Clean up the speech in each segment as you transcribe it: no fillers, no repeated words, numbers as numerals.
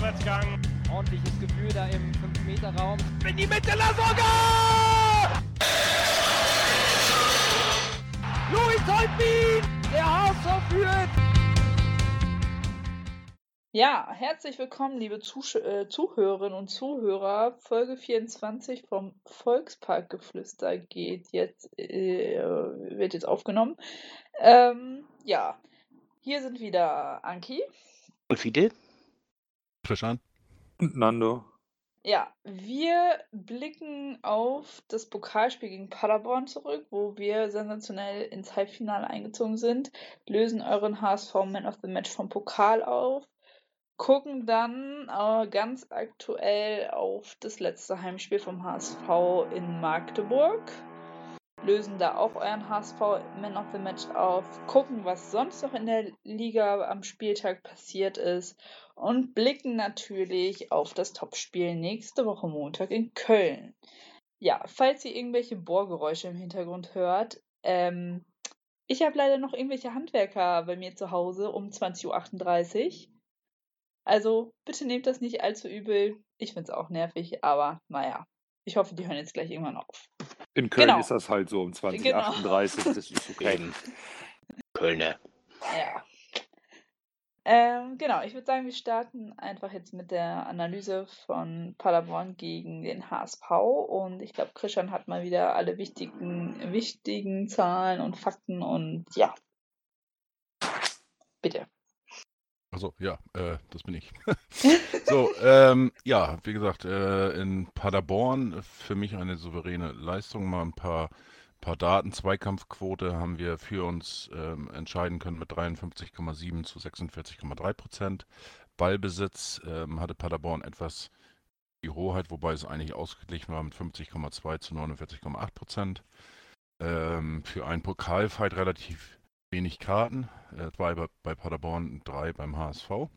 Vorwärtsgang. Ordentliches Gefühl da im 5-Meter-Raum. In die Mitte, Lasogga! Louis Holtbein, der HSV führt! Ja, herzlich willkommen, liebe Zuhörerinnen und Zuhörer. Folge 24 vom Volksparkgeflüster wird jetzt aufgenommen. Ja, hier sind wieder Anki. Und Fidel? Christian? Und Nando. Ja, wir blicken auf das Pokalspiel gegen Paderborn zurück, wo wir sensationell ins Halbfinale eingezogen sind, lösen euren HSV Man of the Match vom Pokal auf, gucken dann ganz aktuell auf das letzte Heimspiel vom HSV in Magdeburg, lösen da auch euren HSV Man of the Match auf, gucken, was sonst noch in der Liga am Spieltag passiert ist und blicken natürlich auf das Topspiel nächste Woche Montag in Köln. Ja, falls ihr irgendwelche Bohrgeräusche im Hintergrund hört, ich habe leider noch irgendwelche Handwerker bei mir zu Hause um 20.38 Uhr. Also bitte nehmt das nicht allzu übel. Ich finde es auch nervig, aber naja. Ich hoffe, die hören jetzt gleich irgendwann auf. In Köln Genau. ist das halt so um Genau. 2038, das ist okay. Kölner. Ja. Genau, ich würde sagen, wir starten einfach jetzt mit der Analyse von Paderborn gegen den HSV. Und ich glaube, Christian hat mal wieder alle wichtigen Zahlen und Fakten und ja. Bitte. Achso, ja, das bin ich. So, ja, wie gesagt, in Paderborn für mich eine souveräne Leistung. Mal ein paar Daten. Zweikampfquote haben wir für uns entscheiden können mit 53,7 zu 46,3%. Ballbesitz hatte Paderborn etwas die Hoheit, wobei es eigentlich ausgeglichen war mit 50,2 zu 49,8%. Für einen Pokalfight relativ wenig Karten, 2 bei Paderborn, 3 beim HSV.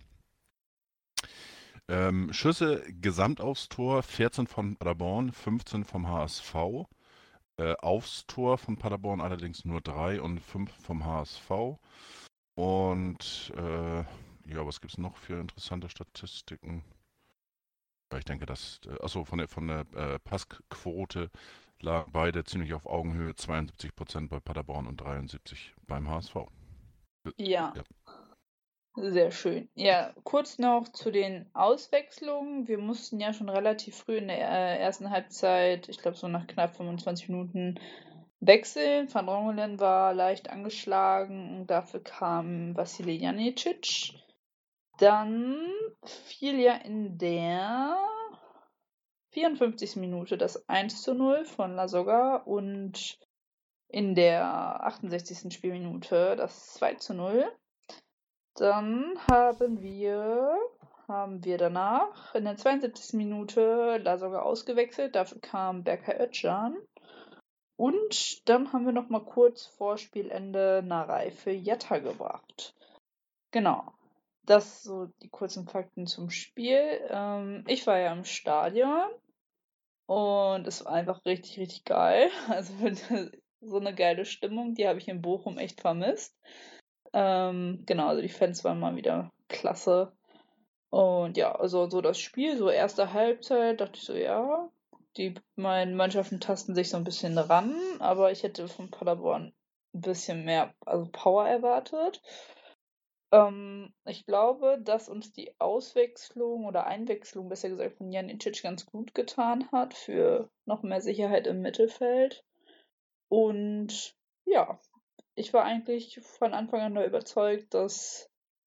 Schüsse gesamt aufs Tor, 14 von Paderborn, 15 vom HSV. Aufs Tor von Paderborn allerdings nur 3 und 5 vom HSV. Und ja, was gibt es noch für interessante Statistiken? Ja, ich denke, von der Passquote lagen beide ziemlich auf Augenhöhe, 72% bei Paderborn und 73% beim HSV. Ja. Sehr schön. Ja, kurz noch zu den Auswechslungen. Wir mussten ja schon relativ früh in der ersten Halbzeit, ich glaube so nach knapp 25 Minuten, wechseln. Van Drongelen war leicht angeschlagen und dafür kam Vasilij Janicic. Dann fiel ja in der 54. Minute das 1:0 von Lasogga und in der 68. Spielminute das 2:0. Dann haben wir danach in der 72. Minute Lasogga ausgewechselt, dafür kam Berkay Özcan. Und dann haben wir noch mal kurz vor Spielende Narei für Jatta gebracht. Genau, das so die kurzen Fakten zum Spiel. Ich war ja im Stadion und es war einfach richtig, richtig geil. Also so eine geile Stimmung, die habe ich in Bochum echt vermisst. Genau, also die Fans waren mal wieder klasse. Und ja, also so das Spiel, so erste Halbzeit, dachte ich so, ja, meine Mannschaften tasten sich so ein bisschen ran, aber ich hätte von Paderborn ein bisschen mehr, also Power erwartet. Ich glaube, dass uns die Auswechslung oder Einwechslung, besser gesagt, von Janicic ganz gut getan hat für noch mehr Sicherheit im Mittelfeld. Und ja, ich war eigentlich von Anfang an überzeugt, dass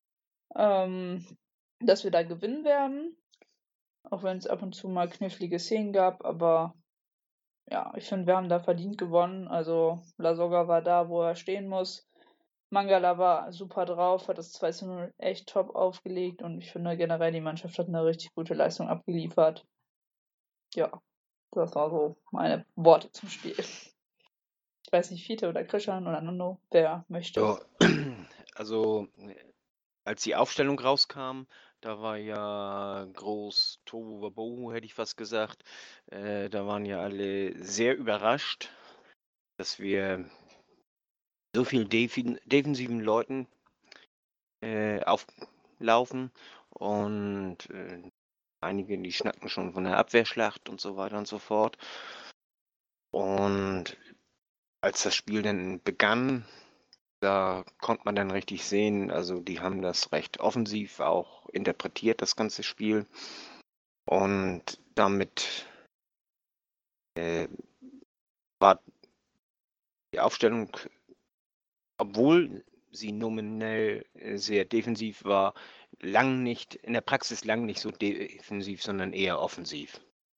wir da gewinnen werden. Auch wenn es ab und zu mal knifflige Szenen gab, aber ja, ich finde, wir haben da verdient gewonnen. Also Lasogga war da, wo er stehen muss. Mangala war super drauf, hat das 2:0 echt top aufgelegt und ich finde generell, die Mannschaft hat eine richtig gute Leistung abgeliefert. Ja, das war so meine Worte zum Spiel. Ich weiß nicht, Fiete oder Christian oder Nando, wer möchte. Ja, also als die Aufstellung rauskam, da war ja groß Tohu Wabohu, hätte ich fast gesagt. Da waren ja alle sehr überrascht, dass wir so viel defensiven Leuten auflaufen und Einige, die schnacken schon von der Abwehrschlacht und so weiter und so fort. Und als das Spiel dann begann, da konnte man dann richtig sehen, also die haben das recht offensiv auch interpretiert, das ganze Spiel. Und damit war die Aufstellung, obwohl sie nominell sehr defensiv war, in der Praxis lang nicht so defensiv, sondern eher offensiv.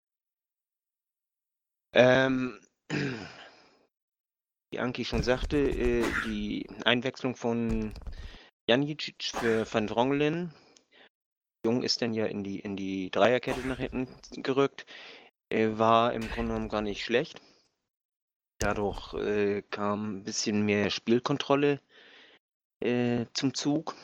Wie Anki schon sagte, die Einwechslung von Janicic für Van Drongelen. Jung ist dann ja in die Dreierkette nach hinten gerückt. War im Grunde genommen gar nicht schlecht. Dadurch kam ein bisschen mehr Spielkontrolle zum Zug.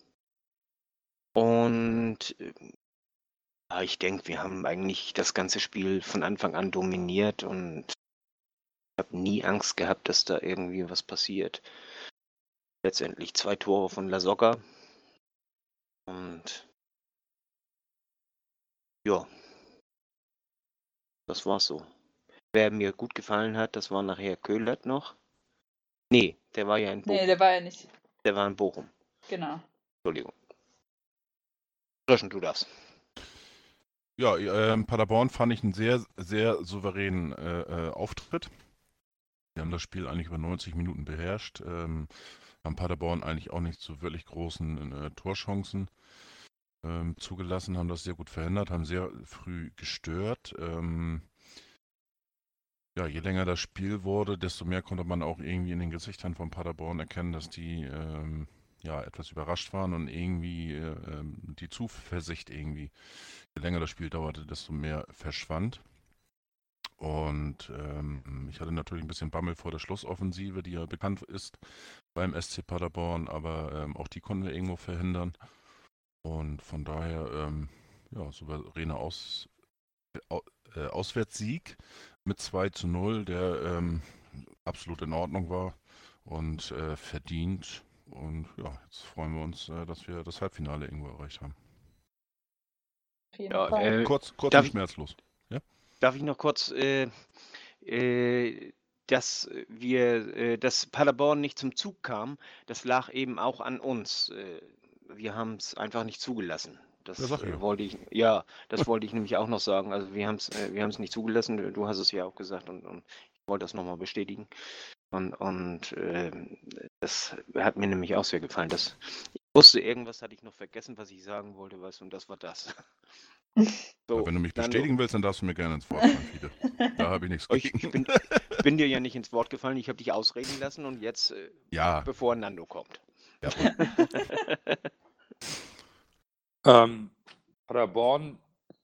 Und ich denke, wir haben eigentlich das ganze Spiel von Anfang an dominiert und ich habe nie Angst gehabt, dass da irgendwie was passiert. Letztendlich 2 Tore von Lasogga. Und ja, das war's so. Wer mir gut gefallen hat, das war nachher Köhlert noch. Nee, der war ja in Bochum. Nee, der war ja nicht. Der war in Bochum. Genau. Entschuldigung. Löschen du das. Ja, Paderborn fand ich einen sehr, sehr souveränen Auftritt. Wir haben das Spiel eigentlich über 90 Minuten beherrscht. Haben Paderborn eigentlich auch nicht zu wirklich großen Torchancen zugelassen, haben das sehr gut verhindert, haben sehr früh gestört. Ja, je länger das Spiel wurde, desto mehr konnte man auch irgendwie in den Gesichtern von Paderborn erkennen, dass die ja etwas überrascht waren und irgendwie die Zuversicht irgendwie, je länger das Spiel dauerte, desto mehr verschwand. Und ich hatte natürlich ein bisschen Bammel vor der Schlussoffensive, die ja bekannt ist beim SC Paderborn, aber auch die konnten wir irgendwo verhindern. Und von daher, ja, souveräner Auswärtssieg mit 2:0, der absolut in Ordnung war und verdient. Und ja, jetzt freuen wir uns, dass wir das Halbfinale irgendwo erreicht haben. Auf jeden Fall. Kurz und schmerzlos. Ja? Darf ich noch kurz, dass Paderborn nicht zum Zug kam, das lag eben auch an uns. Wir haben es einfach nicht zugelassen. Das wollte ich nämlich auch noch sagen. Also wir haben es nicht zugelassen. Du hast es ja auch gesagt und ich wollte das nochmal bestätigen. Und das hat mir nämlich auch sehr gefallen. Ich wusste, irgendwas hatte ich noch vergessen, was ich sagen wollte, weißt du, und das war das. So, wenn du mich bestätigen willst, dann darfst du mir gerne ins Wort fallen, Fiete. Da habe ich nichts gegen. Ich bin dir ja nicht ins Wort gefallen, ich habe dich ausreden lassen und jetzt, bevor Nando kommt. Ja. Paderborn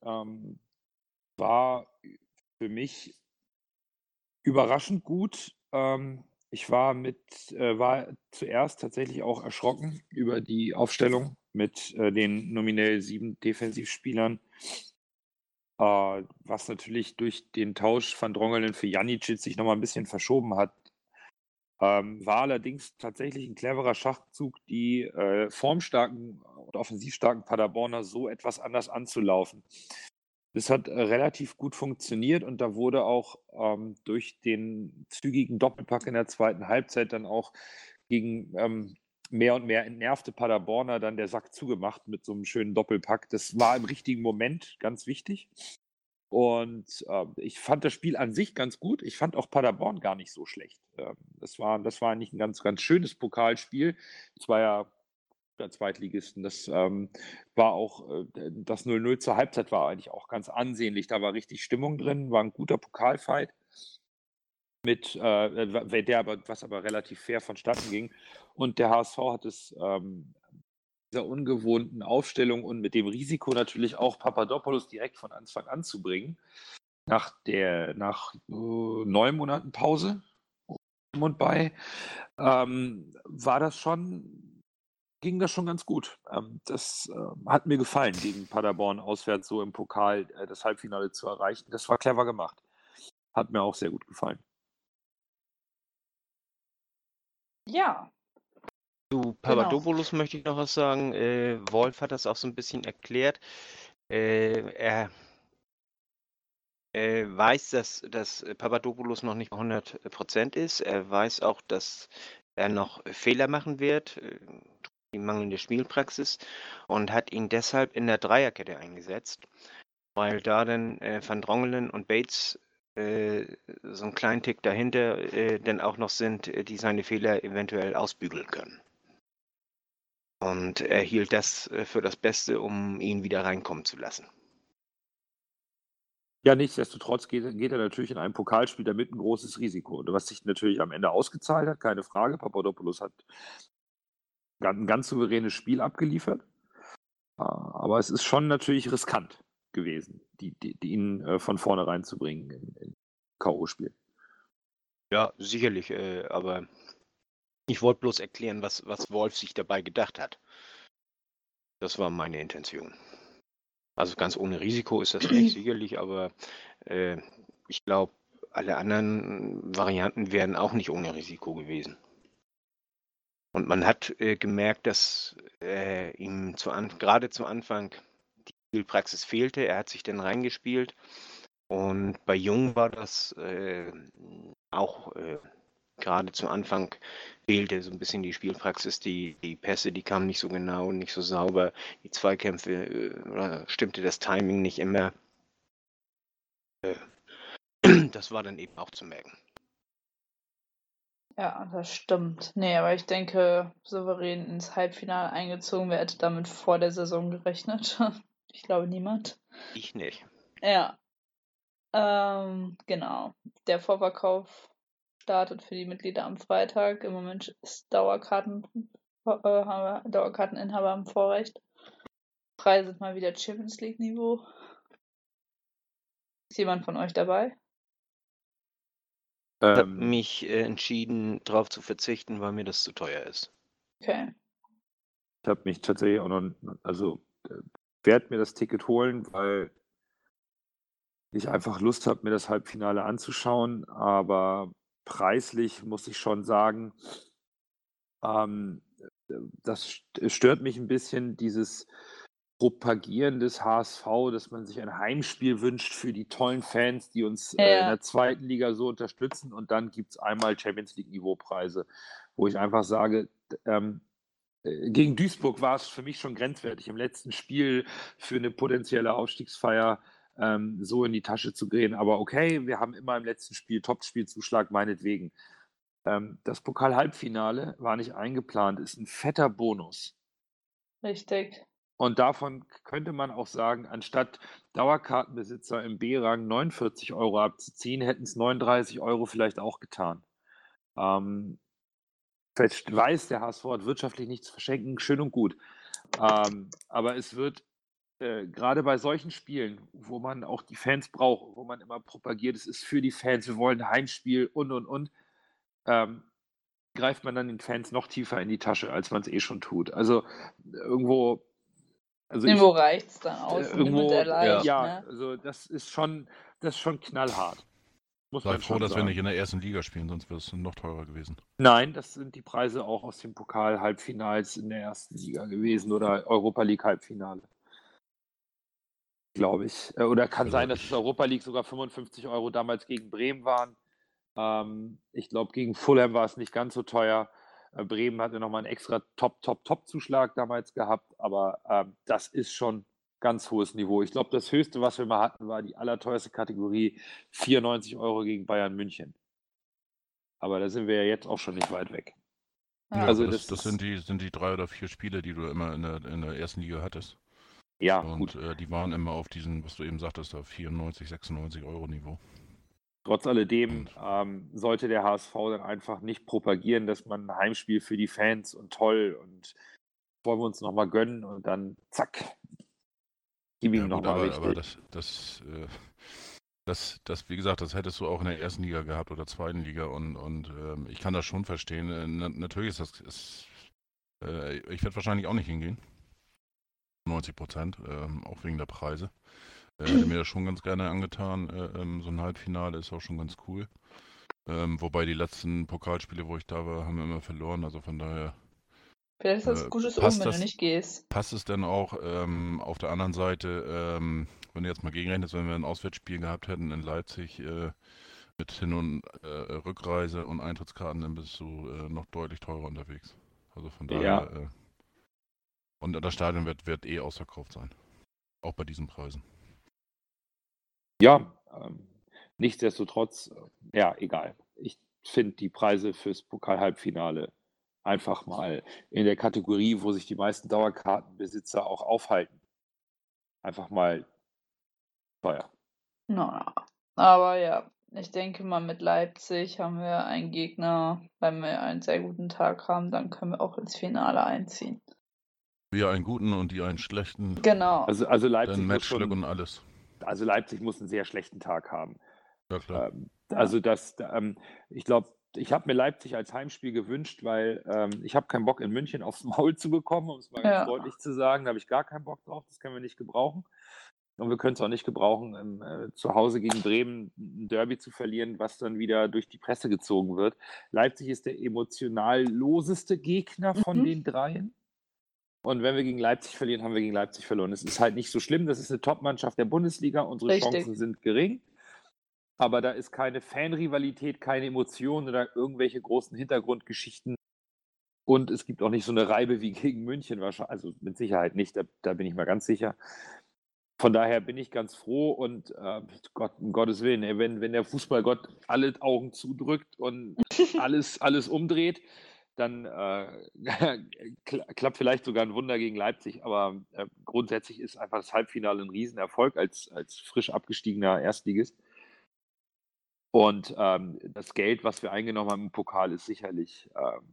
war für mich überraschend gut. Ich war zuerst tatsächlich auch erschrocken über die Aufstellung mit den nominell 7 Defensivspielern, was natürlich durch den Tausch von Drongelen für Janicic sich nochmal ein bisschen verschoben hat. War allerdings tatsächlich ein cleverer Schachzug, die formstarken und offensivstarken Paderborner so etwas anders anzulaufen. Das hat relativ gut funktioniert und da wurde auch durch den zügigen Doppelpack in der zweiten Halbzeit dann auch gegen mehr und mehr entnervte Paderborner dann der Sack zugemacht mit so einem schönen Doppelpack. Das war im richtigen Moment ganz wichtig. Und ich fand das Spiel an sich ganz gut. Ich fand auch Paderborn gar nicht so schlecht. Das war eigentlich ein ganz, ganz schönes Pokalspiel. Es war ja der Zweitligisten. Das war auch, das 0:0 zur Halbzeit war eigentlich auch ganz ansehnlich. Da war richtig Stimmung drin, war ein guter Pokalfight, was aber relativ fair vonstatten ging. Und der HSV hat es dieser ungewohnten Aufstellung und mit dem Risiko natürlich auch Papadopoulos direkt von Anfang an zu bringen, nach 9 Monaten Pause und ging das schon ganz gut. Das hat mir gefallen, gegen Paderborn auswärts so im Pokal das Halbfinale zu erreichen. Das war clever gemacht. Hat mir auch sehr gut gefallen. Ja. Zu Papadopoulos möchte ich noch was sagen. Wolf hat das auch so ein bisschen erklärt. Er weiß, dass Papadopoulos noch nicht bei 100% ist. Er weiß auch, dass er noch Fehler machen wird, die mangelnde Spielpraxis, und hat ihn deshalb in der Dreierkette eingesetzt, weil da dann Van Drongelen und Bates so einen kleinen Tick dahinter dann auch noch sind, die seine Fehler eventuell ausbügeln können. Und er hielt das für das Beste, um ihn wieder reinkommen zu lassen. Ja, nichtsdestotrotz geht er natürlich in einem Pokalspiel damit ein großes Risiko. Und was sich natürlich am Ende ausgezahlt hat, keine Frage. Papadopoulos hat ein ganz souveränes Spiel abgeliefert. Aber es ist schon natürlich riskant gewesen, ihn von vornherein zu bringen in K.O.-Spiel. Ja, sicherlich, aber ich wollte bloß erklären, was Wolf sich dabei gedacht hat. Das war meine Intention. Also ganz ohne Risiko ist das nicht, sicherlich, aber ich glaube, alle anderen Varianten wären auch nicht ohne Risiko gewesen. Und man hat gemerkt, dass ihm gerade zu Anfang die Spielpraxis fehlte. Er hat sich dann reingespielt. Und bei Jung war das auch gerade zu Anfang fehlte so ein bisschen die Spielpraxis. Die Pässe, die kamen nicht so genau, nicht so sauber. Die Zweikämpfe, stimmte das Timing nicht immer. Das war dann eben auch zu merken. Ja, das stimmt. Nee, aber ich denke, souverän ins Halbfinale eingezogen, wer hätte damit vor der Saison gerechnet? Ich glaube niemand. Ich nicht. Ja. Genau. Der Vorverkauf startet für die Mitglieder am Freitag. Im Moment ist Dauerkarteninhaber am Vorrecht. Preise sind mal wieder Champions League Niveau. Ist jemand von euch dabei? Ich habe mich entschieden, darauf zu verzichten, weil mir das zu teuer ist. Okay. Ich habe mich tatsächlich auch noch, werde mir das Ticket holen, weil ich einfach Lust habe, mir das Halbfinale anzuschauen. Aber preislich muss ich schon sagen, das stört mich ein bisschen, dieses Propagieren des HSV, dass man sich ein Heimspiel wünscht für die tollen Fans, die uns in der zweiten Liga so unterstützen, und dann gibt es einmal Champions League Niveaupreise, wo ich einfach sage, gegen Duisburg war es für mich schon grenzwertig, im letzten Spiel für eine potenzielle Aufstiegsfeier so in die Tasche zu gehen. Aber okay, wir haben immer im letzten Spiel Top-Spielzuschlag, meinetwegen. Das Pokal-Halbfinale war nicht eingeplant, ist ein fetter Bonus. Richtig. Und davon könnte man auch sagen, anstatt Dauerkartenbesitzer im B-Rang 49 € abzuziehen, hätten es 39 € vielleicht auch getan. Vielleicht weiß, der HSV hat wirtschaftlich nichts zu verschenken, schön und gut. Aber es wird gerade bei solchen Spielen, wo man auch die Fans braucht, wo man immer propagiert, es ist für die Fans, wir wollen ein Heimspiel und, greift man dann den Fans noch tiefer in die Tasche, als man es eh schon tut. Also irgendwo... Irgendwo reicht es dann aus. Ja, also das ist schon knallhart. Sei froh, dass wir nicht in der ersten Liga spielen, sonst wäre es noch teurer gewesen. Nein, das sind die Preise auch aus dem Pokal-Halbfinals in der ersten Liga gewesen oder Europa League-Halbfinale. Glaube ich. Oder kann sein, dass es Europa League sogar 55 € damals gegen Bremen waren. Ich glaube, gegen Fulham war es nicht ganz so teuer. Bremen hatte nochmal einen extra Top-Zuschlag damals gehabt, aber das ist schon ganz hohes Niveau. Ich glaube, das Höchste, was wir mal hatten, war die allerteuerste Kategorie, 94 € gegen Bayern München. Aber da sind wir ja jetzt auch schon nicht weit weg. Ja, also das sind die 3 oder 4 Spiele, die du immer in der ersten Liga hattest. Ja, und die waren immer auf diesen, was du eben sagtest, auf 94, 96 € Niveau. Trotz alledem sollte der HSV dann einfach nicht propagieren, dass man ein Heimspiel für die Fans und toll und wollen wir uns nochmal gönnen und dann zack, gib ihm nochmal richtig. Aber das, wie gesagt, das hättest du auch in der ersten Liga gehabt oder zweiten Liga und ich kann das schon verstehen. Natürlich ist ich werde wahrscheinlich auch nicht hingehen. 90%, auch wegen der Preise. Hätte mir das schon ganz gerne angetan. So ein Halbfinale ist auch schon ganz cool. Wobei die letzten Pokalspiele, wo ich da war, haben wir immer verloren. Also von daher Vielleicht ist das ein gutes Omen, passt wenn du das, nicht gehst. passt es denn auch auf der anderen Seite, wenn du jetzt mal gegenrechnest, wenn wir ein Auswärtsspiel gehabt hätten in Leipzig mit Hin- und Rückreise und Eintrittskarten, dann bist du noch deutlich teurer unterwegs. Also von Ja. daher, und das Stadion wird eh ausverkauft sein. Auch bei diesen Preisen. Ja, nichtsdestotrotz, ja, egal. Ich finde die Preise fürs Pokal-Halbfinale einfach mal in der Kategorie, wo sich die meisten Dauerkartenbesitzer auch aufhalten, einfach mal teuer. Na, aber ja, ich denke mal, mit Leipzig haben wir einen Gegner, wenn wir einen sehr guten Tag haben, dann können wir auch ins Finale einziehen. Wir einen guten und die einen schlechten, Genau. Also dann Leipzig muss Matchglück schon, und alles. also Leipzig muss einen sehr schlechten Tag haben. Ja klar. Ja. Also ich glaube, ich habe mir Leipzig als Heimspiel gewünscht, weil ich habe keinen Bock in München aufs Maul zu bekommen, um es mal ganz Ja. deutlich zu sagen. Da habe ich gar keinen Bock drauf, das können wir nicht gebrauchen. Und wir können es auch nicht gebrauchen, zu Hause gegen Bremen ein Derby zu verlieren, was dann wieder durch die Presse gezogen wird. Leipzig ist der emotional loseste Gegner von den dreien. Und wenn wir gegen Leipzig verlieren, haben wir gegen Leipzig verloren. Es ist halt nicht so schlimm, das ist eine Top-Mannschaft der Bundesliga, unsere Richtig. Chancen sind gering. Aber da ist keine Fanrivalität, keine Emotionen oder irgendwelche großen Hintergrundgeschichten. Und es gibt auch nicht so eine Reibe wie gegen München wahrscheinlich. Also mit Sicherheit nicht, da bin ich mal ganz sicher. Von daher bin ich ganz froh und Gott, um Gottes Willen, ey, wenn der Fußballgott alle Augen zudrückt und alles umdreht, dann klappt vielleicht sogar ein Wunder gegen Leipzig. Aber grundsätzlich ist einfach das Halbfinale ein Riesenerfolg als frisch abgestiegener Erstligist. Und das Geld, was wir eingenommen haben im Pokal, ist sicherlich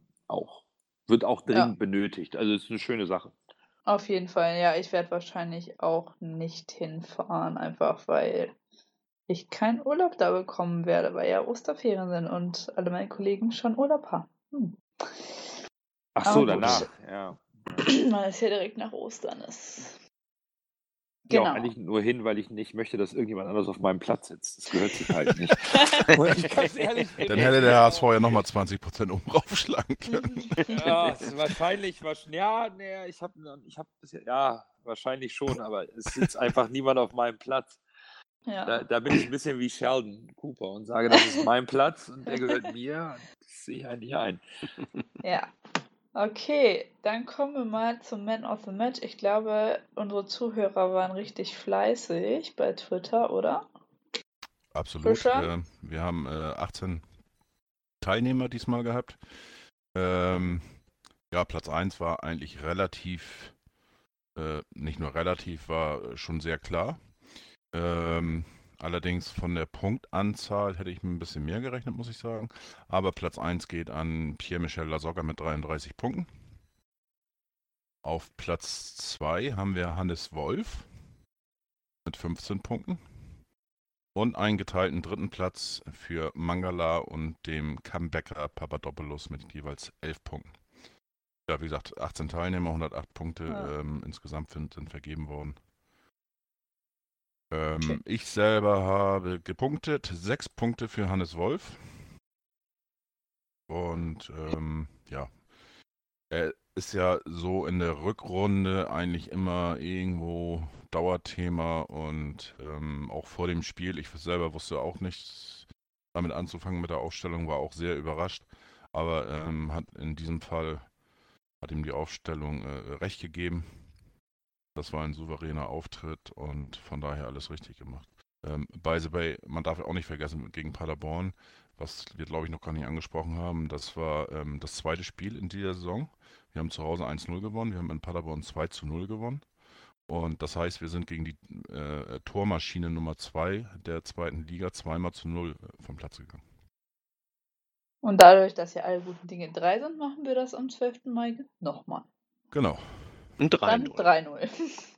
wird auch dringend benötigt. Also es ist eine schöne Sache. Auf jeden Fall, ja, ich werde wahrscheinlich auch nicht hinfahren, einfach weil ich keinen Urlaub da bekommen werde, weil ja Osterferien sind und alle meine Kollegen schon Urlaub haben. Ach so, Aber gut. danach, ja. Weil es ja direkt nach Ostern ist. Ja, auch Genau. eigentlich nur hin, weil ich nicht möchte, dass irgendjemand anderes auf meinem Platz sitzt. Das gehört sich halt nicht. Muss ich ganz ehrlich Dann hätte der HSV ja nochmal 20% oben raufschlagen können. Ja, wahrscheinlich, ich habe bisher, ja, wahrscheinlich schon, aber es sitzt einfach niemand auf meinem Platz. Ja. Da bin ich ein bisschen wie Sheldon Cooper und sage, das ist mein Platz und der gehört mir. Das sehe ich eigentlich ein. Ja. Okay, dann kommen wir mal zum Man of the Match. Ich glaube, unsere Zuhörer waren richtig fleißig bei Twitter, oder? Absolut. Fischer? Wir haben 18 Teilnehmer diesmal gehabt. Ja, Platz 1 war eigentlich relativ, nicht nur relativ, war schon sehr klar. Allerdings von der Punktanzahl hätte ich mir ein bisschen mehr gerechnet, muss ich sagen. Aber Platz 1 geht an Pierre-Michel Lasogga mit 33 Punkten. Auf Platz 2 haben wir Hannes Wolf mit 15 Punkten. Und einen geteilten dritten Platz für Mangala und dem Comebacker Papadopoulos mit jeweils 11 Punkten. Ja, wie gesagt, 18 Teilnehmer, 108 Punkte insgesamt sind vergeben worden. Ich selber habe gepunktet, 6 Punkte für Hannes Wolf. Und ja, er ist ja so in der Rückrunde eigentlich immer irgendwo Dauerthema und auch vor dem Spiel, ich selber wusste auch nicht damit anzufangen mit der Aufstellung, war auch sehr überrascht, aber hat in diesem Fall, hat ihm die Aufstellung recht gegeben. Das war ein souveräner Auftritt und von daher alles richtig gemacht. By the way, man darf auch nicht vergessen, gegen Paderborn, was wir glaube ich noch gar nicht angesprochen haben, das war das zweite Spiel in dieser Saison. Wir haben zu Hause 1-0 gewonnen, wir haben in Paderborn 2-0 gewonnen. Und das heißt, wir sind gegen die Tormaschine Nummer 2 der zweiten Liga 2-0 vom Platz gegangen. Und dadurch, dass ja alle guten Dinge 3 sind, machen wir das am 12. Mai nochmal. Genau. Ein Dann 3-0. 3-0.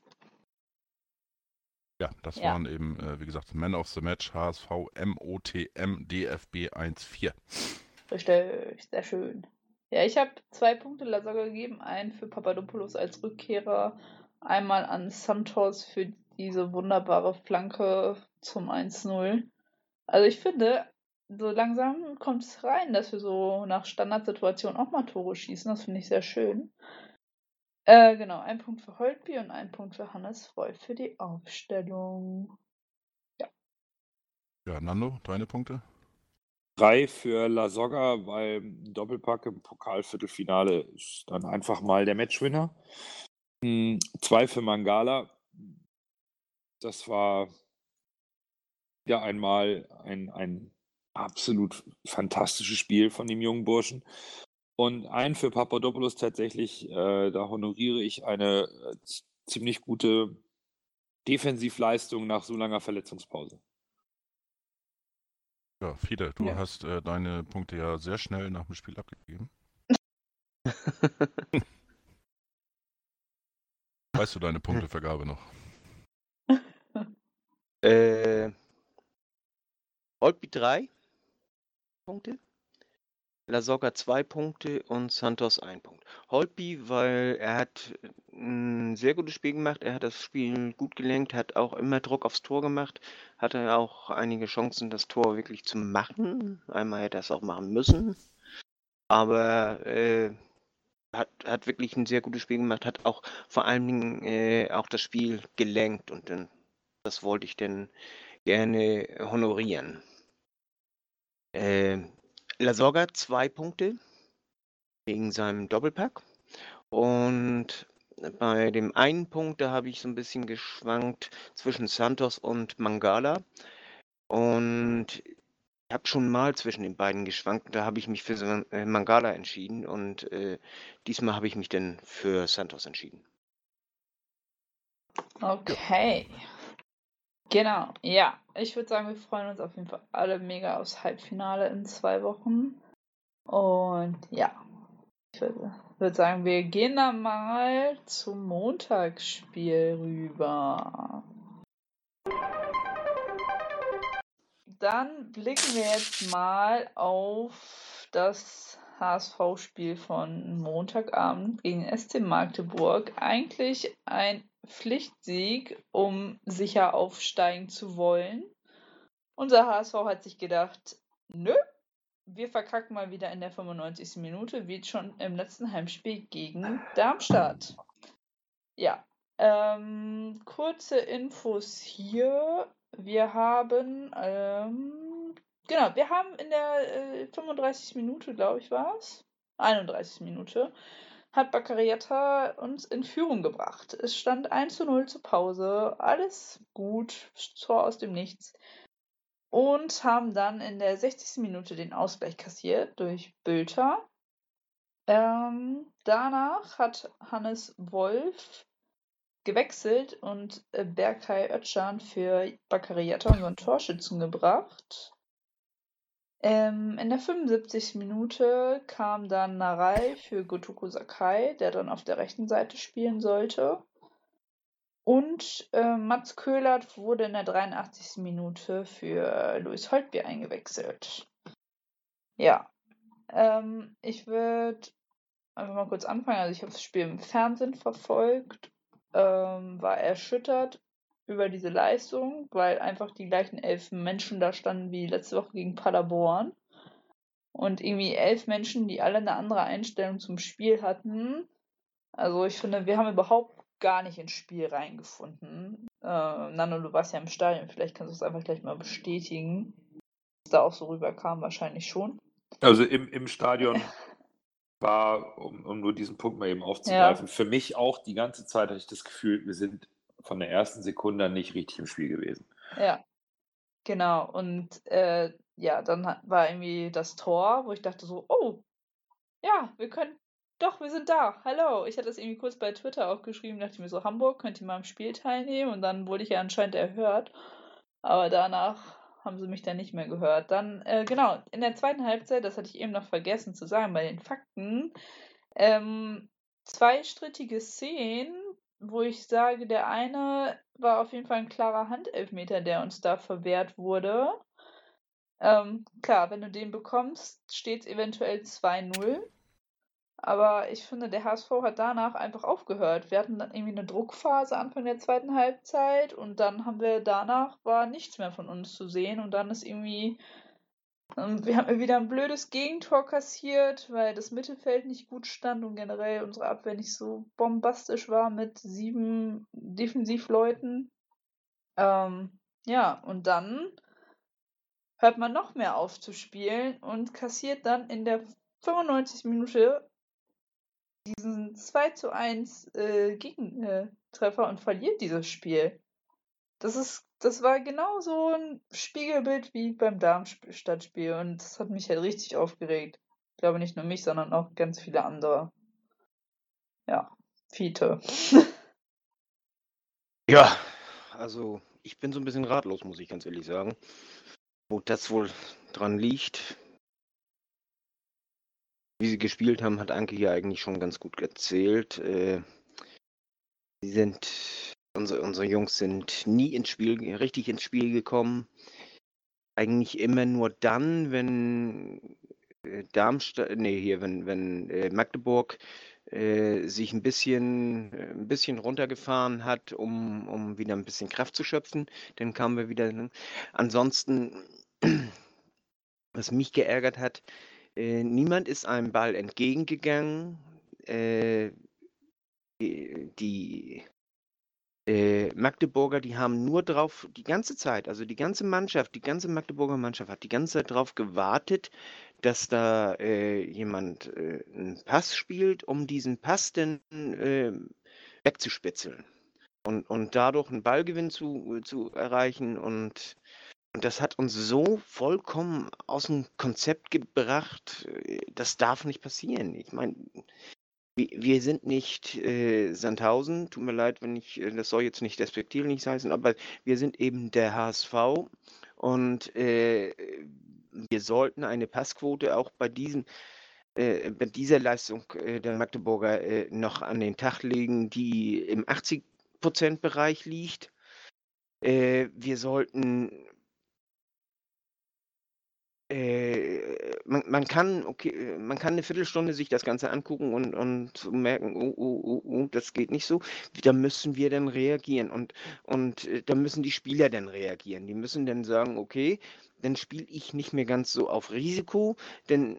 Ja, das waren eben, wie gesagt, Man of the Match, HSV, MOTM, DFB 1-4. Richtig, sehr schön. Ja, ich habe 2 Punkte Lasogga gegeben, einen für Papadopoulos als Rückkehrer, einmal an Santos für diese wunderbare Flanke zum 1-0. Also ich finde, so langsam kommt es rein, dass wir so nach Standardsituationen auch mal Tore schießen. Das finde ich sehr schön. Genau, 1 Punkt für Holtby und 1 Punkt für Hannes Freud für die Aufstellung. Ja, Nando, deine Punkte? 3 für La Soga, weil ein Doppelpack im Pokalviertelfinale ist dann einfach mal der Matchwinner. 2 für Mangala. Das war ja einmal ein absolut fantastisches Spiel von dem jungen Burschen. Und 1 für Papadopoulos tatsächlich, da honoriere ich eine ziemlich gute Defensivleistung nach so langer Verletzungspause. Ja, Fiete, du Ja. hast deine Punkte ja sehr schnell nach dem Spiel abgegeben. Weißt du deine Punktevergabe noch? Holtby 3 Punkte, La Soga 2 Punkte und Santos 1 Punkt. Holtby, weil er hat ein sehr gutes Spiel gemacht, er hat das Spiel gut gelenkt, hat auch immer Druck aufs Tor gemacht, hatte auch einige Chancen, das Tor wirklich zu machen. Einmal hätte er es auch machen müssen, aber hat wirklich ein sehr gutes Spiel gemacht, hat auch vor allen Dingen auch das Spiel gelenkt und das wollte ich dann gerne honorieren. La Soga 2 Punkte wegen seinem Doppelpack. Und bei dem einen Punkt, da habe ich so ein bisschen geschwankt zwischen Santos und Mangala. Und ich habe schon mal zwischen den beiden geschwankt. Da habe ich mich für Mangala entschieden. Und diesmal habe ich mich dann für Santos entschieden. Okay. Genau, ja. Ich würde sagen, wir freuen uns auf jeden Fall alle mega aufs Halbfinale in 2 Wochen. Und ja, ich würde sagen, wir gehen dann mal zum Montagsspiel rüber. Dann blicken wir jetzt mal auf das HSV-Spiel von Montagabend gegen SC Magdeburg. Eigentlich ein Pflichtsieg, um sicher aufsteigen zu wollen. Unser HSV hat sich gedacht, nö, wir verkacken mal wieder in der 95. Minute, wie schon im letzten Heimspiel gegen Darmstadt. Ja, kurze Infos hier. Wir haben, wir haben in der 35. Minute, glaube ich, war es, 31. Minute, hat Bakariata uns in Führung gebracht. Es stand 1:0 zur Pause, alles gut, Tor aus dem Nichts. Und haben dann in der 60. Minute den Ausgleich kassiert durch Bülter. Danach hat Hannes Wolf gewechselt und Berkay Özcan für Bakariata unseren Torschützen gebracht. In der 75. Minute kam dann Naray für Gotoku Sakai, der dann auf der rechten Seite spielen sollte. Und Mats Köhlert wurde in der 83. Minute für Louis Holtby eingewechselt. Ja, ich würde einfach mal kurz anfangen. Also ich habe das Spiel im Fernsehen verfolgt, war erschüttert über diese Leistung, weil einfach die gleichen 11 Menschen da standen wie letzte Woche gegen Paderborn. Und irgendwie 11 Menschen, die alle eine andere Einstellung zum Spiel hatten. Also ich finde, wir haben überhaupt gar nicht ins Spiel reingefunden. Nano, du warst ja im Stadion, vielleicht kannst du es einfach gleich mal bestätigen. Was da auch so rüberkam, wahrscheinlich schon. Also im Stadion war, um nur diesen Punkt mal eben aufzugreifen, für mich auch die ganze Zeit hatte ich das Gefühl, wir sind von der ersten Sekunde an nicht richtig im Spiel gewesen. Ja, genau. Und dann war irgendwie das Tor, wo ich dachte so, oh, ja, wir sind da, hallo. Ich hatte das irgendwie kurz bei Twitter auch geschrieben, dachte ich mir so, Hamburg, könnt ihr mal am Spiel teilnehmen? Und dann wurde ich ja anscheinend erhört. Aber danach haben sie mich dann nicht mehr gehört. Dann, in der zweiten Halbzeit, das hatte ich eben noch vergessen zu sagen bei den Fakten, 2 strittige Szenen, wo ich sage, der eine war auf jeden Fall ein klarer Handelfmeter, der uns da verwehrt wurde. Klar, wenn du den bekommst, steht es eventuell 2:0. Aber ich finde, der HSV hat danach einfach aufgehört. Wir hatten dann irgendwie eine Druckphase Anfang der zweiten Halbzeit und dann war nichts mehr von uns zu sehen und dann ist irgendwie Wir haben wieder ein blödes Gegentor kassiert, weil das Mittelfeld nicht gut stand und generell unsere Abwehr nicht so bombastisch war mit 7 Defensivleuten. Ja, und dann hört man noch mehr auf zu spielen und kassiert dann in der 95. Minute diesen 2:1 Gegentreffer und verliert dieses Spiel. Das war genau so ein Spiegelbild wie beim Darmstadt-Spiel und das hat mich halt richtig aufgeregt. Ich glaube nicht nur mich, sondern auch ganz viele andere. Ja, Fiete. Ja, also ich bin so ein bisschen ratlos, muss ich ganz ehrlich sagen. Wo das wohl dran liegt. Wie sie gespielt haben, hat Anke hier eigentlich schon ganz gut erzählt. Unsere Jungs sind nie richtig ins Spiel gekommen. Eigentlich immer nur dann, wenn Magdeburg sich ein bisschen runtergefahren hat, um wieder ein bisschen Kraft zu schöpfen. Dann kamen wir wieder. Ansonsten, was mich geärgert hat, niemand ist einem Ball entgegengegangen. Die Magdeburger, die haben nur drauf die ganze Zeit, also die ganze Magdeburger Mannschaft hat die ganze Zeit drauf gewartet, dass da jemand einen Pass spielt, um diesen Pass dann wegzuspitzeln und dadurch einen Ballgewinn zu erreichen. Und das hat uns so vollkommen aus dem Konzept gebracht, das darf nicht passieren. Ich meine, wir sind nicht Sandhausen, tut mir leid, wenn das soll jetzt nicht despektierlich heißen, aber wir sind eben der HSV und wir sollten eine Passquote auch bei dieser Leistung der Magdeburger noch an den Tag legen, die im 80%-Bereich liegt. Wir sollten man kann eine Viertelstunde sich das Ganze angucken und merken, oh, das geht nicht so. Da müssen wir dann reagieren und da müssen die Spieler dann reagieren. Die müssen dann sagen, okay, dann spiele ich nicht mehr ganz so auf Risiko, denn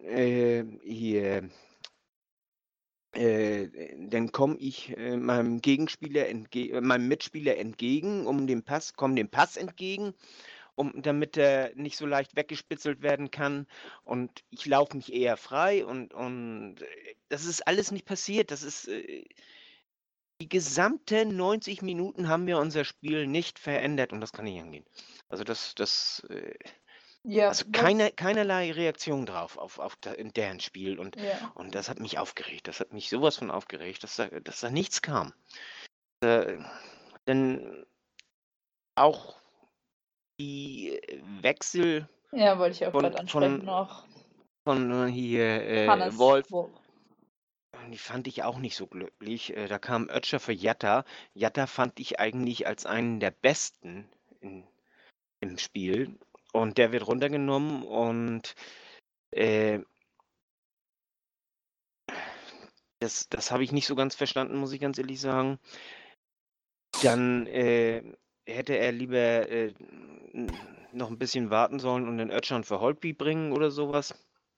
dann komme ich meinem Mitspieler entgegen, dem Pass entgegen, damit er nicht so leicht weggespitzelt werden kann. Und ich laufe mich eher frei und das ist alles nicht passiert. Das ist die gesamten 90 Minuten haben wir unser Spiel nicht verändert und das kann nicht angehen. Also Ja, also keinerlei Reaktion drauf in deren Spiel und das hat mich aufgeregt. Das hat mich sowas von aufgeregt, dass da nichts kam. Denn auch die Wechsel ja, wollte ich auch gerade ansprechen noch. von hier Hannes Wolf, die fand ich auch nicht so glücklich. Da kam Oetscher für Jatta. Jatta fand ich eigentlich als einen der besten im Spiel. Und der wird runtergenommen und das habe ich nicht so ganz verstanden, muss ich ganz ehrlich sagen. Dann hätte er lieber noch ein bisschen warten sollen und den Oetscher für Holtby bringen oder sowas.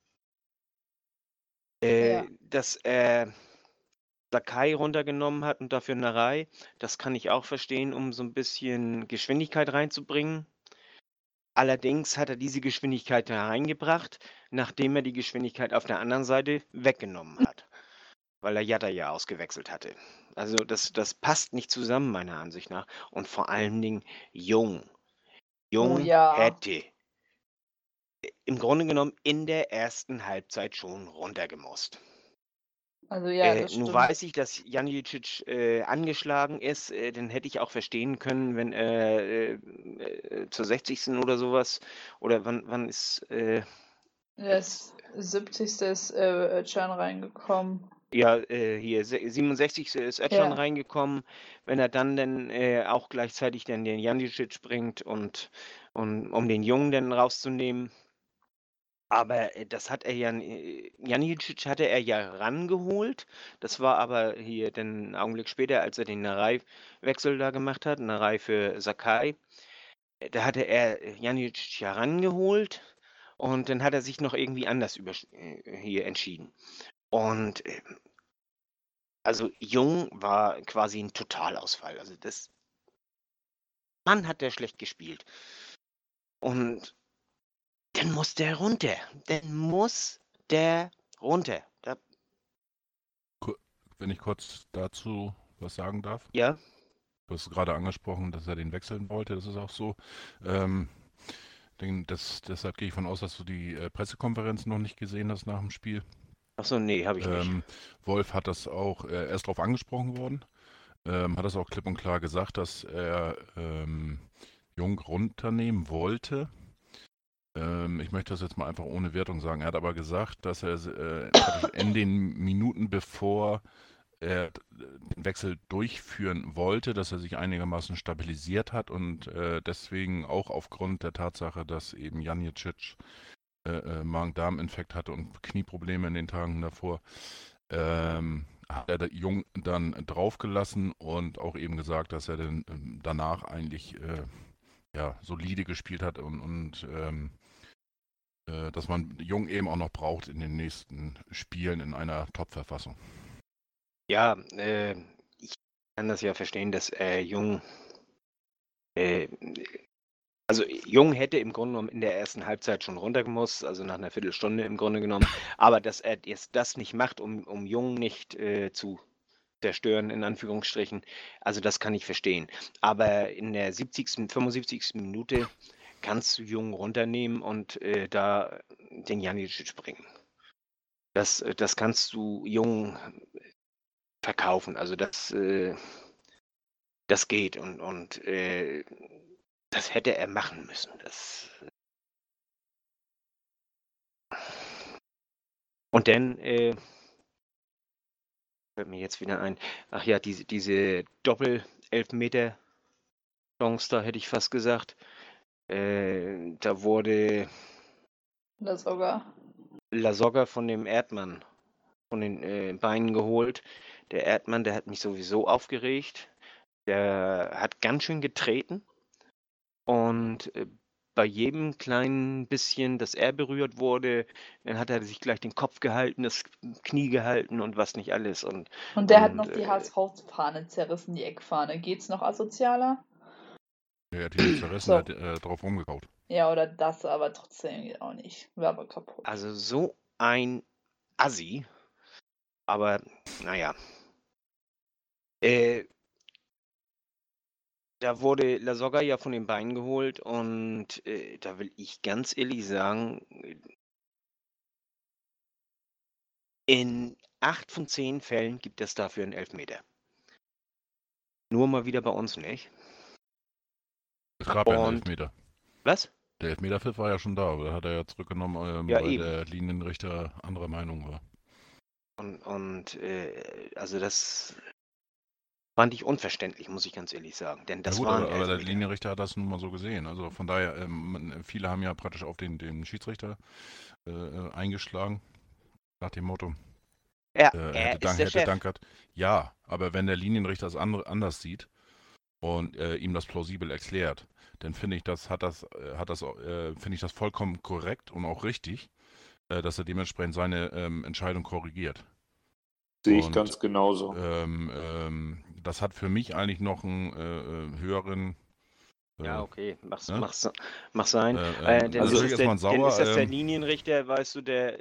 Dass er Sakai runtergenommen hat und dafür Narei, das kann ich auch verstehen, um so ein bisschen Geschwindigkeit reinzubringen. Allerdings hat er diese Geschwindigkeit hereingebracht, nachdem er die Geschwindigkeit auf der anderen Seite weggenommen hat, weil er Jatta ja ausgewechselt hatte. Also das passt nicht zusammen, meiner Ansicht nach. Und vor allen Dingen Jung. Jung hätte im Grunde genommen in der ersten Halbzeit schon runtergemusst. Also ja, das nun stimmt. weiß ich, dass Janicic angeschlagen ist, dann hätte ich auch verstehen können, wenn zur 60. oder sowas, oder wann ist Das 70. ist Özcan reingekommen. Ja, hier 67. ist Özcan reingekommen. Wenn er dann auch gleichzeitig dann den Janicic bringt und um den Jungen dann rauszunehmen. Aber das hat er ja, Janicic hatte er ja rangeholt. Das war aber hier dann einen Augenblick später, als er den Narei-Wechsel da gemacht hat, Narei für Sakai. Da hatte er Janicic ja rangeholt Und dann hat er sich noch irgendwie anders hier entschieden. Und also Jung war quasi ein Totalausfall. Also Mann hat der schlecht gespielt. Und dann muss der runter. Dann muss der runter. Wenn ich kurz dazu was sagen darf. Ja, Du hast gerade angesprochen, dass er den wechseln wollte. Das ist auch so. Deshalb gehe ich von aus, dass du die Pressekonferenz noch nicht gesehen hast nach dem Spiel. achso, nee, habe ich nicht. Wolf hat das auch, er ist darauf angesprochen worden, hat das auch klipp und klar gesagt, dass er Jung runternehmen wollte. Ich möchte das jetzt mal einfach ohne Wertung sagen. Er hat aber gesagt, dass er praktisch in den Minuten, bevor er den Wechsel durchführen wollte, dass er sich einigermaßen stabilisiert hat und deswegen auch aufgrund der Tatsache, dass eben Janicic Magen-Darm-Infekt hatte und Knieprobleme in den Tagen davor, hat er Jung dann draufgelassen und auch eben gesagt, dass er dann danach eigentlich solide gespielt hat und dass man Jung eben auch noch braucht in den nächsten Spielen in einer Top-Verfassung. Ja, ich kann das ja verstehen, dass Jung, also Jung hätte im Grunde genommen in der ersten Halbzeit schon runtergemusst, also nach einer Viertelstunde im Grunde genommen, aber dass er jetzt das nicht macht, um Jung nicht zu zerstören, in Anführungsstrichen, also das kann ich verstehen. Aber in der 75. Minute kannst du Jung runternehmen und da den Janicic bringen. Das kannst du Jung verkaufen. Also das geht und das hätte er machen müssen. Und dann fällt mir jetzt wieder ein, ach ja, diese Doppel-Elfmeter-Chance, da hätte ich fast gesagt, da wurde Lasogga von dem Erdmann von den Beinen geholt. Der Erdmann, der hat mich sowieso aufgeregt. Der hat ganz schön getreten und bei jedem kleinen bisschen, dass er berührt wurde, dann hat er sich gleich den Kopf gehalten, das Knie gehalten und was nicht alles. Und der hat noch die HSV-Fahne zerrissen, die Eckfahne. Geht's noch asozialer? Er hat die nicht zerrissen, er hat drauf rumgekaut. Ja, oder das, aber trotzdem geht auch nicht. War aber kaputt. Also so ein Assi. Aber naja. Da wurde Lasogga ja von den Beinen geholt und da will ich ganz ehrlich sagen, in 8 von 10 Fällen gibt es dafür einen Elfmeter. Nur mal wieder bei uns nicht. Es gab ja einen Elfmeter. Was? Der Elfmeterpfiff war ja schon da, aber da hat er ja zurückgenommen, weil eben der Linienrichter anderer Meinung war. Und also das fand ich unverständlich, muss ich ganz ehrlich sagen. Denn das war aber der Linienrichter hat das nun mal so gesehen. Also von daher, viele haben ja praktisch auf den Schiedsrichter eingeschlagen, nach dem Motto, hätte Dankert. Ja, aber wenn der Linienrichter es anders sieht und ihm das plausibel erklärt, dann finde ich das vollkommen korrekt und auch richtig, dass er dementsprechend seine Entscheidung korrigiert. Sehe ich ganz genauso. Das hat für mich eigentlich noch einen höheren. Ja, okay, mach sein. Also ist das der Linienrichter, weißt du, der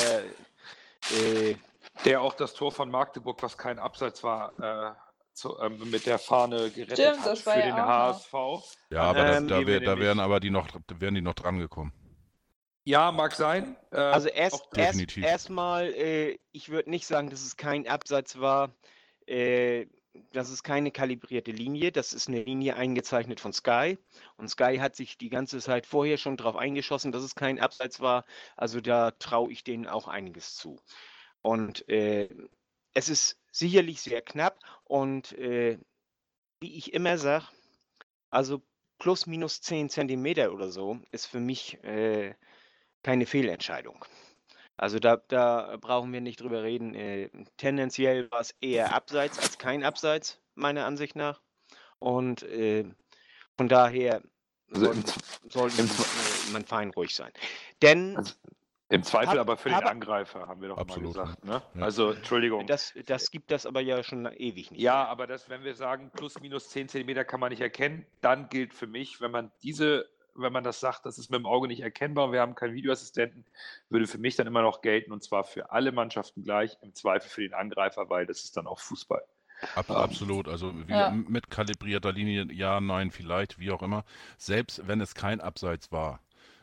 auch das Tor von Magdeburg, was kein Abseits war, mit der Fahne gerettet hat für den HSV. Ja, aber da wären die noch dran gekommen. Ja, mag sein. Also erstmal, ich würde nicht sagen, dass es kein Abseits war. Das ist keine kalibrierte Linie. Das ist eine Linie eingezeichnet von Sky. Und Sky hat sich die ganze Zeit vorher schon darauf eingeschossen, dass es kein Abseits war. Also da traue ich denen auch einiges zu. Und es ist sicherlich sehr knapp. Und wie ich immer sage, also plus minus 10 Zentimeter oder so ist für mich keine Fehlentscheidung. Also da brauchen wir nicht drüber reden. Tendenziell war es eher Abseits als kein Abseits, meiner Ansicht nach. Und von daher Also sollte man fein ruhig sein. Denn im Zweifel aber für den aber- Angreifer, haben wir doch Absolut, mal gesagt. Ne? ja. Also, Entschuldigung. das gibt das aber ja schon ewig nicht. Ja, aber wenn wir sagen, plus minus 10 Zentimeter kann man nicht erkennen, dann gilt für mich, wenn man das sagt, das ist mit dem Auge nicht erkennbar und wir haben keinen Videoassistenten, würde für mich dann immer noch gelten, und zwar für alle Mannschaften gleich, im Zweifel für den Angreifer, weil das ist dann auch Fußball. Absolut, also mit kalibrierter Linie, ja, nein, vielleicht, wie auch immer. Selbst wenn es kein Abseits war,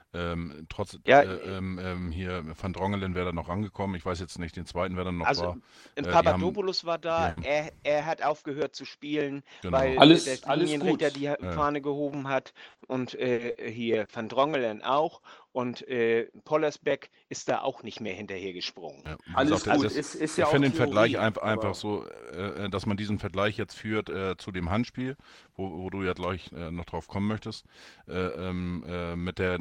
hier Van Drongelen wäre da noch rangekommen. Ich weiß jetzt nicht, den zweiten, wer dann noch Also war. Papadopoulos war da, er hat aufgehört zu spielen, Genau. weil Alles der Linienrichter gut. die Fahne gehoben hat und hier Van Drongelen auch und Pollersbeck ist da auch nicht mehr hinterher gesprungen. Ja, wie Alles gesagt, gut, ist ja ich auch finde den Theorie, Vergleich einfach aber- so, dass man diesen Vergleich jetzt führt zu dem Handspiel, wo du ja gleich noch drauf kommen möchtest, mit der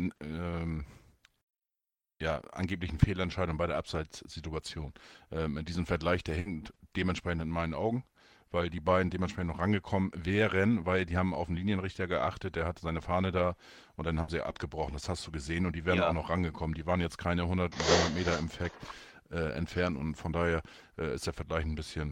angeblichen Fehlentscheidung bei der Abseitssituation. Diesen Vergleich, der hängt dementsprechend in meinen Augen, weil die beiden dementsprechend noch rangekommen wären, weil die haben auf den Linienrichter geachtet, der hatte seine Fahne da und dann haben sie abgebrochen, das hast du gesehen, und die wären Ja. auch noch rangekommen. Die waren jetzt keine 100 Meter entfernt und von daher ist der Vergleich ein bisschen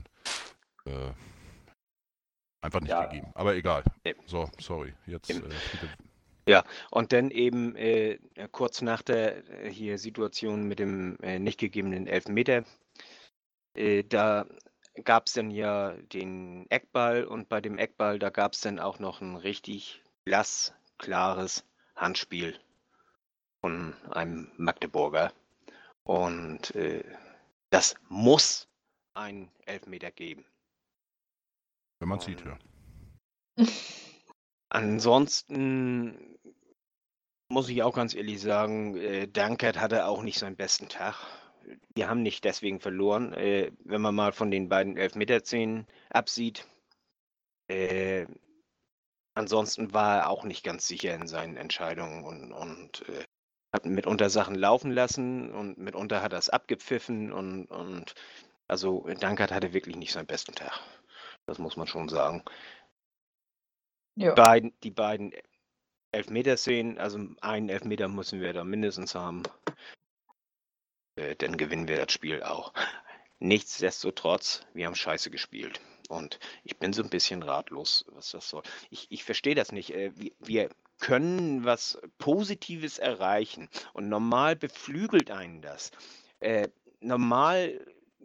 einfach nicht gegeben. Aber egal. So, sorry. Jetzt bitte. Ja, und dann eben kurz nach der hier Situation mit dem nicht gegebenen Elfmeter, da gab es dann ja den Eckball und bei dem Eckball, da gab es dann auch noch ein richtig glasklares Handspiel von einem Magdeburger. Und das muss ein Elfmeter geben. Wenn man sieht, ja. Ansonsten muss ich auch ganz ehrlich sagen, Dankert hatte auch nicht seinen besten Tag. Wir haben nicht deswegen verloren, wenn man mal von den beiden Elfmeterszenen absieht. Ansonsten war er auch nicht ganz sicher in seinen Entscheidungen und hat mitunter Sachen laufen lassen und mitunter hat er es abgepfiffen und also Dankert hatte wirklich nicht seinen besten Tag. Das muss man schon sagen. Ja. Die beiden Elfmeterszenen, also einen Elfmeter müssen wir da mindestens haben. Dann gewinnen wir das Spiel auch. Nichtsdestotrotz, wir haben scheiße gespielt. Und ich bin so ein bisschen ratlos, was das soll. Ich verstehe das nicht. Wir können was Positives erreichen. Und normal beflügelt einen das. Normal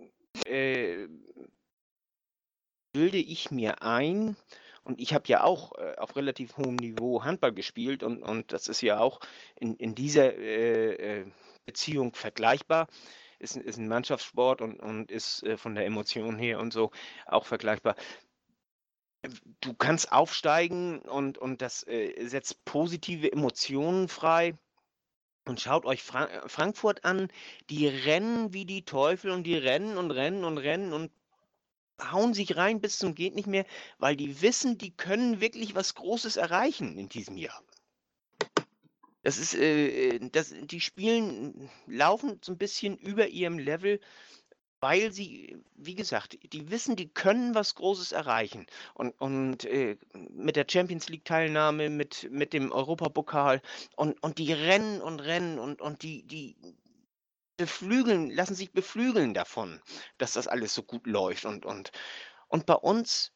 bilde ich mir ein, und ich habe ja auch auf relativ hohem Niveau Handball gespielt und das ist ja auch in dieser Beziehung vergleichbar. Ist ein Mannschaftssport und ist von der Emotion her und so auch vergleichbar. Du kannst aufsteigen und das setzt positive Emotionen frei. Und schaut euch Frankfurt an, die rennen wie die Teufel und die rennen und rennen und rennen und hauen sich rein bis zum geht nicht mehr, weil die wissen, die können wirklich was Großes erreichen in diesem Jahr. Das ist, die laufen so ein bisschen über ihrem Level, weil sie, wie gesagt, die wissen, die können was Großes erreichen. Und mit der Champions League-Teilnahme, mit dem Europapokal und die rennen und rennen und die lassen sich beflügeln davon, dass das alles so gut läuft. Und bei uns,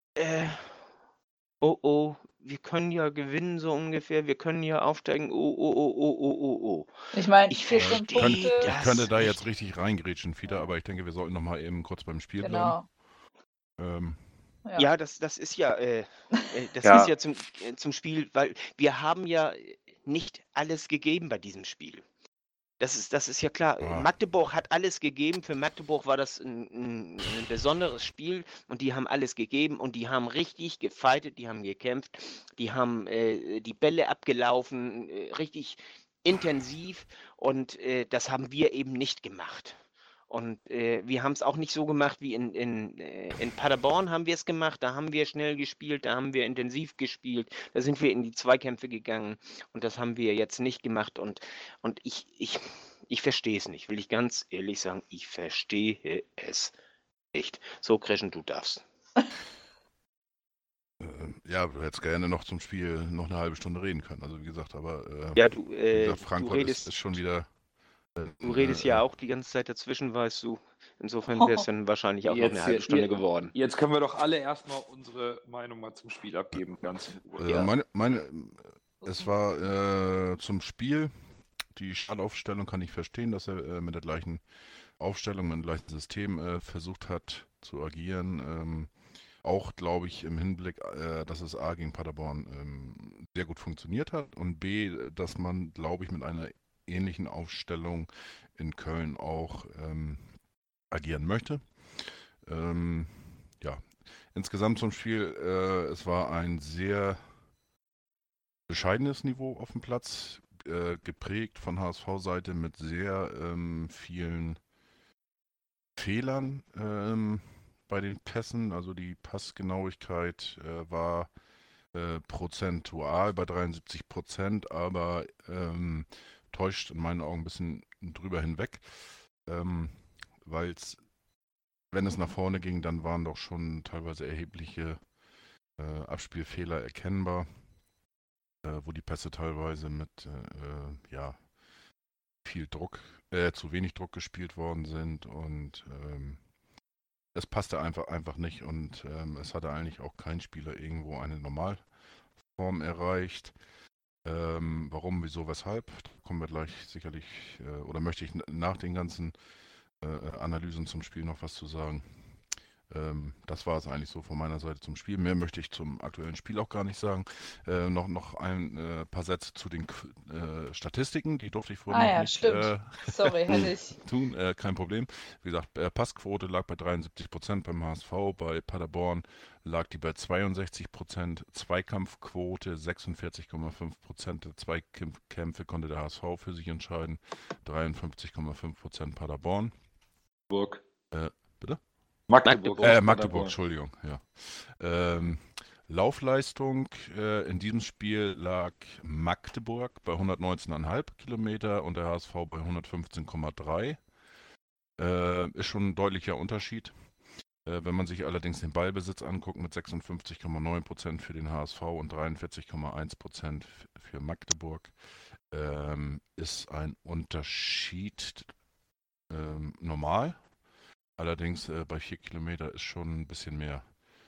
wir können ja gewinnen, so ungefähr, wir können ja aufsteigen, oh. Ich meine, Ich 14 verstehe Punkte. Ich das könnte da nicht. jetzt richtig reingrätschen, Fieder, aber ich denke, wir sollten noch mal eben kurz beim Spiel bleiben. Genau. Ja, das ist ja, das Ja. ist ja zum Spiel, weil wir haben ja nicht alles gegeben bei diesem Spiel. Das ist ja klar. Ah. Magdeburg hat alles gegeben. Für Magdeburg war das ein besonderes Spiel und die haben alles gegeben und die haben richtig gefightet, die haben gekämpft, die haben die Bälle abgelaufen, richtig intensiv und das haben wir eben nicht gemacht. Und wir haben es auch nicht so gemacht wie in Paderborn haben wir es gemacht. Da haben wir schnell gespielt, da haben wir intensiv gespielt, da sind wir in die Zweikämpfe gegangen und das haben wir jetzt nicht gemacht. Und ich verstehe es nicht, will ich ganz ehrlich sagen, ich verstehe es nicht. So, Kreschen, du darfst. Ja, du hättest gerne noch zum Spiel noch eine halbe Stunde reden können. Also wie gesagt, aber Ja, wie gesagt, du Frankfurt ist schon wieder. Du redest ja auch die ganze Zeit dazwischen, weißt du. Insofern wäre es dann wahrscheinlich auch noch eine halbe Stunde geworden. Jetzt können wir doch alle erstmal unsere Meinung mal zum Spiel abgeben, ganz in Ruhe. Ja. Es war zum Spiel, die Startaufstellung kann ich verstehen, dass er mit der gleichen Aufstellung, mit dem gleichen System versucht hat zu agieren. Auch, glaube ich, im Hinblick, dass es A gegen Paderborn sehr gut funktioniert hat und B, dass man, glaube ich, mit einer ähnlichen Aufstellung in Köln auch agieren möchte. Ja, insgesamt zum Spiel, es war ein sehr bescheidenes Niveau auf dem Platz, geprägt von HSV-Seite mit sehr vielen Fehlern bei den Pässen. Also die Passgenauigkeit war prozentual bei 73%, aber täuscht in meinen Augen ein bisschen drüber hinweg, weil wenn es nach vorne ging, dann waren doch schon teilweise erhebliche Abspielfehler erkennbar, wo die Pässe teilweise mit viel Druck, zu wenig Druck gespielt worden sind und es passte einfach nicht und es hatte eigentlich auch kein Spieler irgendwo eine Normalform erreicht. Warum, wieso, weshalb? Da kommen wir gleich sicherlich, oder möchte ich nach den ganzen Analysen zum Spiel noch was zu sagen. Das war es eigentlich so von meiner Seite zum Spiel. Mehr möchte ich zum aktuellen Spiel auch gar nicht sagen. Noch ein paar Sätze zu den Statistiken, die durfte ich vorhin noch nicht Sorry, hätte ich. tun. Kein Problem. Wie gesagt, Passquote lag bei 73% beim HSV, bei Paderborn lag die bei 62%, Zweikampfquote 46,5%, der Zweikämpfe konnte der HSV für sich entscheiden, 53,5% Paderborn. Bitte? Magdeburg, Entschuldigung, ja. Laufleistung in diesem Spiel lag Magdeburg bei 119,5 Kilometer und der HSV bei 115,3. Ist schon ein deutlicher Unterschied. Wenn man sich allerdings den Ballbesitz anguckt mit 56,9% für den HSV und 43,1% für Magdeburg, ist ein Unterschied normal. Allerdings bei 4 Kilometer ist schon ein bisschen mehr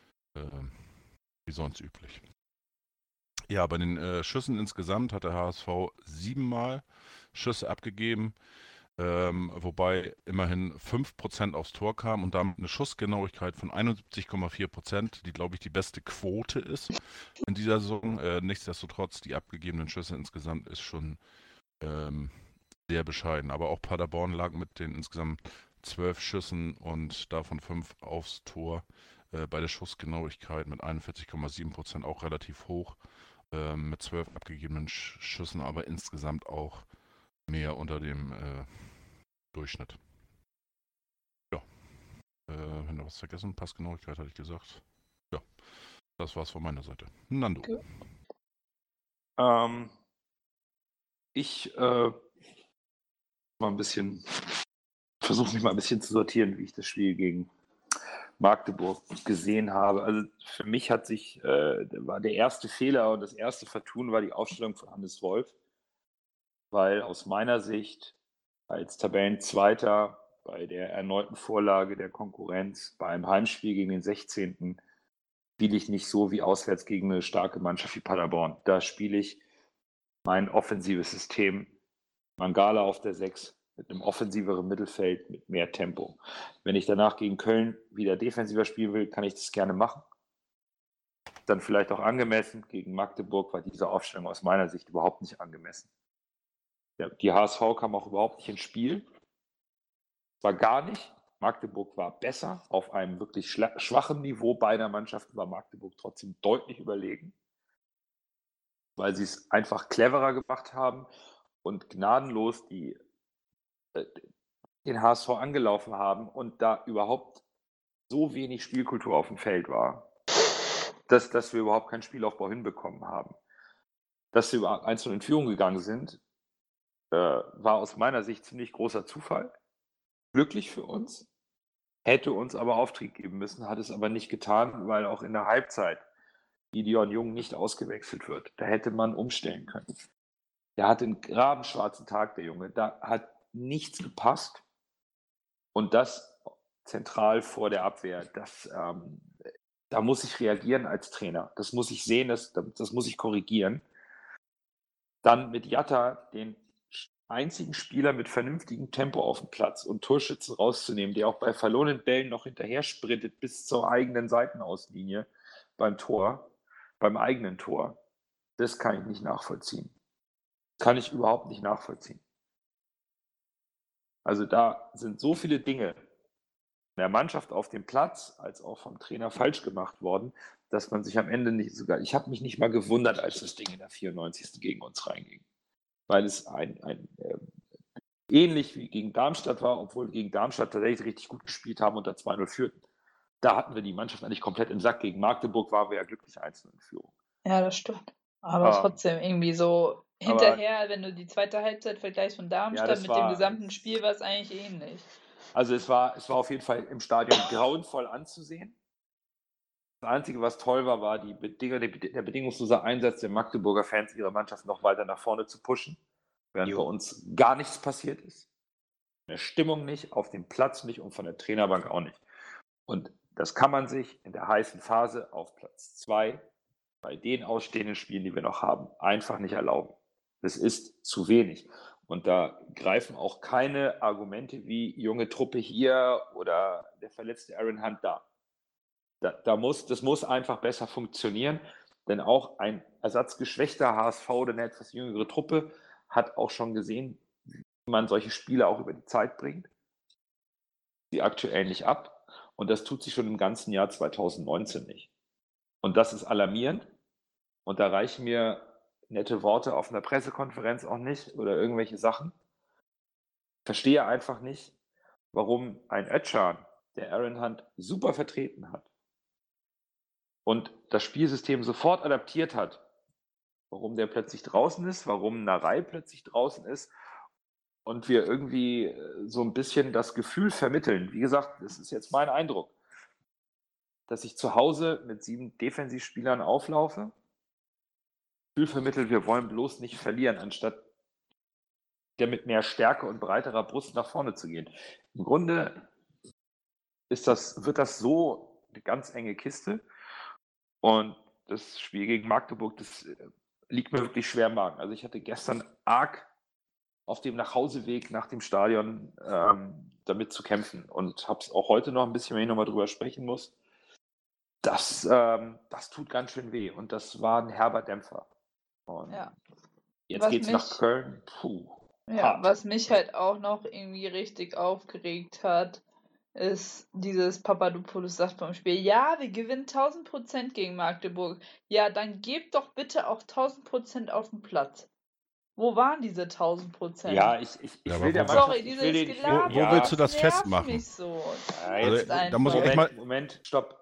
wie sonst üblich. Ja, bei den Schüssen insgesamt hat der HSV 7-mal Schüsse abgegeben, wobei immerhin 5% aufs Tor kam und damit eine Schussgenauigkeit von 71,4%, die, glaube ich, die beste Quote ist in dieser Saison. Nichtsdestotrotz, die abgegebenen Schüsse insgesamt ist schon sehr bescheiden. Aber auch Paderborn lag mit den insgesamt 12 Schüssen und davon 5 aufs Tor bei der Schussgenauigkeit mit 41,7% auch relativ hoch, mit 12 abgegebenen Schüssen, aber insgesamt auch mehr unter dem Durchschnitt. Ja, wenn da was vergessen, Passgenauigkeit hatte ich gesagt. Ja, das war's von meiner Seite. Nando. Ich versuche mich mal ein bisschen zu sortieren, wie ich das Spiel gegen Magdeburg gesehen habe. Also für mich war der erste Fehler und das erste Vertun war die Aufstellung von Hannes Wolf, weil aus meiner Sicht als Tabellenzweiter bei der erneuten Vorlage der Konkurrenz bei einem Heimspiel gegen den 16. spiele ich nicht so wie auswärts gegen eine starke Mannschaft wie Paderborn. Da spiele ich mein offensives System, Mangala auf der 6, mit einem offensiveren Mittelfeld, mit mehr Tempo. Wenn ich danach gegen Köln wieder defensiver spielen will, kann ich das gerne machen. Dann vielleicht auch angemessen. Gegen Magdeburg war diese Aufstellung aus meiner Sicht überhaupt nicht angemessen. Ja, die HSV kam auch überhaupt nicht ins Spiel. War gar nicht. Magdeburg war besser. Auf einem wirklich schwachen Niveau beider Mannschaften war Magdeburg trotzdem deutlich überlegen, weil sie es einfach cleverer gemacht haben und gnadenlos den HSV angelaufen haben und da überhaupt so wenig Spielkultur auf dem Feld war, dass wir überhaupt keinen Spielaufbau hinbekommen haben. Dass wir über 1-0 in Führung gegangen sind, war aus meiner Sicht ziemlich großer Zufall. Glücklich für uns. Hätte uns aber Auftrieb geben müssen, hat es aber nicht getan, weil auch in der Halbzeit Gideon Jung nicht ausgewechselt wird. Da hätte man umstellen können. Der hatte einen grabenschwarzen Tag, der Junge. Da hat nichts gepasst. Und das zentral vor der Abwehr. Da muss ich reagieren als Trainer. Das muss ich sehen, das muss ich korrigieren. Dann mit Jatta den einzigen Spieler mit vernünftigem Tempo auf dem Platz und Torschützen rauszunehmen, der auch bei verlorenen Bällen noch hinterher sprintet bis zur eigenen Seitenauslinie beim eigenen Tor. Das kann ich nicht nachvollziehen. Kann ich überhaupt nicht nachvollziehen. Also da sind so viele Dinge in der Mannschaft auf dem Platz als auch vom Trainer falsch gemacht worden, dass man sich am Ende ich habe mich nicht mal gewundert, als das Ding in der 94. gegen uns reinging. Weil es ähnlich wie gegen Darmstadt war, obwohl wir gegen Darmstadt tatsächlich richtig gut gespielt haben und da 2-0 führten. Da hatten wir die Mannschaft eigentlich komplett im Sack. Gegen Magdeburg waren wir ja glücklich 1-0 in Führung. Ja, das stimmt. Aber trotzdem irgendwie so hinterher, wenn du die zweite Halbzeit vergleichst von Darmstadt mit dem gesamten Spiel, war es eigentlich ähnlich. Also es war auf jeden Fall im Stadion grauenvoll anzusehen. Das Einzige, was toll war, der bedingungslose Einsatz der Magdeburger Fans, ihre Mannschaft noch weiter nach vorne zu pushen, während bei uns gar nichts passiert ist. In der Stimmung nicht, auf dem Platz nicht und von der Trainerbank auch nicht. Und das kann man sich in der heißen Phase auf Platz 2 bei den ausstehenden Spielen, die wir noch haben, einfach nicht erlauben. Das ist zu wenig. Und da greifen auch keine Argumente wie junge Truppe hier oder der verletzte Aaron Hunt da. Das muss einfach besser funktionieren, denn auch ein ersatzgeschwächter HSV oder eine etwas jüngere Truppe hat auch schon gesehen, wie man solche Spiele auch über die Zeit bringt. Sie aktuell nicht ab und das tut sich schon im ganzen Jahr 2019 nicht. Und das ist alarmierend und da reichen mir nette Worte auf einer Pressekonferenz auch nicht oder irgendwelche Sachen. Ich verstehe einfach nicht, warum ein Özcan, der Aaron Hunt super vertreten hat und das Spielsystem sofort adaptiert hat, warum der plötzlich draußen ist, warum Narei plötzlich draußen ist und wir irgendwie so ein bisschen das Gefühl vermitteln. Wie gesagt, das ist jetzt mein Eindruck, dass ich zu Hause mit 7 Defensivspielern auflaufe, Gefühl vermittelt, wir wollen bloß nicht verlieren, anstatt mit mehr Stärke und breiterer Brust nach vorne zu gehen. Im Grunde wird das so eine ganz enge Kiste. Und das Spiel gegen Magdeburg, das liegt mir wirklich schwer im Magen. Also ich hatte gestern arg auf dem Nachhauseweg nach dem Stadion damit zu kämpfen und habe es auch heute noch ein bisschen, wenn ich nochmal drüber sprechen muss. Das tut ganz schön weh und das war ein herber Dämpfer. Und jetzt geht's nach Köln. Ja, was mich halt auch noch irgendwie richtig aufgeregt hat, ist dieses Papadopoulos sagt beim Spiel, ja, wir gewinnen 1000% gegen Magdeburg. Ja, dann gebt doch bitte auch 1000% auf den Platz. Wo waren diese 1000%? Ja, ich will der Mannschaft... Sorry, dieses Gelaber, wo willst du das festmachen? Mich so. Also, da muss ich Moment, stopp.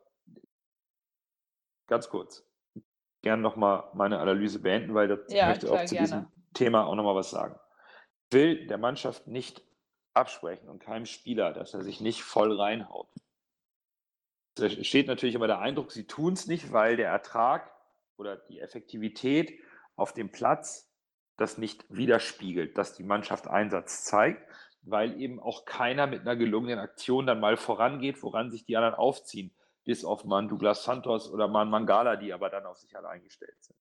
Ganz kurz. Gerne nochmal meine Analyse beenden, weil ich möchte auch zu diesem Thema auch nochmal was sagen. Ich will der Mannschaft nicht absprechen und keinem Spieler, dass er sich nicht voll reinhaut. Da steht natürlich immer der Eindruck, sie tun es nicht, weil der Ertrag oder die Effektivität auf dem Platz das nicht widerspiegelt, dass die Mannschaft Einsatz zeigt, weil eben auch keiner mit einer gelungenen Aktion dann mal vorangeht, woran sich die anderen aufziehen, bis auf mal einen Douglas Santos oder mal einen Mangala, die aber dann auf sich allein gestellt sind.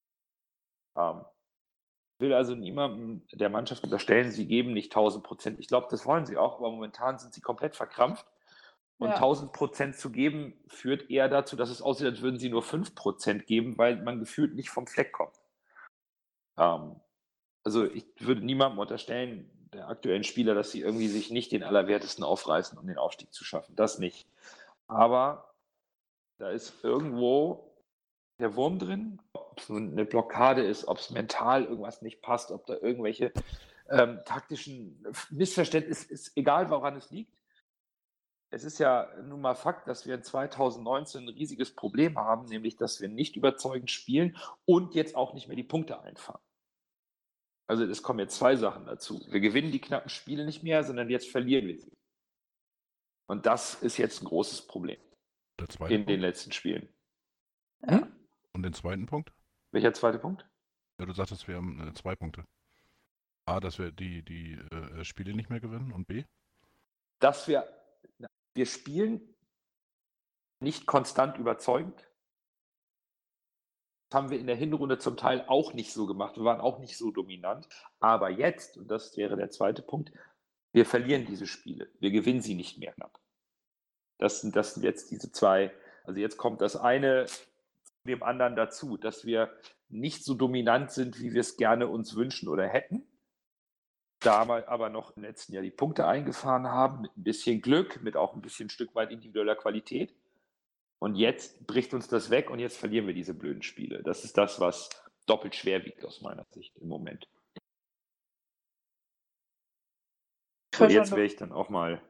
Ich will also niemandem der Mannschaft unterstellen, sie geben nicht 1000%. Ich glaube, das wollen sie auch, aber momentan sind sie komplett verkrampft. Und 1000% zu geben, führt eher dazu, dass es aussieht, als würden sie nur 5% geben, weil man gefühlt nicht vom Fleck kommt. Also ich würde niemandem unterstellen, der aktuellen Spieler, dass sie irgendwie sich nicht den Allerwertesten aufreißen, um den Aufstieg zu schaffen. Das nicht. Aber da ist irgendwo der Wurm drin, ob es nun eine Blockade ist, ob es mental irgendwas nicht passt, ob da irgendwelche taktischen Missverständnisse, ist egal, woran es liegt. Es ist ja nun mal Fakt, dass wir in 2019 ein riesiges Problem haben, nämlich, dass wir nicht überzeugend spielen und jetzt auch nicht mehr die Punkte einfahren. Also es kommen jetzt 2 Sachen dazu. Wir gewinnen die knappen Spiele nicht mehr, sondern jetzt verlieren wir sie. Und das ist jetzt ein großes Problem in den letzten Spielen. Und Und den zweiten Punkt? Welcher zweite Punkt? Ja, du sagtest, wir haben 2 Punkte. A, dass wir die Spiele nicht mehr gewinnen und B? Dass wir spielen nicht konstant überzeugend. Das haben wir in der Hinrunde zum Teil auch nicht so gemacht. Wir waren auch nicht so dominant. Aber jetzt, und das wäre der zweite Punkt, wir verlieren diese Spiele. Wir gewinnen sie nicht mehr knapp. Das sind jetzt diese zwei. Also jetzt kommt das eine dem anderen dazu, dass wir nicht so dominant sind, wie wir es gerne uns wünschen oder hätten. Da wir aber noch im letzten Jahr die Punkte eingefahren haben, mit ein bisschen Glück, mit auch ein bisschen Stück weit individueller Qualität. Und jetzt bricht uns das weg und jetzt verlieren wir diese blöden Spiele. Das ist das, was doppelt schwer wiegt aus meiner Sicht im Moment. So, jetzt wäre ich dann auch mal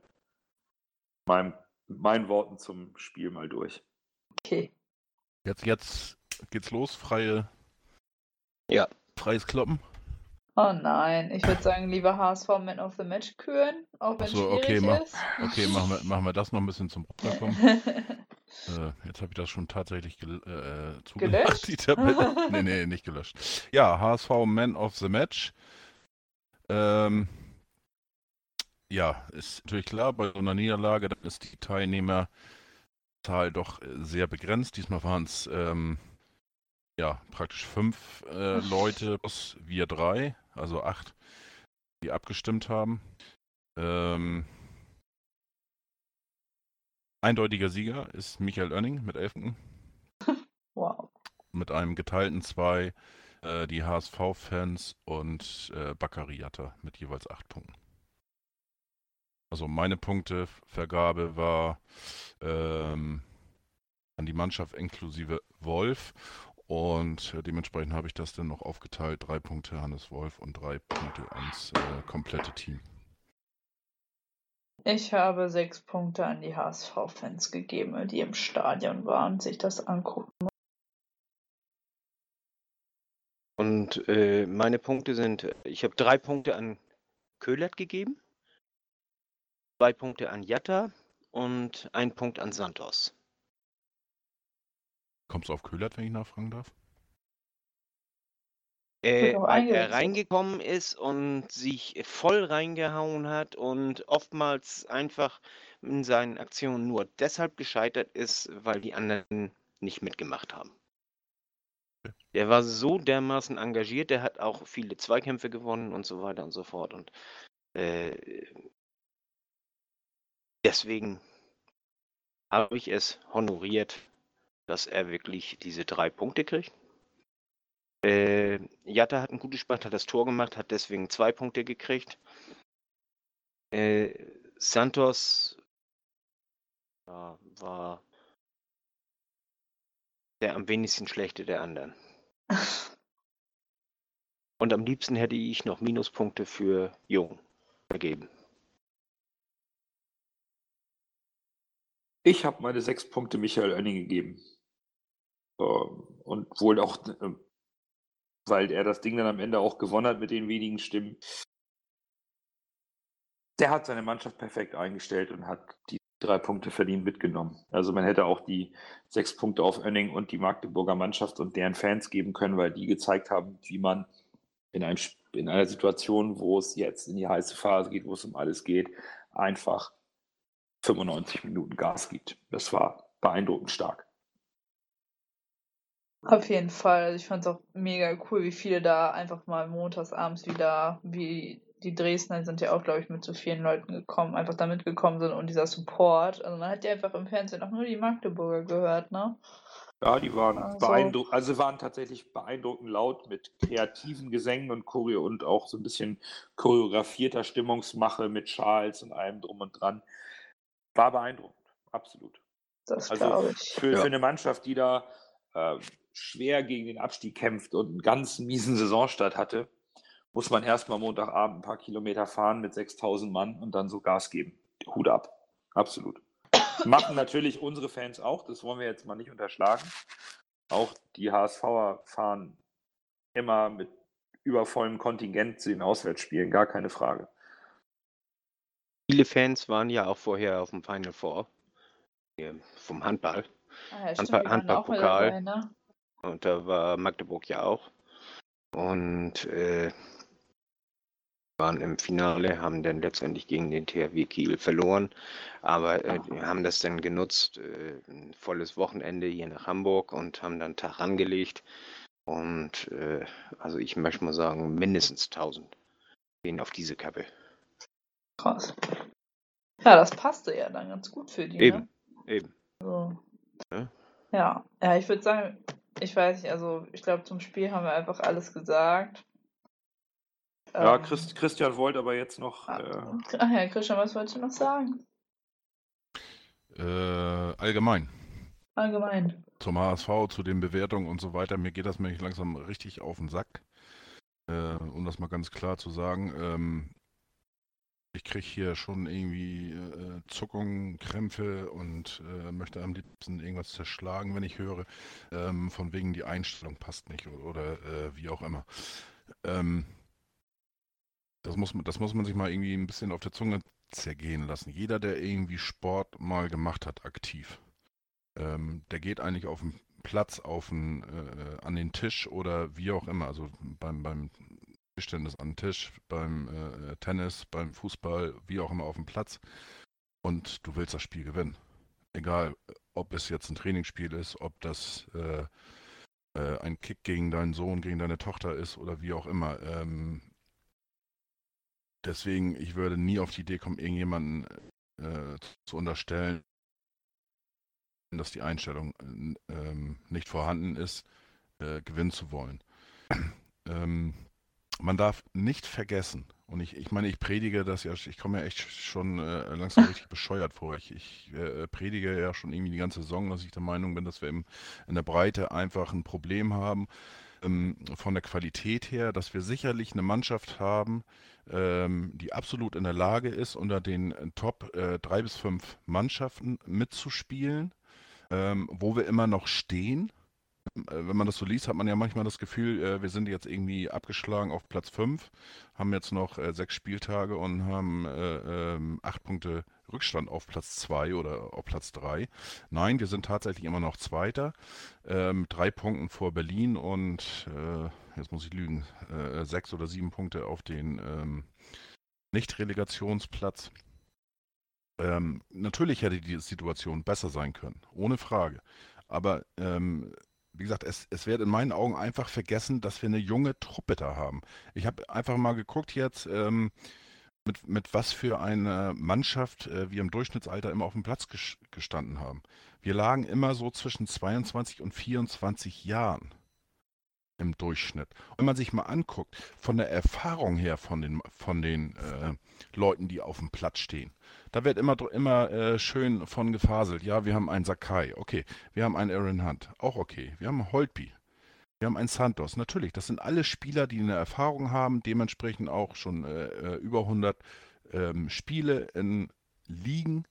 meinen Worten zum Spiel mal durch. Okay. Jetzt geht's los, freies Kloppen. Oh nein, ich würde sagen, lieber HSV Man of the Match küren, auch wenn es schwierig ist. Okay, machen wir das noch ein bisschen zum Runterkommen. Jetzt habe ich das schon tatsächlich zugelacht, Gelöscht? die Tabelle. Nee, nicht gelöscht. Ja, HSV Man of the Match. Ja, ist natürlich klar, bei so einer Niederlage dann ist die Teilnehmerzahl doch sehr begrenzt. Diesmal waren es praktisch 5 Leute plus wir 3, also 8, die abgestimmt haben. Eindeutiger Sieger ist Michael Oenning mit 11 Punkten. Wow. Mit einem geteilten 2 die HSV-Fans und Bakary Jatta mit jeweils 8 Punkten. Also meine Punktevergabe war an die Mannschaft inklusive Wolf und dementsprechend habe ich das dann noch aufgeteilt. 3 Punkte Hannes Wolf und 3 Punkte ans komplette Team. Ich habe 6 Punkte an die HSV-Fans gegeben, die im Stadion waren und sich das angucken. Und meine Punkte sind, ich habe 3 Punkte an Köhlert gegeben, 2 Punkte an Jatta und 1 Punkt an Santos. Kommst du auf Köhlert, wenn ich nachfragen darf? Weil er reingekommen ist und sich voll reingehauen hat und oftmals einfach in seinen Aktionen nur deshalb gescheitert ist, weil die anderen nicht mitgemacht haben. Der war so dermaßen engagiert, der hat auch viele Zweikämpfe gewonnen und so weiter und so fort. Und deswegen habe ich es honoriert, dass er wirklich diese 3 Punkte kriegt. Jatta hat ein gutes Spiel, hat das Tor gemacht, hat deswegen 2 Punkte gekriegt. Santos war der am wenigsten schlechte der anderen. Und am liebsten hätte ich noch Minuspunkte für Jung vergeben. Ich habe meine 6 Punkte Michael Oenning gegeben. Und wohl auch, weil er das Ding dann am Ende auch gewonnen hat mit den wenigen Stimmen. Der hat seine Mannschaft perfekt eingestellt und hat die 3 Punkte verdient mitgenommen. Also man hätte auch die 6 Punkte auf Oenning und die Magdeburger Mannschaft und deren Fans geben können, weil die gezeigt haben, wie man in einer Situation, wo es jetzt in die heiße Phase geht, wo es um alles geht, einfach 95 Minuten Gas gibt. Das war beeindruckend stark. Auf jeden Fall. Also ich fand es auch mega cool, wie viele da einfach mal montags abends wie die Dresdner sind ja auch, glaube ich, mit so vielen Leuten gekommen, einfach da mitgekommen sind und dieser Support. Also man hat ja einfach im Fernsehen auch nur die Magdeburger gehört, ne? Ja, die waren beeindruckend, also waren tatsächlich beeindruckend laut mit kreativen Gesängen und Choreo und auch so ein bisschen choreografierter Stimmungsmache mit Schals und allem drum und dran. War beeindruckend, absolut. Das Also glaube ich. für eine Mannschaft, die da schwer gegen den Abstieg kämpft und einen ganz miesen Saisonstart hatte, muss man erstmal Montagabend ein paar Kilometer fahren mit 6.000 Mann und dann so Gas geben. Hut ab. Absolut. Machen natürlich unsere Fans auch, das wollen wir jetzt mal nicht unterschlagen. Auch die HSVer fahren immer mit übervollem Kontingent zu den Auswärtsspielen, gar keine Frage. Viele Fans waren ja auch vorher auf dem Final Four vom Handball. Ah ja, stimmt, die waren auch mit dabei, Handballpokal. ne? Und da war Magdeburg ja auch. Und waren im Finale, haben dann letztendlich gegen den THW Kiel verloren, aber haben das dann genutzt, ein volles Wochenende hier nach Hamburg und haben dann einen Tag angelegt. Und also ich möchte mal sagen, mindestens 1000 gehen auf diese Kappe. Krass. Ja, das passte ja dann ganz gut für die, Eben, ne? eben. So. Ja. Ja, ich würde sagen, ich weiß nicht, also ich glaube, zum Spiel haben wir einfach alles gesagt. Ja, Christian wollte aber jetzt noch. Ach ja, Christian, was wolltest du noch sagen? Allgemein. Allgemein. Zum HSV, zu den Bewertungen und so weiter. Mir geht das nämlich langsam richtig auf den Sack. Um das mal ganz klar zu sagen. Ich kriege hier schon irgendwie Zuckungen, Krämpfe und möchte am liebsten irgendwas zerschlagen, wenn ich höre, von wegen die Einstellung passt nicht oder wie auch immer. Das muss man sich mal irgendwie ein bisschen auf der Zunge zergehen lassen. Jeder, der irgendwie Sport mal gemacht hat, aktiv, der geht eigentlich auf den Platz, an den Tisch oder wie auch immer, also beim Tischtennis an den Tisch, beim Tennis, beim Fußball, wie auch immer auf dem Platz und du willst das Spiel gewinnen. Egal, ob es jetzt ein Trainingsspiel ist, ob das ein Kick gegen deinen Sohn, gegen deine Tochter ist oder wie auch immer. Deswegen, ich würde nie auf die Idee kommen, irgendjemanden zu unterstellen, dass die Einstellung nicht vorhanden ist, gewinnen zu wollen. Man darf nicht vergessen, und ich meine, ich predige das ja, ich komme ja echt schon langsam richtig bescheuert vor. Ich predige ja schon irgendwie die ganze Saison, dass ich der Meinung bin, dass wir in der Breite einfach ein Problem haben, von der Qualität her, dass wir sicherlich eine Mannschaft haben, die absolut in der Lage ist, unter den Top 3 bis 5 Mannschaften mitzuspielen, wo wir immer noch stehen. Wenn man das so liest, hat man ja manchmal das Gefühl, wir sind jetzt irgendwie abgeschlagen auf Platz 5, haben jetzt noch 6 Spieltage und haben 8 Punkte Rückstand auf Platz 2 oder auf Platz 3. Nein, wir sind tatsächlich immer noch Zweiter, 3 Punkten vor Berlin und, jetzt muss ich lügen, 6 oder 7 Punkte auf den Nicht-Relegationsplatz. Natürlich hätte die Situation besser sein können, ohne Frage. Aber wie gesagt, es wird in meinen Augen einfach vergessen, dass wir eine junge Truppe da haben. Ich habe einfach mal geguckt jetzt, mit was für einer Mannschaft wir im Durchschnittsalter immer auf dem Platz gestanden haben. Wir lagen immer so zwischen 22 und 24 Jahren im Durchschnitt. Und wenn man sich mal anguckt, von der Erfahrung her von den Leuten, die auf dem Platz stehen, da wird immer schön von gefaselt. Ja, wir haben einen Sakai, okay. Wir haben einen Aaron Hunt, auch okay. Wir haben einen Holtby, wir haben einen Santos. Natürlich, das sind alle Spieler, die eine Erfahrung haben, dementsprechend auch schon über 100 Spiele in Ligen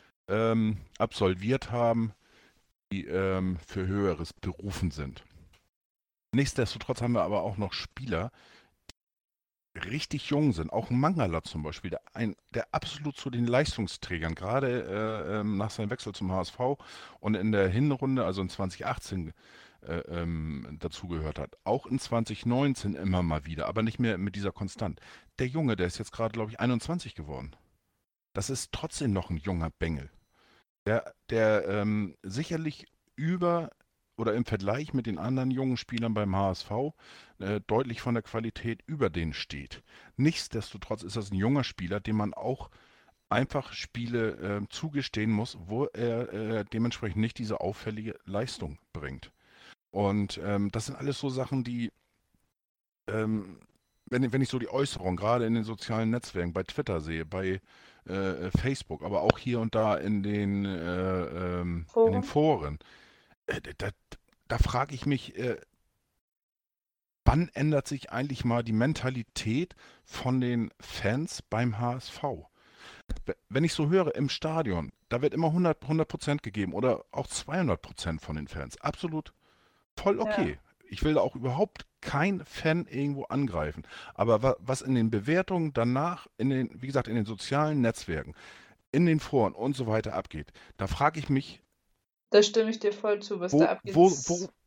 absolviert haben, die für Höheres berufen sind. Nichtsdestotrotz haben wir aber auch noch Spieler, die richtig jung sind. Auch ein Mangala zum Beispiel, der absolut zu den Leistungsträgern, gerade nach seinem Wechsel zum HSV und in der Hinrunde, also in 2018, dazugehört hat. Auch in 2019 immer mal wieder, aber nicht mehr mit dieser Konstant. Der Junge, der ist jetzt gerade, glaube ich, 21 geworden. Das ist trotzdem noch ein junger Bengel, der sicherlich oder im Vergleich mit den anderen jungen Spielern beim HSV deutlich von der Qualität über denen steht. Nichtsdestotrotz ist das ein junger Spieler, dem man auch einfach Spiele zugestehen muss, wo er dementsprechend nicht diese auffällige Leistung bringt. Und das sind alles so Sachen, die, wenn ich so die Äußerung gerade in den sozialen Netzwerken, bei Twitter sehe, bei Facebook, aber auch hier und da in den Foren, da frage ich mich, wann ändert sich eigentlich mal die Mentalität von den Fans beim HSV? Wenn ich so höre im Stadion, da wird immer 100% gegeben oder auch 200% von den Fans. Absolut voll okay. Ja. Ich will da auch überhaupt kein Fan irgendwo angreifen. Aber was in den Bewertungen danach, wie gesagt, in den sozialen Netzwerken, in den Foren und so weiter abgeht, da frage ich mich, da stimme ich dir voll zu, was da abgeht.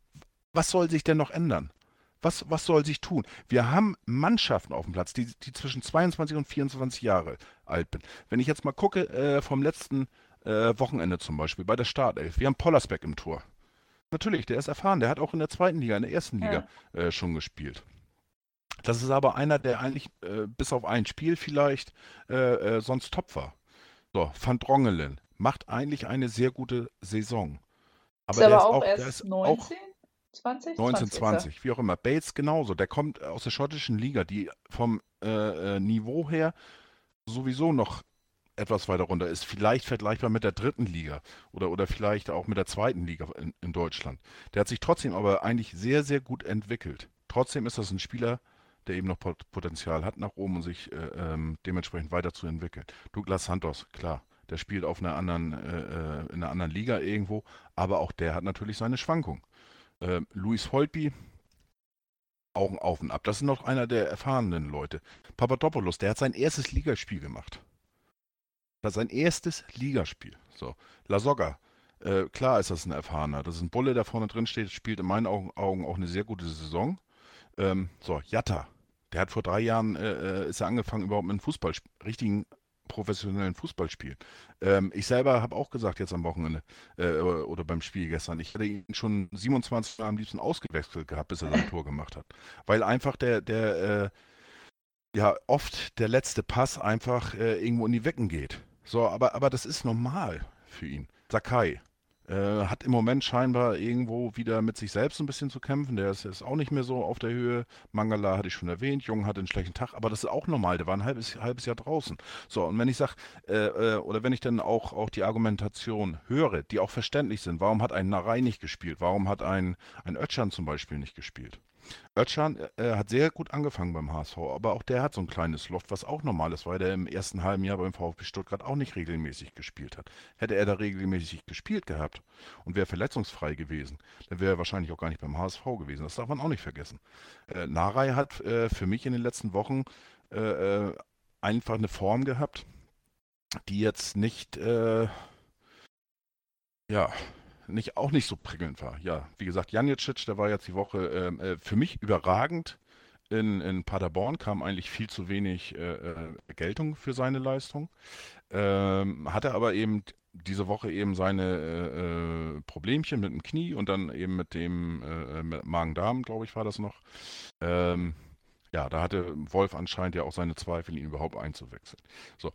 Was soll sich denn noch ändern? Was soll sich tun? Wir haben Mannschaften auf dem Platz, die zwischen 22 und 24 Jahre alt sind. Wenn ich jetzt mal gucke, vom letzten Wochenende zum Beispiel, bei der Startelf, wir haben Pollersbeck im Tor. Natürlich, der ist erfahren, der hat auch in der zweiten Liga, in der ersten Liga schon gespielt. Das ist aber einer, der eigentlich bis auf ein Spiel vielleicht sonst top war. So, Van Drongelen macht eigentlich eine sehr gute Saison. Ist Aber der aber ist auch auch, der erst ist auch 19? 20? 19, 20 ist er. 20, wie auch immer. Bates genauso, der kommt aus der schottischen Liga, die vom Niveau her sowieso noch etwas weiter runter ist. Vielleicht vergleichbar mit der dritten Liga oder vielleicht auch mit der zweiten Liga in Deutschland. Der hat sich trotzdem aber eigentlich sehr, sehr gut entwickelt. Trotzdem ist das ein Spieler, der eben noch Potenzial hat nach oben und sich dementsprechend weiterzuentwickeln. Douglas Santos, klar, der spielt auf einer anderen, in einer anderen Liga irgendwo, aber auch der hat natürlich seine Schwankungen. Luis Holtby, auch ein Auf und Ab. Das ist noch einer der erfahrenen Leute. Papadopoulos, der hat sein erstes Ligaspiel gemacht. Das ist sein erstes Ligaspiel. So. Lasogga, klar ist das ein Erfahrener. Das ist ein Bulle, der vorne drin steht, spielt in meinen Augen auch eine sehr gute Saison. So, Jatta, der hat vor 3 Jahren, ist er angefangen überhaupt mit einem richtigen professionellen Fußballspiel. Ich selber habe auch gesagt jetzt am Wochenende oder beim Spiel gestern, ich hätte ihn schon 27 Mal am liebsten ausgewechselt gehabt, bis er sein Tor gemacht hat. Weil einfach ja, oft der letzte Pass einfach irgendwo in die Wecken geht. So, aber das ist normal für ihn. Sakai hat im Moment scheinbar irgendwo wieder mit sich selbst ein bisschen zu kämpfen. Der ist auch nicht mehr so auf der Höhe. Mangala hatte ich schon erwähnt. Jung hatte einen schlechten Tag, aber das ist auch normal. Der war ein halbes Jahr draußen. So, und wenn ich sage, oder wenn ich dann auch die Argumentation höre, die auch verständlich sind, warum hat ein Narei nicht gespielt? Warum hat ein Özcan zum Beispiel nicht gespielt? Özcan hat sehr gut angefangen beim HSV, aber auch der hat so ein kleines Loft, was auch normal ist, weil der im ersten halben Jahr beim VfB Stuttgart auch nicht regelmäßig gespielt hat. Hätte er da regelmäßig gespielt gehabt und wäre verletzungsfrei gewesen, dann wäre er wahrscheinlich auch gar nicht beim HSV gewesen. Das darf man auch nicht vergessen. Narei hat für mich in den letzten Wochen einfach eine Form gehabt, die jetzt nicht, ja, auch nicht so prickelnd war. Ja, wie gesagt, Janicic, der war jetzt die Woche für mich überragend. In Paderborn kam eigentlich viel zu wenig Geltung für seine Leistung. Hatte aber eben diese Woche eben seine Problemchen mit dem Knie und dann eben mit dem mit Magen-Darm, glaube ich, war das noch. Ja, da hatte Wolf anscheinend ja auch seine Zweifel, ihn überhaupt einzuwechseln. So,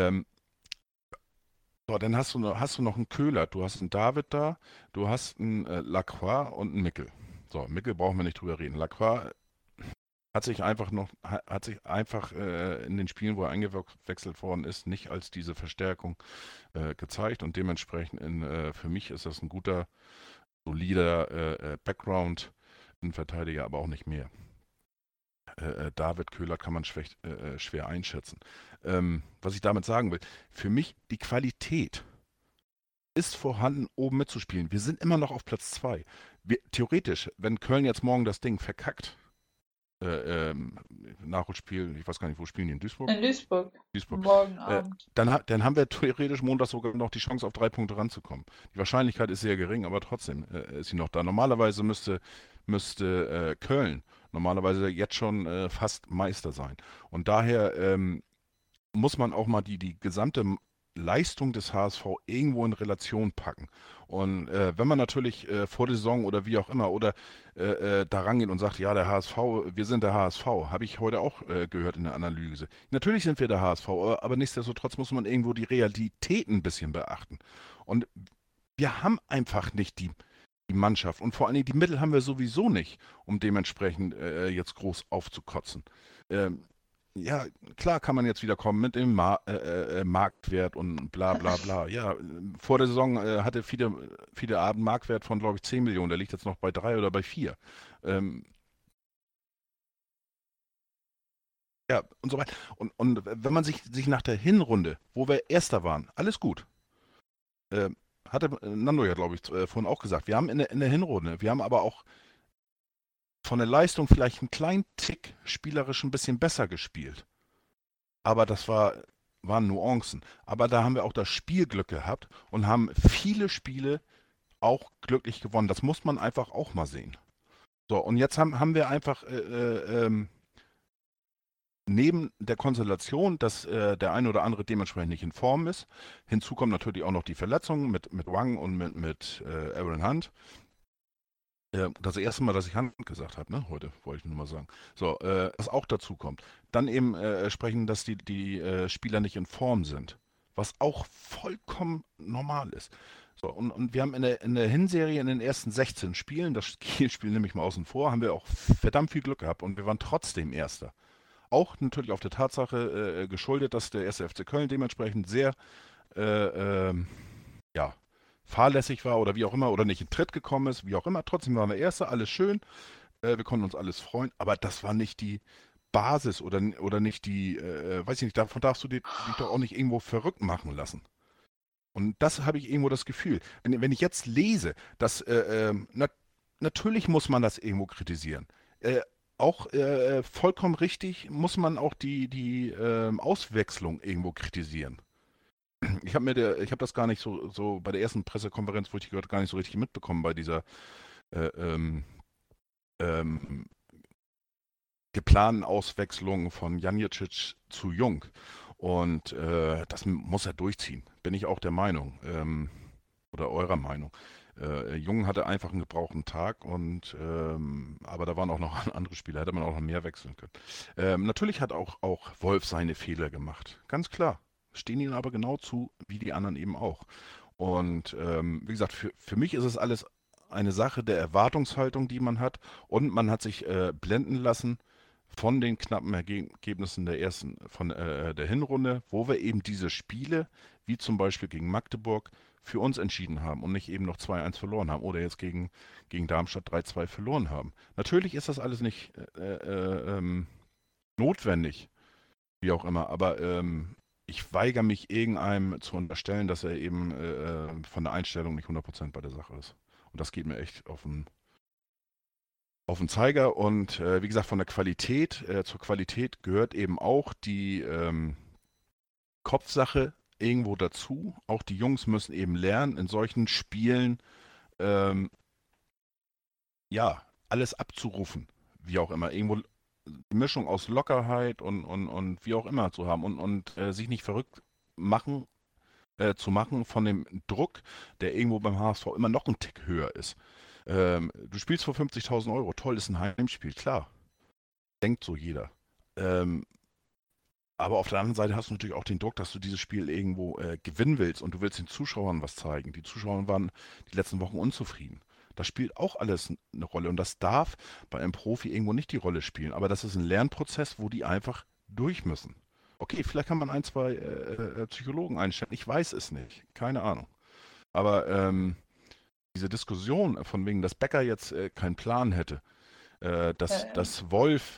so, dann hast du noch einen Köhler, du hast einen David da, du hast einen Lacroix und einen Mickel. So, Mickel brauchen wir nicht drüber reden. Lacroix hat sich einfach in den Spielen, wo er eingewechselt worden ist, nicht als diese Verstärkung gezeigt und dementsprechend für mich ist das ein guter, solider Background, ein Verteidiger, aber auch nicht mehr. David Köhler kann man schwer einschätzen. Was ich damit sagen will, für mich die Qualität ist vorhanden, oben mitzuspielen. Wir sind immer noch auf Platz 2. Theoretisch, wenn Köln jetzt morgen das Ding verkackt, Nachholspiel, ich weiß gar nicht, wo spielen die, in Duisburg? In Duisburg. Duisburg. Morgen Abend. Dann haben wir theoretisch Montag sogar noch die Chance, auf 3 Punkte ranzukommen. Die Wahrscheinlichkeit ist sehr gering, aber trotzdem ist sie noch da. Normalerweise müsste Köln normalerweise jetzt schon fast Meister sein. Und daher muss man auch mal die gesamte Leistung des HSV irgendwo in Relation packen. Und wenn man natürlich vor der Saison oder wie auch immer oder da rangeht und sagt, ja, der HSV, wir sind der HSV, habe ich heute auch gehört in der Analyse. Natürlich sind wir der HSV, aber nichtsdestotrotz muss man irgendwo die Realität ein bisschen beachten. Und wir haben einfach nicht die Mannschaft und vor allen Dingen die Mittel haben wir sowieso nicht, um dementsprechend jetzt groß aufzukotzen. Ja, klar kann man jetzt wieder kommen mit dem Marktwert und bla bla bla. Ja, vor der Saison hatte viele Abend Marktwert von, glaube ich, 10 Millionen. Der liegt jetzt noch bei 3 oder bei 4. Ja, und so weiter. Und wenn man sich nach der Hinrunde, wo wir Erster waren, alles gut. Hatte Nando ja, glaube ich, vorhin auch gesagt. Wir haben in der Hinrunde, wir haben aber auch von der Leistung vielleicht einen kleinen Tick spielerisch ein bisschen besser gespielt. Aber das waren Nuancen. Aber da haben wir auch das Spielglück gehabt und haben viele Spiele auch glücklich gewonnen. Das muss man einfach auch mal sehen. So, und jetzt haben wir einfach neben der Konstellation, dass der eine oder andere dementsprechend nicht in Form ist, hinzu kommen natürlich auch noch die Verletzungen mit Wang und mit Aaron Hunt. Das erste Mal, dass ich Hand gesagt habe, ne, heute wollte ich nur mal sagen. So, was auch dazu kommt. Dann eben sprechen, dass die Spieler nicht in Form sind, was auch vollkommen normal ist. So, und wir haben in der Hinserie in den ersten 16 Spielen, das Kiel-Spiel nehme ich mal außen vor, haben wir auch verdammt viel Glück gehabt und wir waren trotzdem Erster. Auch natürlich auf der Tatsache geschuldet, dass der 1. FC Köln dementsprechend sehr ja, fahrlässig war oder wie auch immer, oder nicht in Tritt gekommen ist, wie auch immer. Trotzdem waren wir Erster, alles schön, wir konnten uns alles freuen, aber das war nicht die Basis oder nicht die, weiß ich nicht, davon darfst du dich doch auch nicht irgendwo verrückt machen lassen. Und das habe ich irgendwo das Gefühl. Wenn ich jetzt lese, dass natürlich muss man das irgendwo kritisieren. Auch vollkommen richtig muss man auch die Auswechslung irgendwo kritisieren. Ich habe das gar nicht so bei der ersten Pressekonferenz, wo ich die gehört, gar nicht so richtig mitbekommen bei dieser äh, ähm, ähm, geplanten Auswechslung von Janicic zu Jung. Und das muss er durchziehen, bin ich auch der Meinung. Oder eurer Meinung. Jung hatte einfach einen gebrauchten Tag aber da waren auch noch andere Spieler, hätte man auch noch mehr wechseln können. Natürlich hat auch Wolf seine Fehler gemacht, ganz klar. Stehen ihnen aber genau zu, wie die anderen eben auch. Und wie gesagt, für mich ist es alles eine Sache der Erwartungshaltung, die man hat. Und man hat sich blenden lassen von den knappen Ergebnissen der Hinrunde, wo wir eben diese Spiele, wie zum Beispiel gegen Magdeburg, für uns entschieden haben und nicht eben noch 2-1 verloren haben oder jetzt gegen Darmstadt 3-2 verloren haben. Natürlich ist das alles nicht notwendig, wie auch immer, aber ich weigere mich irgendeinem zu unterstellen, dass er eben von der Einstellung nicht 100% bei der Sache ist. Und das geht mir echt auf den Zeiger und wie gesagt, von der Qualität, zur Qualität gehört eben auch die Kopfsache irgendwo dazu. Auch die Jungs müssen eben lernen, in solchen Spielen ähm, ja, alles abzurufen, wie auch immer. Irgendwo die Mischung aus Lockerheit und wie auch immer zu haben und sich nicht verrückt machen, zu machen von dem Druck, der irgendwo beim HSV immer noch ein Tick höher ist. Du spielst für 50.000 Euro, toll, ist ein Heimspiel, klar. Denkt so jeder. Ähm, aber auf der anderen Seite hast du natürlich auch den Druck, dass du dieses Spiel irgendwo gewinnen willst und du willst den Zuschauern was zeigen. Die Zuschauer waren die letzten Wochen unzufrieden. Das spielt auch alles eine Rolle und das darf bei einem Profi irgendwo nicht die Rolle spielen. Aber das ist ein Lernprozess, wo die einfach durch müssen. Okay, vielleicht kann man ein, zwei Psychologen einstellen. Ich weiß es nicht. Keine Ahnung. Aber diese Diskussion von wegen, dass Becker jetzt keinen Plan hätte, dass Wolf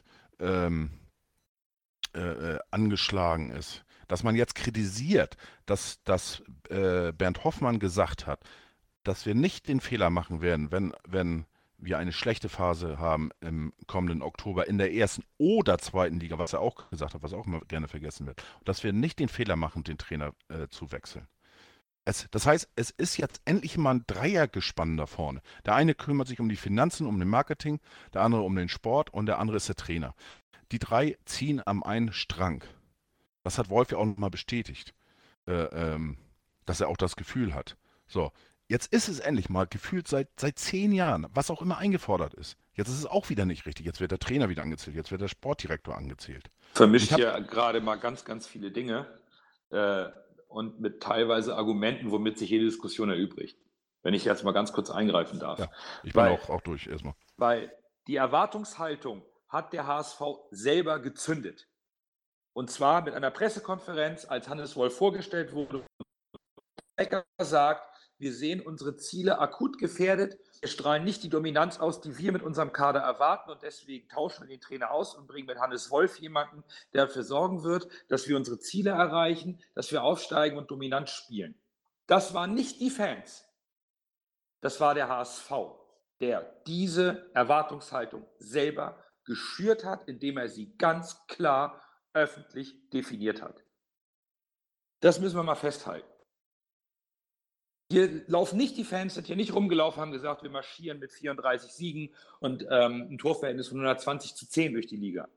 angeschlagen ist, dass man jetzt kritisiert, dass Bernd Hoffmann gesagt hat, dass wir nicht den Fehler machen werden, wenn wir eine schlechte Phase haben im kommenden Oktober in der ersten oder zweiten Liga, was er auch gesagt hat, was auch immer gerne vergessen wird, dass wir nicht den Fehler machen, den Trainer zu wechseln. Das heißt, es ist jetzt endlich mal ein Dreiergespann da vorne. Der eine kümmert sich um die Finanzen, um den Marketing, der andere um den Sport und der andere ist der Trainer. Die drei ziehen am einen Strang. Das hat Wolf ja auch nochmal bestätigt, dass er auch das Gefühl hat. So, jetzt ist es endlich mal gefühlt seit 10 Jahren, was auch immer eingefordert ist. Jetzt ist es auch wieder nicht richtig. Jetzt wird der Trainer wieder angezählt, jetzt wird der Sportdirektor angezählt. Vermischt ja gerade mal ganz, ganz viele Dinge und mit teilweise Argumenten, womit sich jede Diskussion erübrigt. Wenn ich jetzt mal ganz kurz eingreifen darf. Ja, ich bin auch durch erstmal. Weil die Erwartungshaltung hat der HSV selber gezündet. Und zwar mit einer Pressekonferenz, als Hannes Wolf vorgestellt wurde. Becker sagt, wir sehen unsere Ziele akut gefährdet. Wir strahlen nicht die Dominanz aus, die wir mit unserem Kader erwarten. Und deswegen tauschen wir den Trainer aus und bringen mit Hannes Wolf jemanden, der dafür sorgen wird, dass wir unsere Ziele erreichen, dass wir aufsteigen und dominant spielen. Das waren nicht die Fans. Das war der HSV, der diese Erwartungshaltung selber geschürt hat, indem er sie ganz klar öffentlich definiert hat. Das müssen wir mal festhalten. Hier laufen nicht die Fans, sind hier nicht rumgelaufen, haben gesagt, wir marschieren mit 34 Siegen und ein Torverhältnis von 120:10 durch die Liga.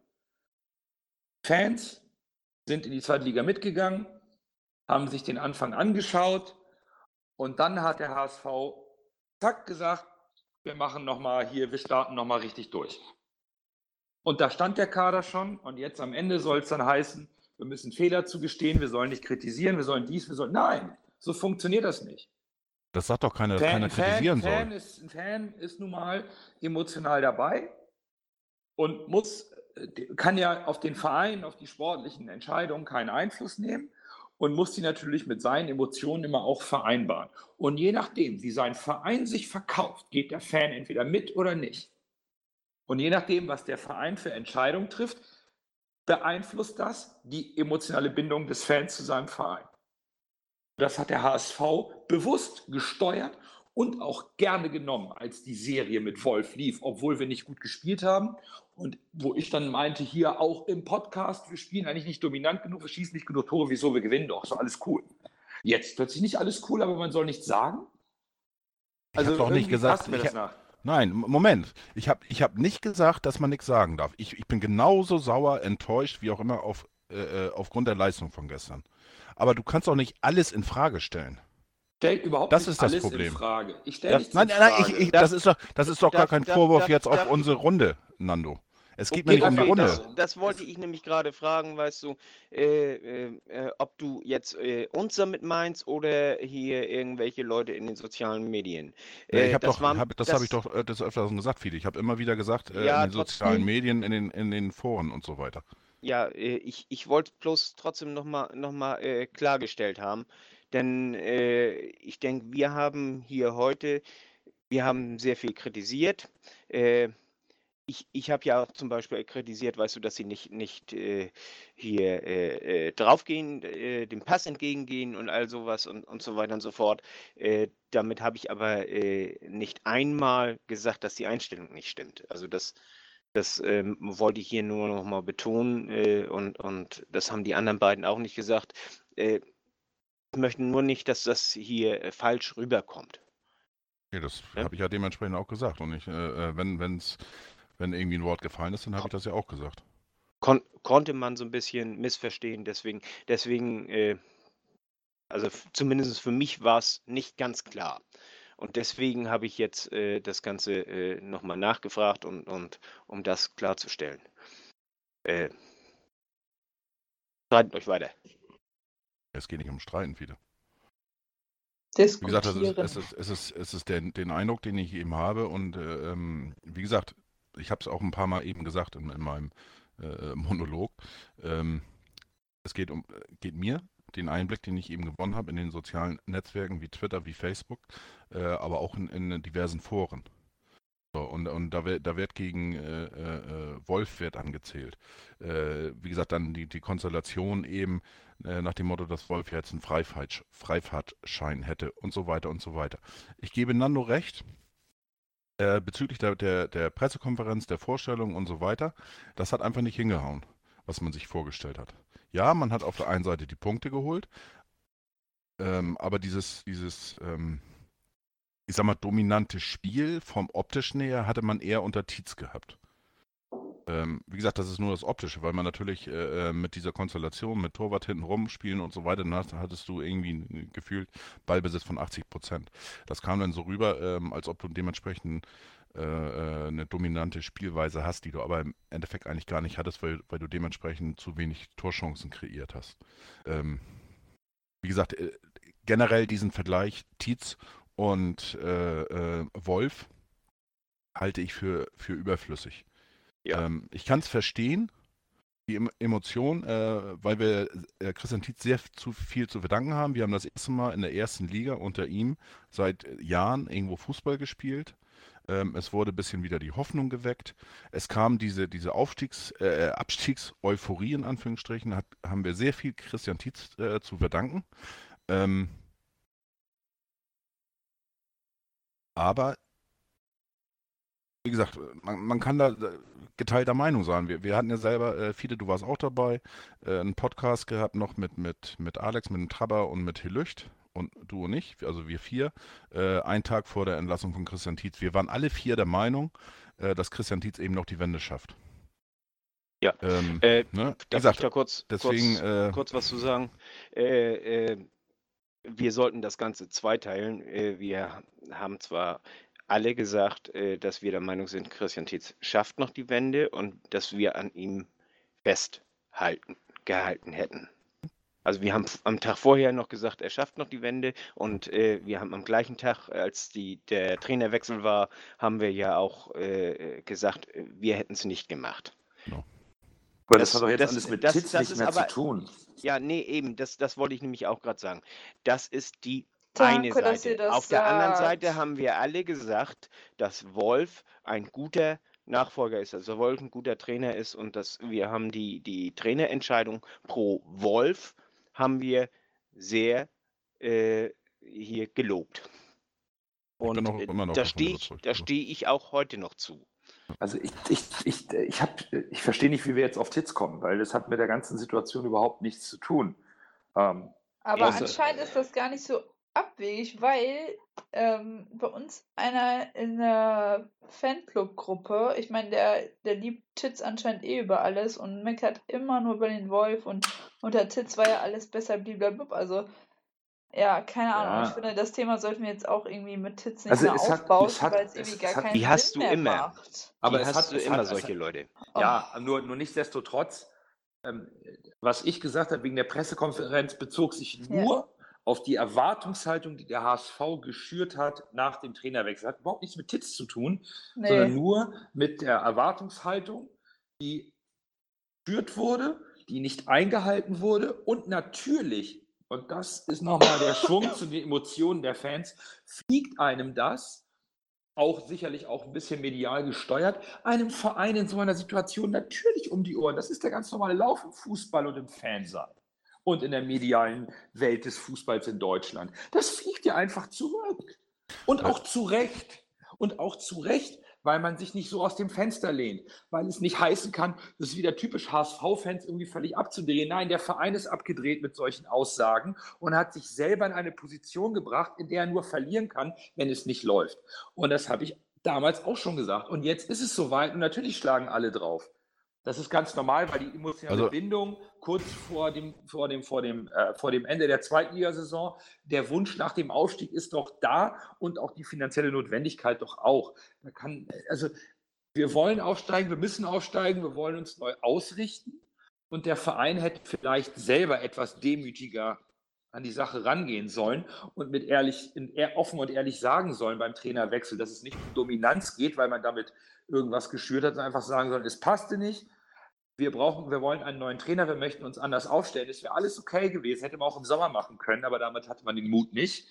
Fans sind in die zweite Liga mitgegangen, haben sich den Anfang angeschaut und dann hat der HSV zack gesagt, wir starten nochmal richtig durch. Und da stand der Kader schon und jetzt am Ende soll es dann heißen, wir müssen Fehler zugestehen, wir sollen nicht kritisieren, wir sollen dies, Nein, so funktioniert das nicht. Das sagt doch keiner, dass keiner kritisieren soll. Ein Fan ist nun mal emotional dabei und kann ja auf den Verein, auf die sportlichen Entscheidungen keinen Einfluss nehmen und muss die natürlich mit seinen Emotionen immer auch vereinbaren. Und je nachdem, wie sein Verein sich verkauft, geht der Fan entweder mit oder nicht. Und je nachdem, was der Verein für Entscheidungen trifft, beeinflusst das die emotionale Bindung des Fans zu seinem Verein. Das hat der HSV bewusst gesteuert und auch gerne genommen, als die Serie mit Wolf lief, obwohl wir nicht gut gespielt haben. Und wo ich dann meinte, hier auch im Podcast, wir spielen eigentlich nicht dominant genug, wir schießen nicht genug Tore, wieso, wir gewinnen doch, so alles cool. Jetzt plötzlich nicht alles cool, aber man soll nichts sagen. Ich habe doch nicht gesagt, nein, Moment. Ich hab nicht gesagt, dass man nichts sagen darf. Ich bin genauso sauer, enttäuscht, wie auch immer, aufgrund der Leistung von gestern. Aber du kannst auch nicht alles in Frage stellen. Stellt überhaupt das nicht ist das alles Problem. in Frage. Ich stelle nichts nein, in Frage. Das ist doch gar kein Vorwurf jetzt auf unsere Runde, Nando. Es geht mir nicht um die Runde. Das wollte ich nämlich gerade fragen, weißt du, ob du jetzt uns damit meinst oder hier irgendwelche Leute in den sozialen Medien. Das habe ich doch des Öfteren gesagt, Fide. Ich habe immer wieder gesagt, in den sozialen Medien, in den Foren und so weiter. Ja, ich wollte bloß trotzdem noch mal klargestellt haben, denn ich denke, wir haben sehr viel kritisiert. Ich habe ja auch zum Beispiel kritisiert, weißt du, dass sie nicht hier draufgehen, dem Pass entgegengehen und all sowas und so weiter und so fort. Damit habe ich aber nicht einmal gesagt, dass die Einstellung nicht stimmt. Also das wollte ich hier nur noch mal betonen und das haben die anderen beiden auch nicht gesagt. Ich möchte nur nicht, dass das hier falsch rüberkommt. Okay, das habe ich ja dementsprechend auch gesagt. Und wenn irgendwie ein Wort gefallen ist, dann habe ich das ja auch gesagt. Konnte man so ein bisschen missverstehen, deswegen also zumindest für mich war es nicht ganz klar. Und deswegen habe ich jetzt das Ganze nochmal nachgefragt und um das klarzustellen. Streitet euch weiter. Es geht nicht um Streiten, wieder. Wie gesagt, es ist den Eindruck, den ich eben habe. Und wie gesagt, ich habe es auch ein paar Mal eben gesagt in meinem Monolog. Es geht mir den Einblick, den ich eben gewonnen habe in den sozialen Netzwerken wie Twitter, wie Facebook, aber auch in diversen Foren. So, und da wird gegen Wolf wird angezählt. Wie gesagt, dann die Konstellation eben nach dem Motto, dass Wolf jetzt einen Freifahrtschein hätte und so weiter und so weiter. Ich gebe Nando recht, bezüglich der Pressekonferenz, der Vorstellung und so weiter. Das hat einfach nicht hingehauen, was man sich vorgestellt hat. Ja, man hat auf der einen Seite die Punkte geholt, aber dieses ich sag mal, dominante Spiel vom Optischen her hatte man eher unter Tietz gehabt. Wie gesagt, das ist nur das Optische, weil man natürlich mit dieser Konstellation, mit Torwart hinten rumspielen und so weiter, dann hattest du irgendwie gefühlt Ballbesitz von 80%. Das kam dann so rüber, als ob du dementsprechend eine dominante Spielweise hast, die du aber im Endeffekt eigentlich gar nicht hattest, weil du dementsprechend zu wenig Torchancen kreiert hast. Wie gesagt, generell diesen Vergleich Tietz und Wolf halte ich für überflüssig. Ja. Ich kann es verstehen, die Emotion, weil wir Christian Tietz sehr viel zu verdanken haben. Wir haben das erste Mal in der ersten Liga unter ihm seit Jahren irgendwo Fußball gespielt. Es wurde ein bisschen wieder die Hoffnung geweckt. Es kam diese Abstiegseuphorie in Anführungsstrichen, haben wir sehr viel Christian Tietz zu verdanken. Aber, wie gesagt, man kann da geteilter Meinung sein. Wir hatten ja selber, Fide, du warst auch dabei, einen Podcast gehabt noch mit Alex, mit dem Trabber und mit Helücht. und du und ich, also wir 4, einen Tag vor der Entlassung von Christian Tietz. Wir waren alle 4 der Meinung, dass Christian Tietz eben noch die Wende schafft. Ja, ne? darf ich da kurz was zu sagen? Wir sollten das Ganze zweiteilen. Wir haben zwar alle gesagt, dass wir der Meinung sind, Christian Tietz schafft noch die Wende und dass wir an ihm gehalten hätten. Also wir haben am Tag vorher noch gesagt, er schafft noch die Wende und wir haben am gleichen Tag, als der Trainerwechsel war, haben wir ja auch gesagt, wir hätten es nicht gemacht. No. Aber das hat doch jetzt alles mit Tietz nicht mehr zu tun. Ja, nee, eben, das wollte ich nämlich auch gerade sagen. Das ist die Danke, eine dass ihr Seite. das Auf der anderen sagt. Seite haben wir alle gesagt, dass Wolf ein guter Nachfolger ist, also Wolf ein guter Trainer ist und dass wir haben die Trainerentscheidung pro Wolf haben wir sehr hier gelobt. Und da stehe ich auch heute noch zu. Also ich verstehe nicht, wie wir jetzt auf Tietz kommen, weil das hat mit der ganzen Situation überhaupt nichts zu tun. Aber anscheinend ist das gar nicht so abwegig, weil bei uns einer in der Fanclub-Gruppe, ich meine, der liebt Tietz anscheinend über alles und meckert immer nur über den Wolf und unter Tietz war ja alles besser, blablabla. Also ja, keine Ahnung. Ich finde, das Thema sollten wir jetzt auch irgendwie mit Tietz nicht mehr aufbauen, weil es irgendwie gar keinen Sinn mehr macht. Aber es hast du immer solche Leute. Ja, nur nichtsdestotrotz, was ich gesagt habe wegen der Pressekonferenz, bezog sich nur auf die Erwartungshaltung, die der HSV geschürt hat nach dem Trainerwechsel. Hat überhaupt nichts mit Tietz zu tun, sondern nur mit der Erwartungshaltung, die geschürt wurde, die nicht eingehalten wurde und natürlich, und das ist nochmal der Schwung zu den Emotionen der Fans, fliegt einem das, auch sicherlich auch ein bisschen medial gesteuert, einem Verein in so einer Situation natürlich um die Ohren. Das ist der ganz normale Lauf im Fußball und im Fansein und in der medialen Welt des Fußballs in Deutschland. Das fliegt ja einfach zurück. Und auch zu Recht. Und auch zu Recht, weil man sich nicht so aus dem Fenster lehnt. Weil es nicht heißen kann, das ist wieder typisch HSV-Fans irgendwie völlig abzudrehen. Nein, der Verein ist abgedreht mit solchen Aussagen und hat sich selber in eine Position gebracht, in der er nur verlieren kann, wenn es nicht läuft. Und das habe ich damals auch schon gesagt. Und jetzt ist es soweit und natürlich schlagen alle drauf. Das ist ganz normal, weil die emotionale Bindung kurz vor dem Ende der Zweitligasaison, der Wunsch nach dem Aufstieg ist doch da und auch die finanzielle Notwendigkeit doch auch. Wir wollen aufsteigen, wir müssen aufsteigen, wir wollen uns neu ausrichten und der Verein hätte vielleicht selber etwas demütiger an die Sache rangehen sollen und offen und ehrlich sagen sollen beim Trainerwechsel, dass es nicht um Dominanz geht, weil man damit irgendwas geschürt hat, sondern einfach sagen sollen, es passte nicht, wir wollen einen neuen Trainer, wir möchten uns anders aufstellen. Das wäre alles okay gewesen, hätte man auch im Sommer machen können, aber damit hatte man den Mut nicht.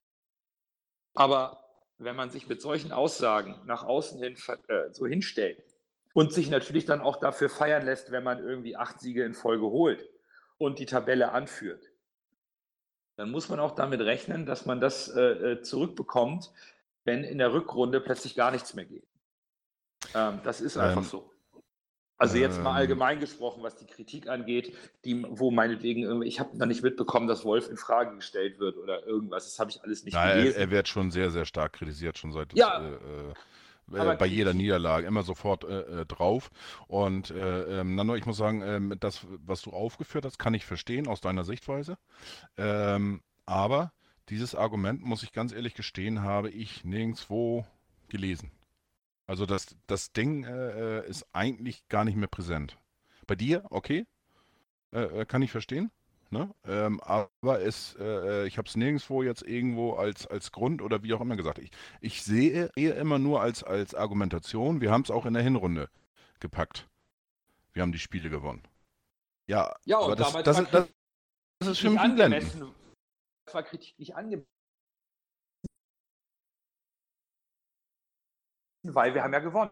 Aber wenn man sich mit solchen Aussagen nach außen hin so hinstellt und sich natürlich dann auch dafür feiern lässt, wenn man irgendwie 8 Siege in Folge holt und die Tabelle anführt, dann muss man auch damit rechnen, dass man das zurückbekommt, wenn in der Rückrunde plötzlich gar nichts mehr geht. Das ist einfach so. Also jetzt mal allgemein gesprochen, was die Kritik angeht, wo meinetwegen, ich habe noch nicht mitbekommen, dass Wolf in Frage gestellt wird oder irgendwas. Das habe ich alles nicht gelesen. Er wird schon sehr, sehr stark kritisiert, schon seit bei jeder Niederlage, immer sofort drauf. Und Nando, ich muss sagen, das, was du aufgeführt hast, kann ich verstehen aus deiner Sichtweise. Aber dieses Argument, muss ich ganz ehrlich gestehen, habe ich nirgendwo gelesen. Also das Ding ist eigentlich gar nicht mehr präsent. Bei dir, okay, kann ich verstehen. Ne? Aber ich habe es nirgendwo jetzt irgendwo als Grund oder wie auch immer gesagt. Ich sehe eher immer nur als Argumentation. Wir haben es auch in der Hinrunde gepackt. Wir haben die Spiele gewonnen. Ja, aber das ist für mich angemessen. Das war Kritik nicht angemessen. Weil wir haben ja gewonnen.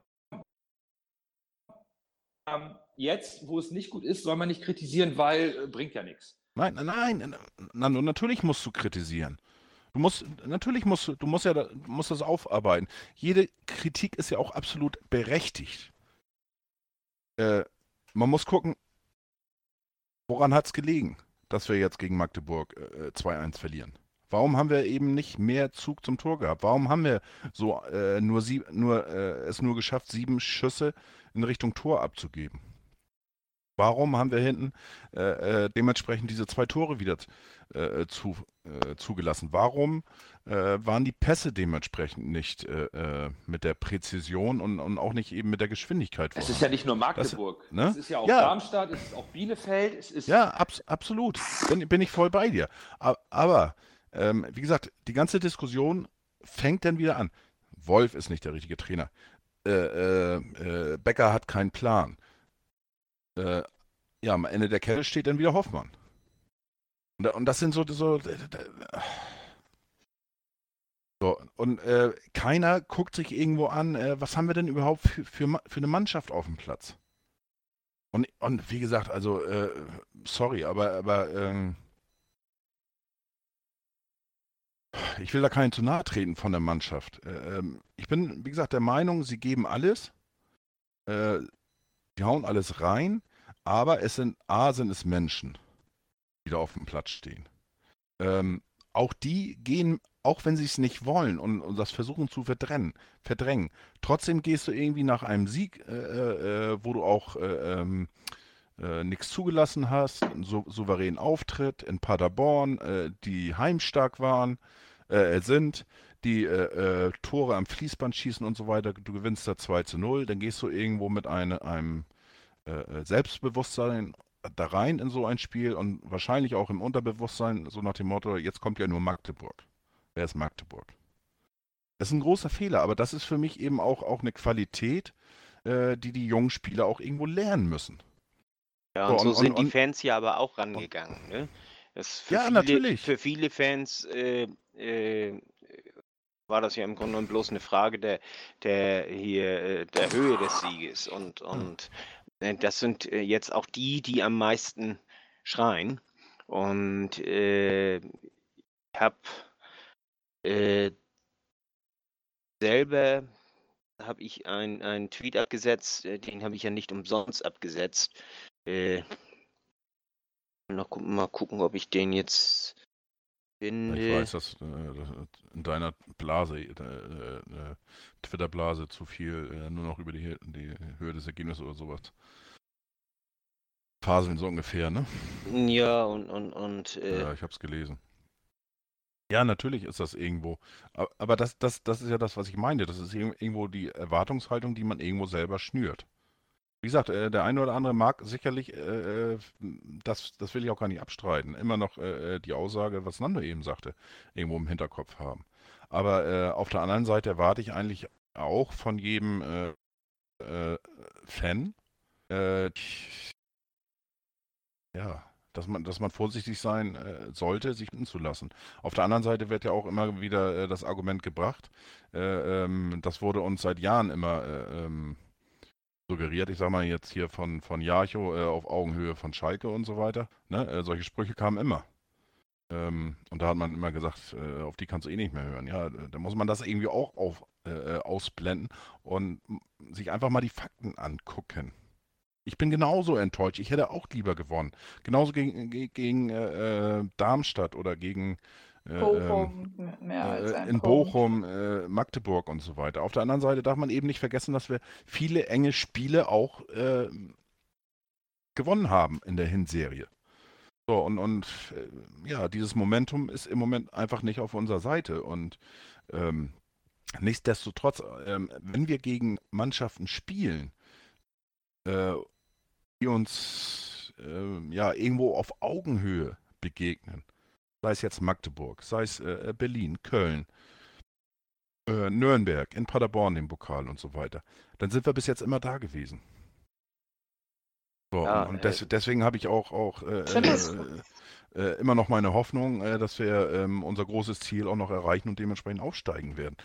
Jetzt, wo es nicht gut ist, soll man nicht kritisieren, weil bringt ja nichts. Nein, Nando, natürlich musst du kritisieren. Du musst das aufarbeiten. Jede Kritik ist ja auch absolut berechtigt. Man muss gucken, woran hat es gelegen, dass wir jetzt gegen Magdeburg 2-1 verlieren. Warum haben wir eben nicht mehr Zug zum Tor gehabt? Warum haben wir so es nur geschafft, 7 Schüsse in Richtung Tor abzugeben? Warum haben wir hinten dementsprechend diese 2 Tore wieder zugelassen? Warum waren die Pässe dementsprechend nicht mit der Präzision und auch nicht eben mit der Geschwindigkeit Es vorhanden? ist ja nicht nur Magdeburg. Ne? Es ist ja auch Ja. Darmstadt, es ist auch Bielefeld. Es ist Ja, absolut. Bin ich voll bei dir. Aber, wie gesagt, die ganze Diskussion fängt dann wieder an. Wolf ist nicht der richtige Trainer. Becker hat keinen Plan. Ja, am Ende der Kette steht dann wieder Hoffmann. Und das sind so und keiner guckt sich irgendwo an, was haben wir denn überhaupt für eine Mannschaft auf dem Platz? Und wie gesagt, also, sorry, aber ich will da keinen zu nahe treten von der Mannschaft. Ich bin, wie gesagt, der Meinung, sie geben alles, die hauen alles rein, aber sind es Menschen, die da auf dem Platz stehen. Auch die gehen, auch wenn sie es nicht wollen und das versuchen zu verdrängen. Trotzdem gehst du irgendwie nach einem Sieg, wo du auch nichts zugelassen hast, einen souveränen Auftritt in Paderborn, die heimstark sind, die Tore am Fließband schießen und so weiter. Du gewinnst da 2:0, dann gehst du irgendwo mit einem Selbstbewusstsein da rein in so ein Spiel und wahrscheinlich auch im Unterbewusstsein, so nach dem Motto, jetzt kommt ja nur Magdeburg. Wer ist Magdeburg? Das ist ein großer Fehler, aber das ist für mich eben auch eine Qualität, die jungen Spieler auch irgendwo lernen müssen. Ja, und so sind die Fans ja aber auch rangegangen. Ne? Natürlich. Für viele Fans war das ja im Grunde genommen bloß eine Frage der Höhe des Sieges. Und das sind jetzt auch die am meisten schreien. Und ich habe selber einen Tweet abgesetzt, den habe ich ja nicht umsonst abgesetzt. Mal gucken, ob ich den jetzt finde. Ich weiß, dass in deiner Blase, Twitter-Blase, zu viel nur noch über die Höhe des Ergebnisses oder sowas faseln, so ungefähr, ne? Ja, und ja, ich hab's gelesen. Ja, natürlich ist das irgendwo. Aber das ist ja das, was ich meinte. Das ist irgendwo die Erwartungshaltung, die man irgendwo selber schnürt. Wie gesagt, der eine oder andere mag sicherlich, das will ich auch gar nicht abstreiten, immer noch die Aussage, was Nando eben sagte, irgendwo im Hinterkopf haben. Aber auf der anderen Seite erwarte ich eigentlich auch von jedem Fan, ja, dass man vorsichtig sein sollte, sich zulassen. Auf der anderen Seite wird ja auch immer wieder das Argument gebracht, das wurde uns seit Jahren immer suggeriert, ich sag mal jetzt hier von Jarcho auf Augenhöhe von Schalke und so weiter. Ne? Solche Sprüche kamen immer. Und da hat man immer gesagt, auf die kannst du eh nicht mehr hören. Ja, da muss man das irgendwie auch ausblenden und sich einfach mal die Fakten angucken. Ich bin genauso enttäuscht. Ich hätte auch lieber gewonnen. Genauso gegen Darmstadt oder gegen Bochum, mehr als ein in Punkt. Bochum, Magdeburg und so weiter. Auf der anderen Seite darf man eben nicht vergessen, dass wir viele enge Spiele auch gewonnen haben in der Hinserie. So, und ja, dieses Momentum ist im Moment einfach nicht auf unserer Seite. Und nichtsdestotrotz, wenn wir gegen Mannschaften spielen, die uns ja irgendwo auf Augenhöhe begegnen, sei es jetzt Magdeburg, sei es Berlin, Köln, Nürnberg, in Paderborn, den Pokal und so weiter, dann sind wir bis jetzt immer da gewesen. So, Ja, und deswegen habe ich auch immer noch meine Hoffnung, dass wir unser großes Ziel auch noch erreichen und dementsprechend aufsteigen werden.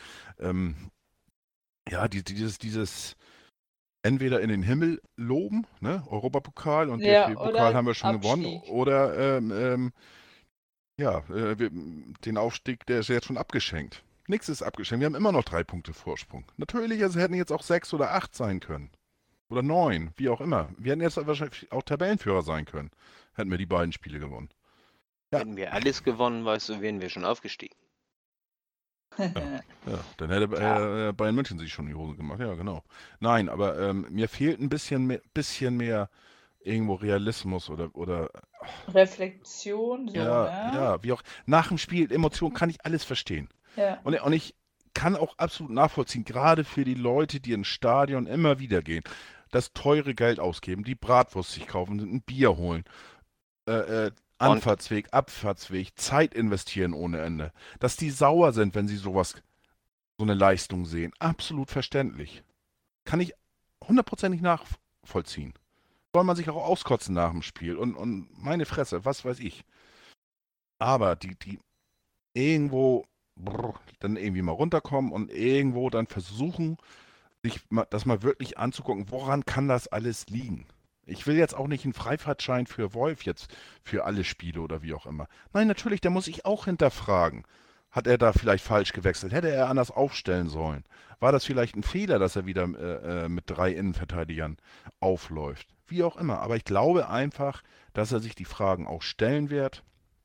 Ja, dieses entweder in den Himmel loben, ne, Europapokal und Ja, DFB-Pokal oder haben wir schon gewonnen, Abstieg. oder ja, den Aufstieg, der ist jetzt schon abgeschenkt. Nichts ist abgeschenkt. Wir haben immer noch 3 Punkte Vorsprung. Natürlich, es hätten jetzt auch 6 oder 8 sein können. Oder 9, wie auch immer. Wir hätten jetzt wahrscheinlich auch Tabellenführer sein können. Hätten wir die beiden Spiele gewonnen. Ja. Hätten wir alles gewonnen, weißt du, wären wir schon aufgestiegen. Ja, dann hätte Bayern München sich schon in die Hose gemacht. Ja, genau. Nein, aber mir fehlt ein bisschen mehr irgendwo Realismus oder Reflexion, so, ja, ne? ja, wie auch. Nach dem Spiel, Emotionen kann ich alles verstehen. Ja. Und ich kann auch absolut nachvollziehen, gerade für die Leute, die ins Stadion immer wieder gehen, das teure Geld ausgeben, die Bratwurst sich kaufen, ein Bier holen, Anfahrtsweg, Abfahrtsweg, Zeit investieren ohne Ende. Dass die sauer sind, wenn sie so eine Leistung sehen. Absolut verständlich. Kann ich hundertprozentig nachvollziehen. Soll man sich auch auskotzen nach dem Spiel und meine Fresse, was weiß ich. Aber die irgendwo dann irgendwie mal runterkommen und irgendwo dann versuchen, sich das mal wirklich anzugucken, woran kann das alles liegen? Ich will jetzt auch nicht einen Freifahrtschein für Wolf jetzt für alle Spiele oder wie auch immer. Nein, natürlich, da muss ich auch hinterfragen. Hat er da vielleicht falsch gewechselt? Hätte er anders aufstellen sollen? War das vielleicht ein Fehler, dass er wieder mit 3 Innenverteidigern aufläuft? Wie auch immer. Aber ich glaube einfach, dass er sich die Fragen auch stellen wird.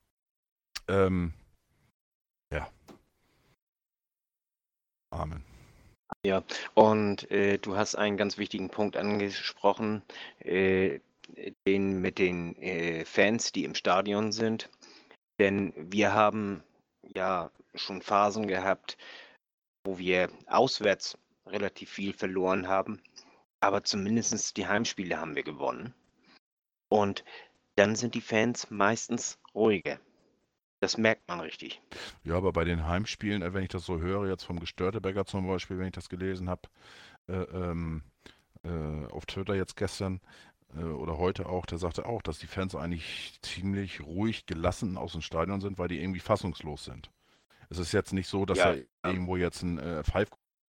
Ja. Amen. Ja, und du hast einen ganz wichtigen Punkt angesprochen, den mit den Fans, die im Stadion sind. Denn wir haben ja schon Phasen gehabt, wo wir auswärts relativ viel verloren haben, aber zumindest die Heimspiele haben wir gewonnen. Und dann sind die Fans meistens ruhiger. Das merkt man richtig. Ja, aber bei den Heimspielen, wenn ich das so höre, jetzt vom Gestörtebecker zum Beispiel, wenn ich das gelesen habe, auf Twitter jetzt gestern oder heute auch, der sagte auch, dass die Fans eigentlich ziemlich ruhig gelassen aus dem Stadion sind, weil die irgendwie fassungslos sind. Es ist jetzt nicht so, dass Ja, da irgendwo jetzt ein Pfeif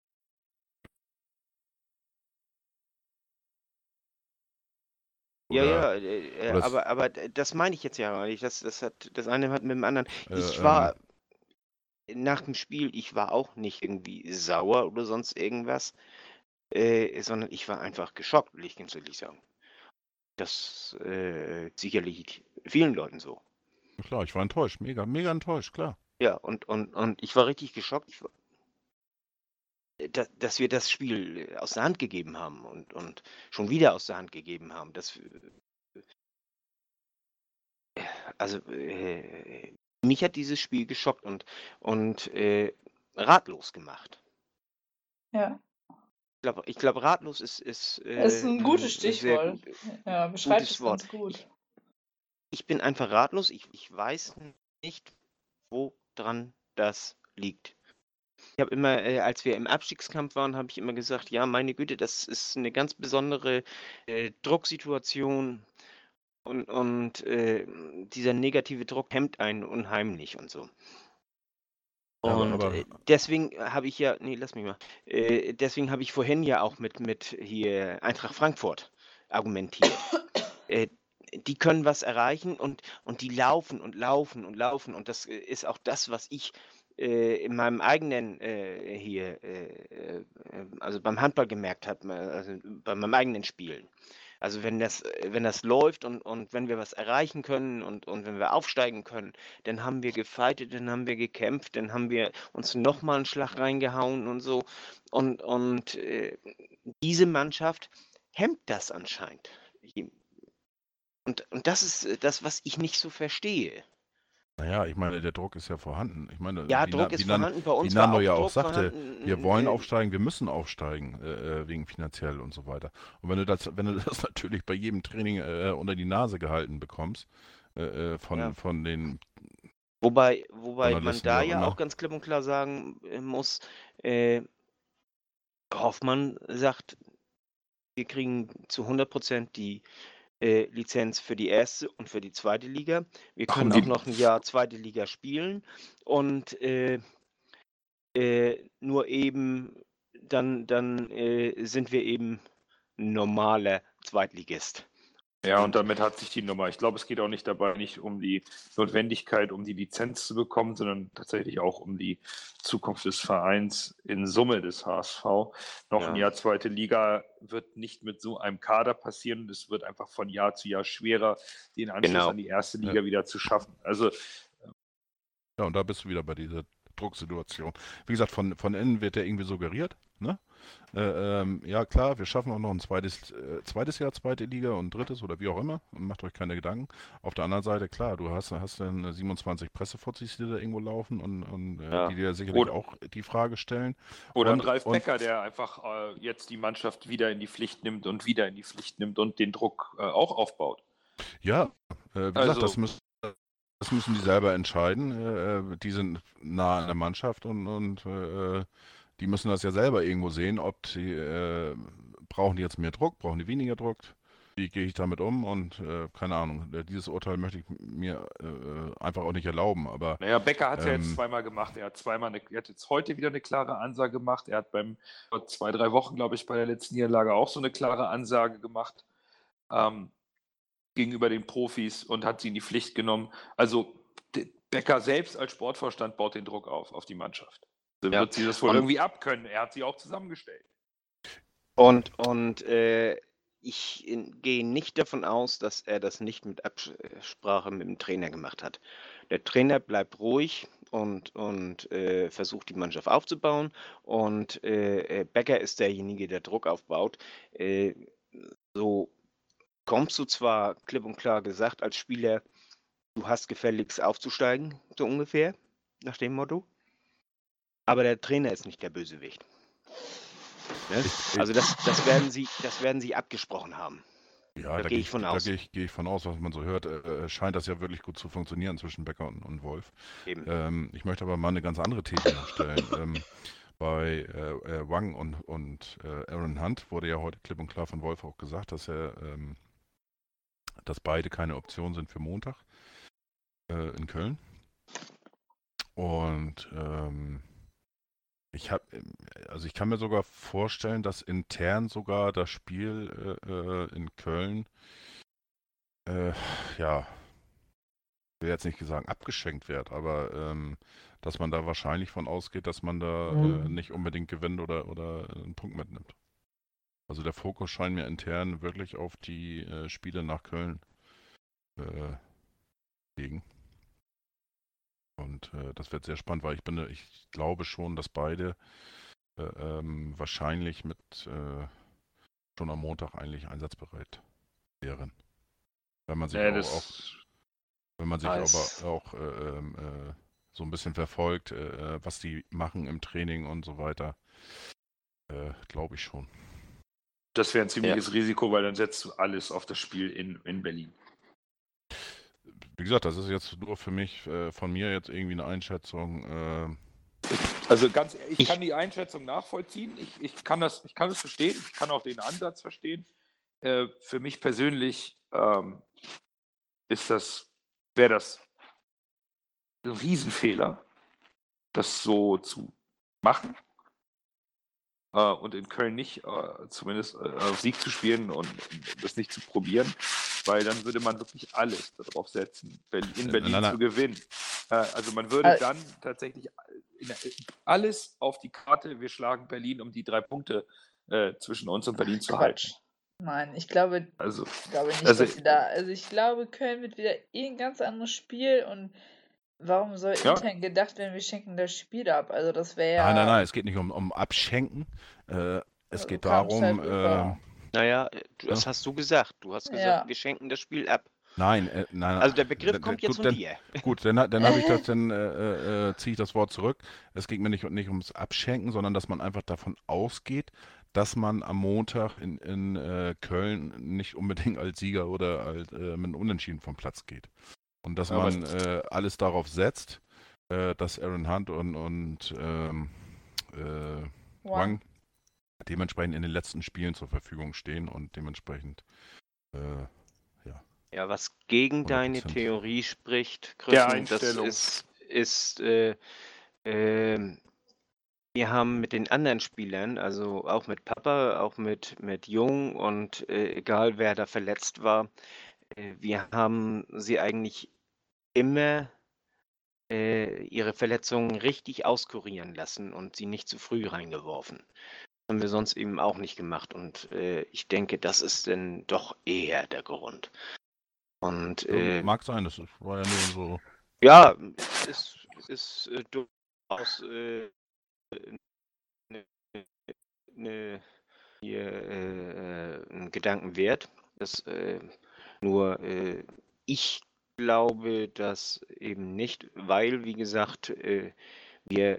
ja, oder aber das meine ich jetzt ja nicht. Das eine hat mit dem anderen. Ich ähm, war nach dem Spiel, ich war auch nicht irgendwie sauer oder sonst irgendwas, sondern ich war einfach geschockt, will ich ganz ehrlich sagen. Das sicherlich vielen Leuten so. klar, ich war enttäuscht, mega, mega enttäuscht, klar. Ja, und ich war richtig geschockt, dass wir das Spiel aus der Hand gegeben haben und schon wieder aus der Hand gegeben haben. Also mich hat dieses Spiel geschockt und ratlos gemacht. Ja. Ich glaube, ratlos ist Das ist ein gutes sehr Stichwort. Ja, beschreibt gutes es Wort. ganz gut. Ich bin einfach ratlos. Ich weiß nicht, woran das liegt. Ich habe immer, als wir im Abstiegskampf waren, habe ich immer gesagt, ja, meine Güte, das ist eine ganz besondere Drucksituation und dieser negative Druck hemmt einen unheimlich und so. Ja, Und deswegen habe ich ja, nee, lass mich mal, deswegen habe ich vorhin ja auch mit hier Eintracht Frankfurt argumentiert. Die können was erreichen und die laufen und laufen und laufen und das ist auch das, was ich in meinem eigenen also beim Handball gemerkt habe, also bei meinem eigenen Spielen. Also wenn das läuft und wenn wir was erreichen können und wenn wir aufsteigen können, dann haben wir gefightet, dann haben wir gekämpft, dann haben wir uns nochmal einen Schlag reingehauen und so. Und diese Mannschaft hemmt das anscheinend. Und das ist das, was ich nicht so verstehe. Naja, ich meine, der Druck ist ja vorhanden. Ich meine, Ja, wie, Druck wie, ist Nan, vorhanden. Bei wie uns war Nando auch ja auch Druck sagte, vorhanden. wir wollen aufsteigen, wir müssen aufsteigen, wegen finanziell und so weiter. Und wenn du das natürlich bei jedem Training unter die Nase gehalten bekommst, von den Wobei man Journalisten, da wie auch ja immer. auch ganz klipp und klar sagen muss, Hoffmann sagt, wir kriegen zu 100% die Lizenz für die erste und für die zweite Liga. Wir können auch noch ein Jahr zweite Liga spielen und nur eben dann sind wir eben ein normaler Zweitligist. Ja, und damit hat sich die Nummer. Ich glaube, es geht auch nicht um die Notwendigkeit, um die Lizenz zu bekommen, sondern tatsächlich auch um die Zukunft des Vereins in Summe des HSV. Noch ein Jahr zweite Liga wird nicht mit so einem Kader passieren. Es wird einfach von Jahr zu Jahr schwerer, den Anschluss an die erste Liga wieder zu schaffen. Also ja, und da bist du wieder bei dieser Drucksituation. Wie gesagt, von innen wird ja irgendwie suggeriert, ne? Ja klar, wir schaffen auch noch ein zweites Jahr zweite Liga und drittes oder wie auch immer. Macht euch keine Gedanken. Auf der anderen Seite, klar, du hast dann 27 Pressefuzis, die da irgendwo laufen und die dir sicherlich auch die Frage stellen. Oder ein Ralf Becker, der einfach jetzt die Mannschaft wieder in die Pflicht nimmt und den Druck auch aufbaut. Ja, wie gesagt, das müssen die selber entscheiden. Die sind nah an der Mannschaft und die müssen das ja selber irgendwo sehen, ob die brauchen die jetzt mehr Druck, brauchen die weniger Druck, wie gehe ich damit um und keine Ahnung, dieses Urteil möchte ich mir einfach auch nicht erlauben. Aber naja, Becker hat es ja jetzt zweimal gemacht. Er hat jetzt heute wieder eine klare Ansage gemacht. Er hat vor 2-3 Wochen, glaube ich, bei der letzten Niederlage auch so eine klare Ansage gemacht gegenüber den Profis und hat sie in die Pflicht genommen. Also Becker selbst als Sportvorstand baut den Druck auf die Mannschaft. Dann wird sie das wohl irgendwie abkönnen. Er hat sie auch zusammengestellt. Und ich gehe nicht davon aus, dass er das nicht mit Absprache mit dem Trainer gemacht hat. Der Trainer bleibt ruhig und versucht, die Mannschaft aufzubauen. Und Becker ist derjenige, der Druck aufbaut. So kommst du zwar klipp und klar gesagt als Spieler, du hast gefälligst aufzusteigen, so ungefähr, nach dem Motto. Aber der Trainer ist nicht der Bösewicht. Ne? Also das werden sie abgesprochen haben. Ja, da gehe ich von aus. Da gehe ich von aus, was man so hört, scheint das ja wirklich gut zu funktionieren zwischen Becker und Wolf. Ich möchte aber mal eine ganz andere These stellen. Bei Wang und Aaron Hunt wurde ja heute klipp und klar von Wolf auch gesagt, dass beide keine Option sind für Montag in Köln. Und ich kann mir sogar vorstellen, dass intern sogar das Spiel in Köln, ich will jetzt nicht sagen abgeschenkt wird, aber dass man da wahrscheinlich von ausgeht, dass man da nicht unbedingt gewinnt oder einen Punkt mitnimmt. Also der Fokus scheint mir intern wirklich auf die Spiele nach Köln liegen. Und das wird sehr spannend, weil ich glaube schon, dass beide wahrscheinlich schon am Montag eigentlich einsatzbereit wären. Wenn man sich aber auch so ein bisschen verfolgt, was die machen im Training und so weiter, glaube ich schon. Das wäre ein ziemliches Risiko, weil dann setzt du alles auf das Spiel in Berlin. Wie gesagt, das ist jetzt nur für mich, von mir jetzt irgendwie eine Einschätzung. Also ganz ehrlich, ich kann die Einschätzung nachvollziehen. Ich kann es verstehen. Ich kann auch den Ansatz verstehen. Für mich persönlich wäre das ein Riesenfehler, das so zu machen. Und in Köln nicht, zumindest auf Sieg zu spielen und das nicht zu probieren, weil dann würde man wirklich alles darauf setzen, in Berlin zu gewinnen. Also man würde dann tatsächlich alles auf die Karte, wir schlagen Berlin, um die 3 Punkte zwischen uns und Berlin zu halten. Nein, ich glaube nicht, dass sie da. Also ich glaube, Köln wird wieder ein ganz anderes Spiel und warum soll intern gedacht werden, wir schenken das Spiel ab? Also das wäre ja... Nein, es geht nicht um Abschenken. Es geht darum... Naja, das hast du gesagt. Du hast gesagt, wir schenken das Spiel ab. Nein. Also der Begriff kommt jetzt von dir. Gut, dann habe ich ziehe ich das Wort zurück. Es geht mir nicht ums Abschenken, sondern dass man einfach davon ausgeht, dass man am Montag in Köln nicht unbedingt als Sieger oder mit einem Unentschieden vom Platz geht. Und dass man alles darauf setzt, dass Aaron Hunt und Wang dementsprechend in den letzten Spielen zur Verfügung stehen und dementsprechend Ja, was gegen 100%. Deine Theorie spricht, Christian, das ist wir haben mit den anderen Spielern, also auch mit Papa, auch mit Jung und egal wer da verletzt war, wir haben sie eigentlich immer ihre Verletzungen richtig auskurieren lassen und sie nicht zu früh reingeworfen. Das haben wir sonst eben auch nicht gemacht und ich denke, das ist dann doch eher der Grund. Und Mag sein, das war ja nur so. ja, es ist durchaus ein Gedanken wert. Nur ich glaube das eben nicht, weil, wie gesagt, wir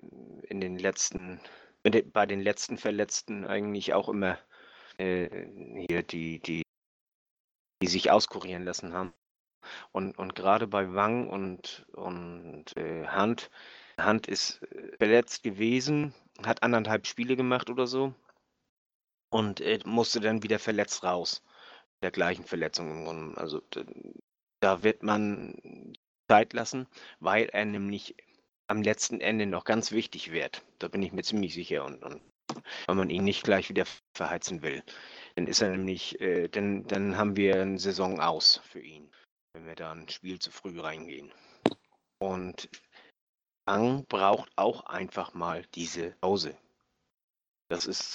bei den letzten Verletzten eigentlich auch immer hier die sich auskurieren lassen haben. Und gerade bei Wang und Hand ist verletzt gewesen, hat 1,5 Spiele gemacht oder so und musste dann wieder verletzt raus. Der gleichen Verletzung im Grunde. Also da wird man Zeit lassen, weil er nämlich am letzten Ende noch ganz wichtig wird. Da bin ich mir ziemlich sicher und weil man ihn nicht gleich wieder verheizen will. Dann ist er nämlich, dann haben wir eine Saison aus für ihn, wenn wir da ein Spiel zu früh reingehen. Und Wang braucht auch einfach mal diese Pause. Das ist,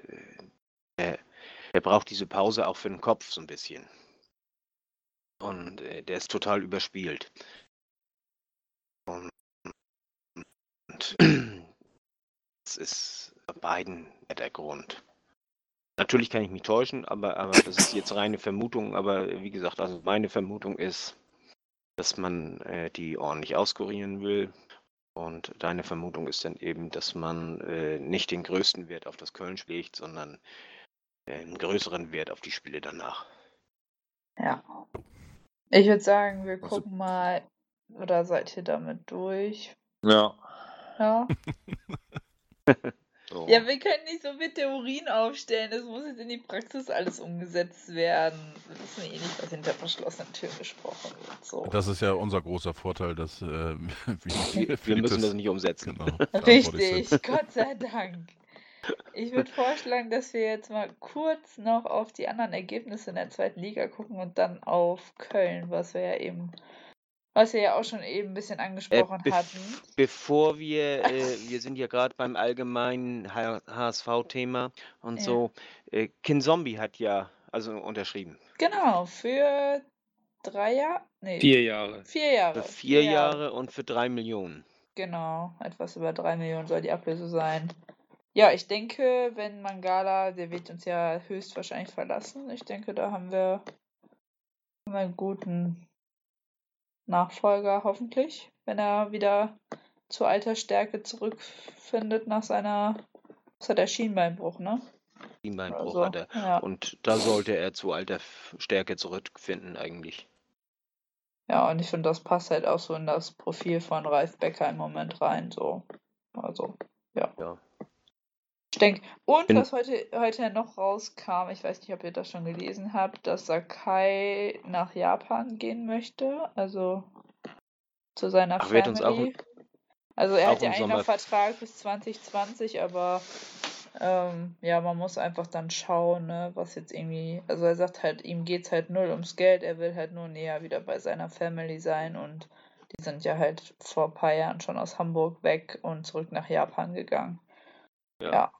er braucht diese Pause auch für den Kopf so ein bisschen. Und der ist total überspielt. Und das ist bei beiden der Grund. Natürlich kann ich mich täuschen, aber das ist jetzt reine Vermutung. Aber wie gesagt, also meine Vermutung ist, dass man die ordentlich auskurieren will. Und deine Vermutung ist dann eben, dass man nicht den größten Wert auf das Köln-Spiel legt, sondern einen größeren Wert auf die Spiele danach. Ja. Ich würde sagen, wir gucken mal, oder seid ihr damit durch? Ja. Ja. So. Ja, wir können nicht so mit Theorien aufstellen. Das muss jetzt in die Praxis alles umgesetzt werden. Wir wissen eh nicht, was hinter verschlossenen Türen besprochen wird. So. Das ist ja unser großer Vorteil, dass wir müssen das nicht umsetzen. Genau, richtig, Gott sei Dank. Ich würde vorschlagen, dass wir jetzt mal kurz noch auf die anderen Ergebnisse in der zweiten Liga gucken und dann auf Köln, was wir ja auch schon eben ein bisschen angesprochen hatten. Bevor wir sind ja gerade beim allgemeinen HSV-Thema und so, Kinzombie hat ja also unterschrieben. Genau, für 3 Jahre? Nee. 4 Jahre. 4 Jahre. Für 4 Jahre und für 3 Millionen. Genau, etwas über 3 Millionen soll die Ablöse sein. Ja, ich denke, wenn Mangala, der wird uns ja höchstwahrscheinlich verlassen. Ich denke, da haben wir einen guten Nachfolger, hoffentlich, wenn er wieder zu alter Stärke zurückfindet nach seiner, was hat er, Schienbeinbruch, ne? Schienbeinbruch Also, hat er. ja. Und da sollte er zu alter Stärke zurückfinden eigentlich. Ja, und ich finde, das passt halt auch so in das Profil von Ralf Becker im Moment rein, so. Also, ja. Ich denke, und was heute noch rauskam, ich weiß nicht, ob ihr das schon gelesen habt, dass Sakai nach Japan gehen möchte, also zu seiner Family. Wird uns auch, also er hat ja eigentlich noch Vertrag bis 2020, aber ja, man muss einfach dann schauen, ne, was jetzt irgendwie, also er sagt halt, ihm geht's halt null ums Geld, er will halt nur näher wieder bei seiner Family sein und die sind ja halt vor ein paar Jahren schon aus Hamburg weg und zurück nach Japan gegangen. Ja.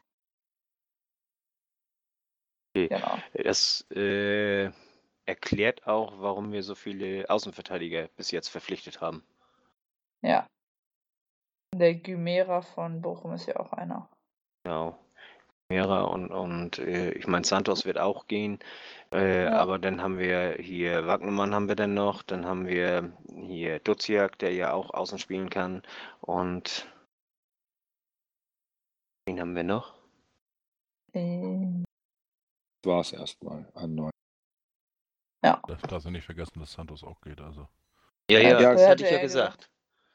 Okay. Genau. Das erklärt auch, warum wir so viele Außenverteidiger bis jetzt verpflichtet haben. Ja. Der Gymera von Bochum ist ja auch einer. Genau. Gymera und ich meine, Santos wird auch gehen. Aber dann haben wir hier Wagnermann haben wir dann noch. Dann haben wir hier Duziak, der ja auch außen spielen kann. Und wen haben wir noch? Das war es erstmal an neu. Ja. Darfst du nicht vergessen, dass Santos auch geht. Also. Ja, das hatte ich ja gesagt.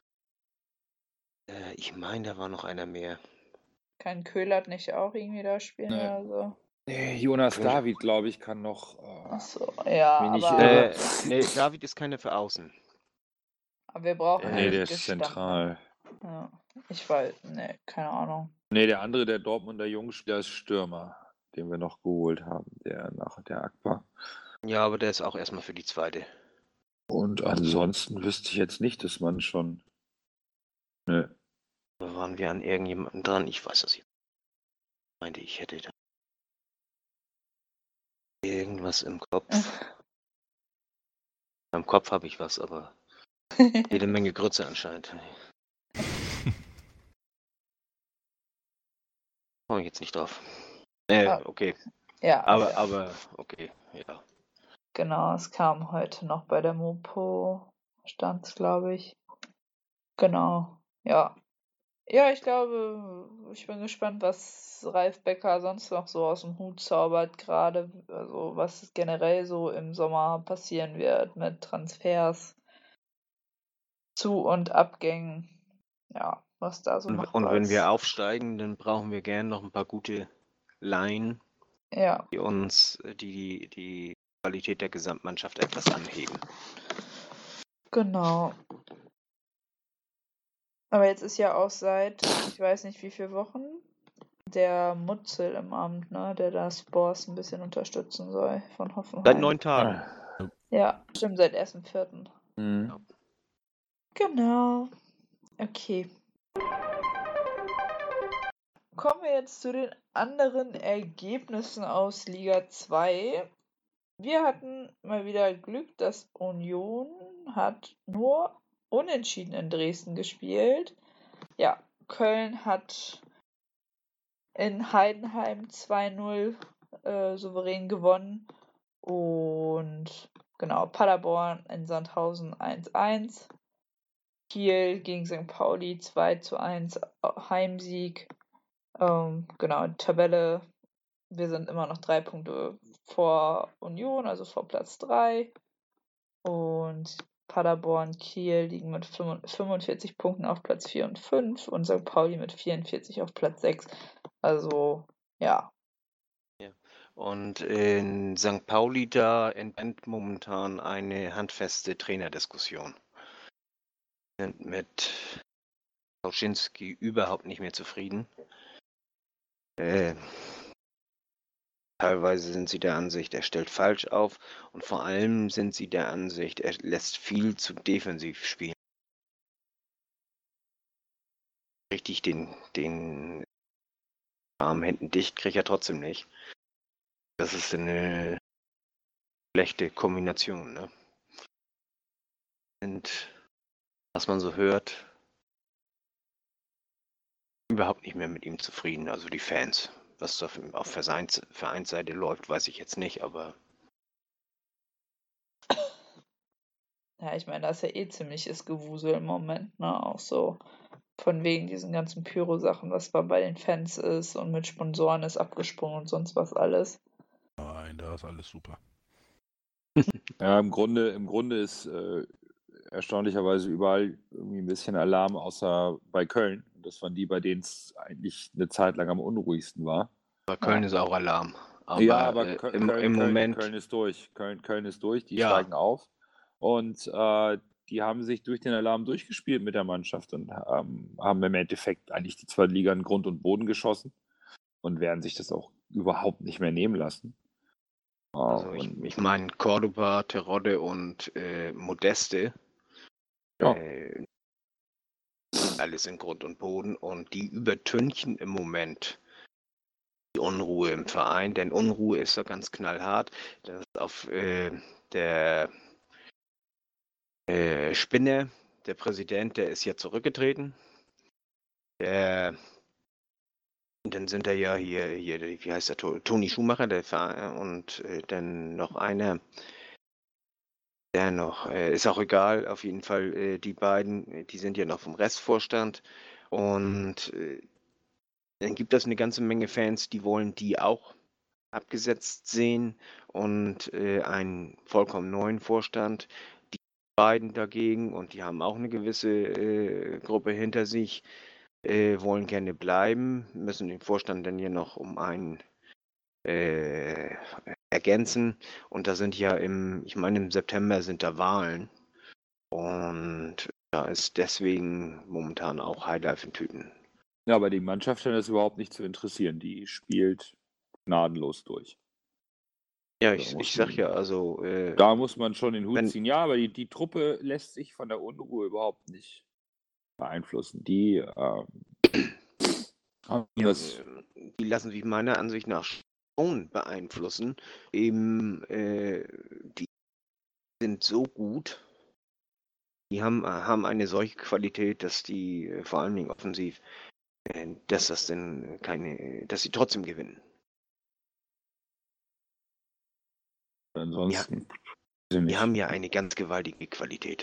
Ich meine, da war noch einer mehr. Kann Köhlert nicht auch irgendwie da spielen oder so? Nee, Jonas David, glaube ich, kann noch. Achso, ja. Aber nee, David ist keiner für außen. Aber wir brauchen der ist zentral. Ja. Ich weiß, ne, keine Ahnung. Nee, der andere, der Dortmunder Jungspieler ist Stürmer, den wir noch geholt haben, der nach der Akpa. Ja, aber der ist auch erstmal für die zweite. Und ansonsten wüsste ich jetzt nicht, dass man schon. Nö. Da waren wir an irgendjemanden dran. Ich weiß das jetzt. Ich meinte, ich hätte da irgendwas im Kopf. Im Kopf habe ich was, aber jede Menge Grütze anscheinend. Komme ich jetzt nicht drauf. Okay. Ja, Aber okay, ja. genau, es kam heute noch bei der Mopo, stand es, glaube ich. Genau, ja. Ja, ich glaube, ich bin gespannt, was Ralf Becker sonst noch so aus dem Hut zaubert, gerade, also was generell so im Sommer passieren wird mit Transfers, Zu- und Abgängen. Ja, was da so machbar Und wenn ist. wir aufsteigen, dann brauchen wir gern noch ein paar gute Laien, Ja, die uns die Qualität der Gesamtmannschaft etwas anheben. genau. Aber jetzt ist ja auch seit, ich weiß nicht wie viele Wochen, der Mutzel im Amt, ne, der das Bors ein bisschen unterstützen soll von Hoffenheim. Seit 9 Tagen. Ja, stimmt, seit 1.4. Mhm. Genau. Okay. Kommen wir jetzt zu den anderen Ergebnissen aus Liga 2. Wir hatten mal wieder Glück, dass Union hat nur unentschieden in Dresden gespielt. Ja, Köln hat in Heidenheim 2-0 souverän gewonnen. Und genau, Paderborn in Sandhausen 1-1. Kiel gegen St. Pauli 2-1 Heimsieg. Genau, Tabelle, wir sind immer noch 3 Punkte vor Union, also vor Platz 3. Und Paderborn, Kiel liegen mit 45 Punkten auf Platz 4 und 5 und St. Pauli mit 44 auf Platz 6. Also, ja. Und in St. Pauli, da entbrennt momentan eine handfeste Trainerdiskussion. Sind mit Kauschinski überhaupt nicht mehr zufrieden. Teilweise sind sie der Ansicht, er stellt falsch auf und vor allem sind sie der Ansicht, er lässt viel zu defensiv spielen. Richtig den Arm hinten dicht kriegt er trotzdem nicht. Das ist eine schlechte Kombination, ne? Und was man so hört, überhaupt nicht mehr mit ihm zufrieden, also die Fans. Was da auf Vereinsseite läuft, weiß ich jetzt nicht, aber Ja, ich meine, das ist ja eh ziemliches Gewusel im Moment, ne? Auch so von wegen diesen ganzen Pyro-Sachen, was da bei den Fans ist und mit Sponsoren ist abgesprungen und sonst was alles. Nein, da ist alles super. Ja, im Grunde ist erstaunlicherweise überall irgendwie ein bisschen Alarm, außer bei Köln. Das waren die, bei denen es eigentlich eine Zeit lang am unruhigsten war. bei Köln ist auch Alarm. Aber, Ja, aber im Moment. Köln ist durch. Köln ist durch, die Ja. steigen auf. Und die haben sich durch den Alarm durchgespielt mit der Mannschaft und haben im Endeffekt eigentlich die zweite Liga in Grund und Boden geschossen und werden sich das auch überhaupt nicht mehr nehmen lassen. Also ich meine Cordoba, Terodde und Modeste. Ja. Alles in Grund und Boden und die übertünchen im Moment die Unruhe im Verein, denn Unruhe ist da ganz knallhart. Das ist auf der Spinner, der Präsident, der ist ja zurückgetreten. Und dann sind da ja hier, wie heißt der, Toni Schumacher, der und dann noch einer, der noch, ist auch egal, auf jeden Fall, die beiden, die sind ja noch vom Restvorstand. Und dann gibt es eine ganze Menge Fans, die wollen die auch abgesetzt sehen und einen vollkommen neuen Vorstand. Die beiden dagegen, und die haben auch eine gewisse Gruppe hinter sich, wollen gerne bleiben, müssen den Vorstand dann hier noch um einen ergänzen. Und da sind ja im September sind da Wahlen. Und Da ist deswegen momentan auch Highlife in Tüten. Ja, aber die Mannschaft scheint das überhaupt nicht zu interessieren. Die spielt gnadenlos durch. Ja, Da muss ich sag man- ja, also Da muss man schon den Hut wenn- ziehen. Ja, aber die Truppe lässt sich von der Unruhe überhaupt nicht beeinflussen. Die haben das. die lassen sich meiner Ansicht nach schon beeinflussen. Eben, die sind so gut, die haben eine solche Qualität, dass die vor allen Dingen offensiv, dass sie trotzdem gewinnen. Ansonsten. Die haben ja eine ganz gewaltige Qualität.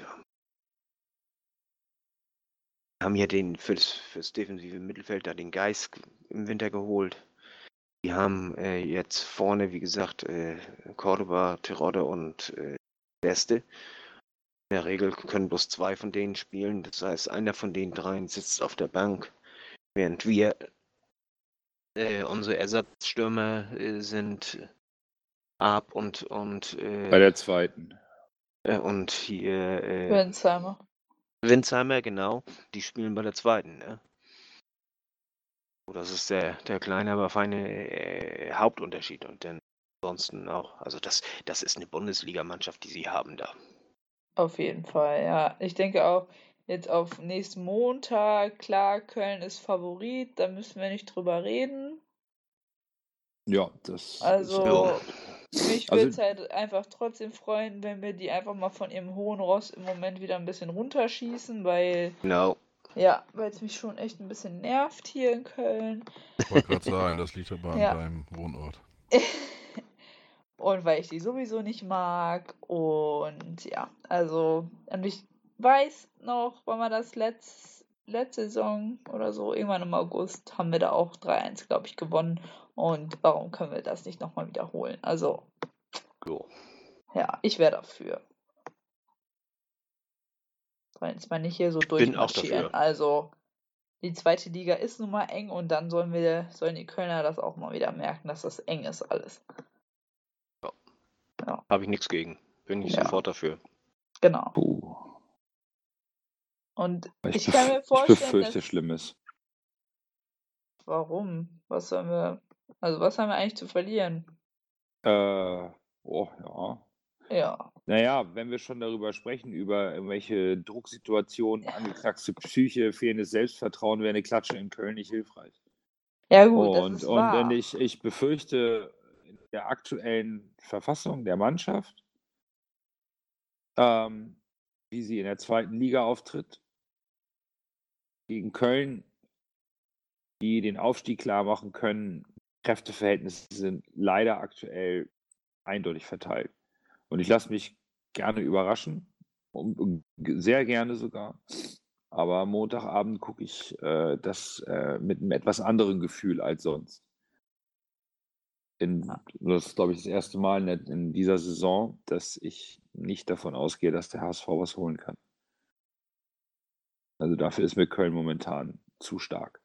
Wir haben ja fürs defensive Mittelfeld da den Geist im Winter geholt. Die haben jetzt vorne, wie gesagt, Cordoba, Terodde und Beste. In der Regel können bloß 2 von denen spielen. Das heißt, einer von den 3 sitzt auf der Bank, während wir unsere Ersatzstürmer sind Ab und bei der zweiten. und hier Winsheimer, genau, die spielen bei der zweiten, ne? Das ist der kleine, aber feine Hauptunterschied. Und dann ansonsten auch, also das ist eine Bundesligamannschaft, die sie haben da. auf jeden Fall, ja. Ich denke auch, jetzt auf nächsten Montag, klar, Köln ist Favorit, da müssen wir nicht drüber reden. Ja, das Also, mich Also- würde es halt einfach trotzdem freuen, wenn wir die einfach mal von ihrem hohen Ross im Moment wieder ein bisschen runterschießen, weil Genau. es mich schon echt ein bisschen nervt hier in Köln. Ich wollte gerade sagen, das liegt aber an Ja. deinem Wohnort. Und weil ich die sowieso nicht mag. Und ja, also, und ich weiß noch, wann wir das letzte Saison oder so, irgendwann im August, haben wir da auch 3-1, glaube ich, gewonnen. Und warum können wir das nicht nochmal wiederholen? Also, Jo. ja, ich wäre dafür. Wollen jetzt mal nicht hier so Bin auch durchmarschieren. dafür. Also, die zweite Liga ist nun mal eng und dann sollen die Kölner das auch mal wieder merken, dass das eng ist alles. Habe ich nichts gegen. Bin ich Ja. sofort dafür. Genau. Und ich kann mir ich vorstellen, befürchte dass... Schlimmes. Warum? Was haben wir eigentlich zu verlieren? Ja. Ja. Naja, wenn wir schon darüber sprechen, über irgendwelche Drucksituationen, angeknackste Psyche, fehlendes Selbstvertrauen, wäre eine Klatsche in Köln nicht hilfreich. Ja gut, das ist wahr. Und ich befürchte, in der aktuellen Verfassung der Mannschaft, wie sie in der zweiten Liga auftritt, gegen Köln, die den Aufstieg klar machen können, Kräfteverhältnisse sind leider aktuell eindeutig verteilt. Und ich lasse mich gerne überraschen, sehr gerne sogar. Aber Montagabend gucke ich das mit einem etwas anderen Gefühl als sonst. Das ist, glaube ich, das erste Mal in dieser Saison, dass ich nicht davon ausgehe, dass der HSV was holen kann. Also dafür ist mir Köln momentan zu stark.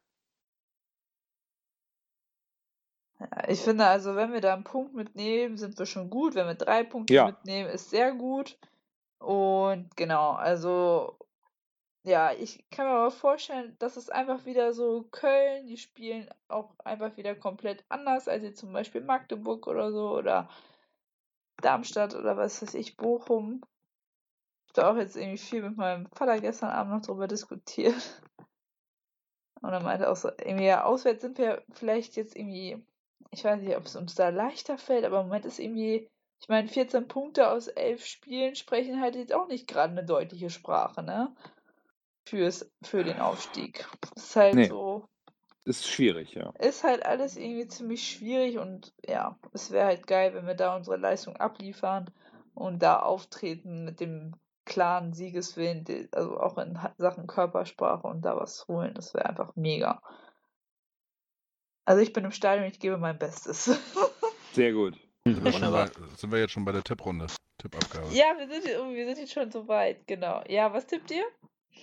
Ja, ich finde also, wenn wir da einen Punkt mitnehmen, sind wir schon gut. Wenn wir 3 Punkte Ja. mitnehmen, ist sehr gut. Und genau, also ja, ich kann mir aber vorstellen, dass es einfach wieder so Köln, die spielen auch einfach wieder komplett anders als jetzt zum Beispiel Magdeburg oder so oder Darmstadt oder was weiß ich, Bochum. Ich habe da auch jetzt irgendwie viel mit meinem Vater gestern Abend noch drüber diskutiert. Und er meinte auch so, irgendwie ja, auswärts sind wir vielleicht jetzt irgendwie, ich weiß nicht, ob es uns da leichter fällt, aber im Moment ist irgendwie, ich meine, 14 Punkte aus 11 Spielen sprechen halt jetzt auch nicht gerade eine deutliche Sprache, ne? Für den Aufstieg. Ist halt so. Ist schwierig, ja. Ist halt alles irgendwie ziemlich schwierig und ja, es wäre halt geil, wenn wir da unsere Leistung abliefern und da auftreten mit dem klaren Siegeswillen, also auch in Sachen Körpersprache und da was holen. Das wäre einfach mega. Also ich bin im Stadion, ich gebe mein Bestes. Sehr gut. Sind wir jetzt schon bei der Tipprunde? Tippabgabe. Ja, wir sind jetzt schon so weit, genau. Ja, was tippt ihr?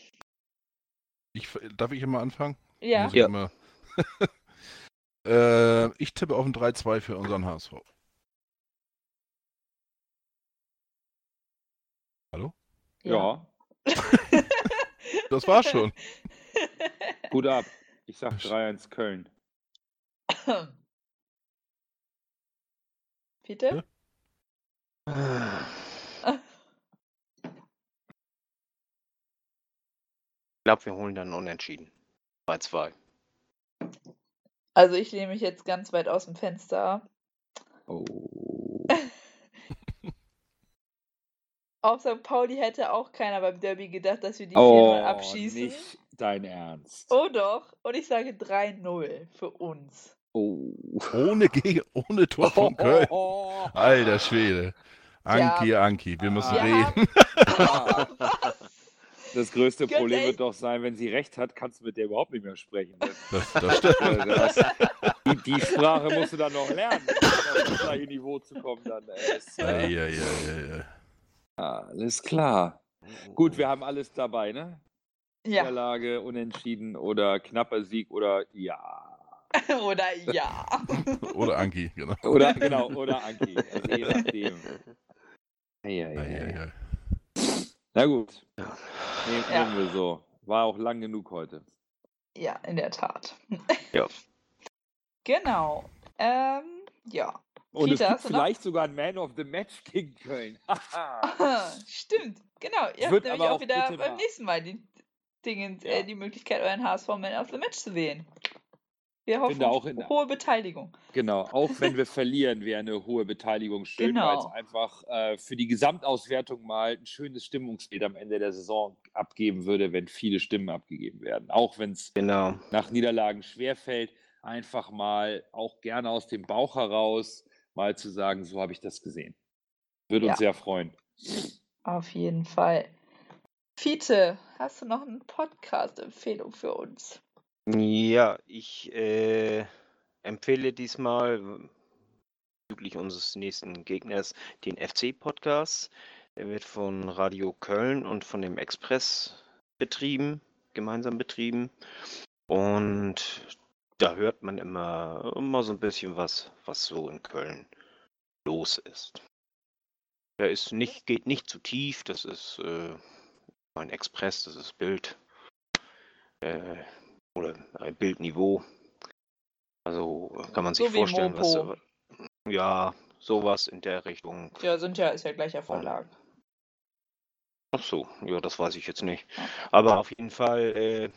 Darf ich immer anfangen? Ja. Muss ich immer... ich tippe auf ein 3-2 für unseren HSV. Hallo? Ja. Das war's schon. Gut ab. Ich sag 3-1 Köln. Peter? Ich glaube, wir holen dann unentschieden. 2-2. Also ich lehne mich jetzt ganz weit aus dem Fenster. Oh. Auf St. Pauli hätte auch keiner beim Derby gedacht, dass wir die 4-0 abschießen. Nicht dein Ernst. Oh doch. Und ich sage 3-0 für uns. Oh. Ohne Tor von Köln. Oh. Alter Schwede. Anki, wir müssen Wir reden. Das größte Ganz Problem ehrlich. wird doch sein, wenn sie recht hat, kannst du mit der überhaupt nicht mehr sprechen. Das stimmt. Die Sprache musst du dann noch lernen, um auf das gleiche Niveau zu kommen. Dann, Ja. Alles klar. Gut, wir haben alles dabei, ne? Ja. Niederlage, Unentschieden oder knapper Sieg oder ja. Oder ja. Oder Anki, genau. Oder Anki. Also je nachdem. Ei. Na gut. Ja. Nehmen wir so. War auch lang genug heute. Ja, in der Tat. Ja. Genau. Ja. Und Peter, es gibt hast du noch? vielleicht sogar ein Man of the Match gegen Köln. Stimmt, genau. Ihr habt Wird nämlich aber auch auch wieder bitte beim wahr. nächsten Mal Ja. die Möglichkeit, euren HSV Man of the Match zu wählen. Wir hoffen Finde auf auch hohe Beteiligung. Genau, auch wenn wir verlieren, wäre eine hohe Beteiligung schön, weil es Genau. einfach für die Gesamtauswertung mal ein schönes Stimmungsbild am Ende der Saison abgeben würde, wenn viele Stimmen abgegeben werden. Auch wenn es Genau. nach Niederlagen schwerfällt, einfach mal auch gerne aus dem Bauch heraus mal zu sagen, so habe ich das gesehen. Würde uns sehr freuen. Auf jeden Fall. Fiete, hast du noch eine Podcast-Empfehlung für uns? Ja, ich empfehle diesmal bezüglich unseres nächsten Gegners den FC-Podcast. Der wird von Radio Köln und von dem Express gemeinsam betrieben. Und da hört man immer so ein bisschen was so in Köln los ist. Der geht nicht zu tief, das ist ein Express, das ist Bild oder ein Bildniveau. Also kann man sich So wie vorstellen, Mopo. ja, sowas in der Richtung. Ja, ist ja gleicher Verlag. Ach so, ja, das weiß ich jetzt nicht. Ja. Aber auf jeden Fall,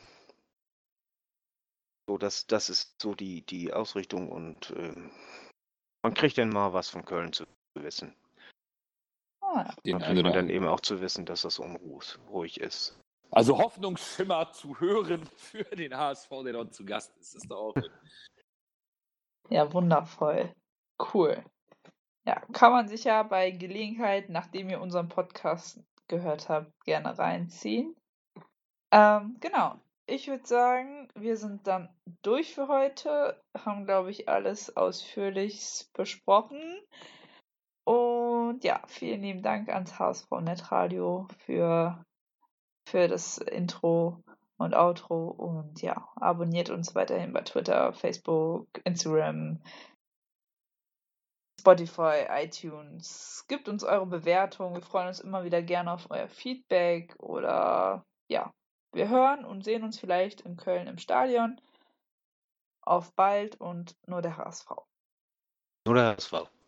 so das ist so die Ausrichtung und man kriegt dann mal was von Köln zu wissen. Den Und einen kriegt man oder dann eben auch zu wissen, dass das unruhig ist. Also Hoffnungsschimmer zu hören für den HSV, der dort zu Gast ist. Das ist doch auch Ja, wundervoll. Cool. Ja, kann man sich ja bei Gelegenheit, nachdem ihr unseren Podcast gehört habt, gerne reinziehen. Genau. Ich würde sagen, wir sind dann durch für heute, haben, glaube ich, alles ausführlich besprochen. Und ja, vielen lieben Dank ans HSV Netradio für das Intro und Outro. Und ja, abonniert uns weiterhin bei Twitter, Facebook, Instagram, Spotify, iTunes. Gebt uns eure Bewertung. Wir freuen uns immer wieder gerne auf euer Feedback. Oder ja, wir hören und sehen uns vielleicht in Köln im Stadion. Auf bald und nur der HSV. Nur der HSV.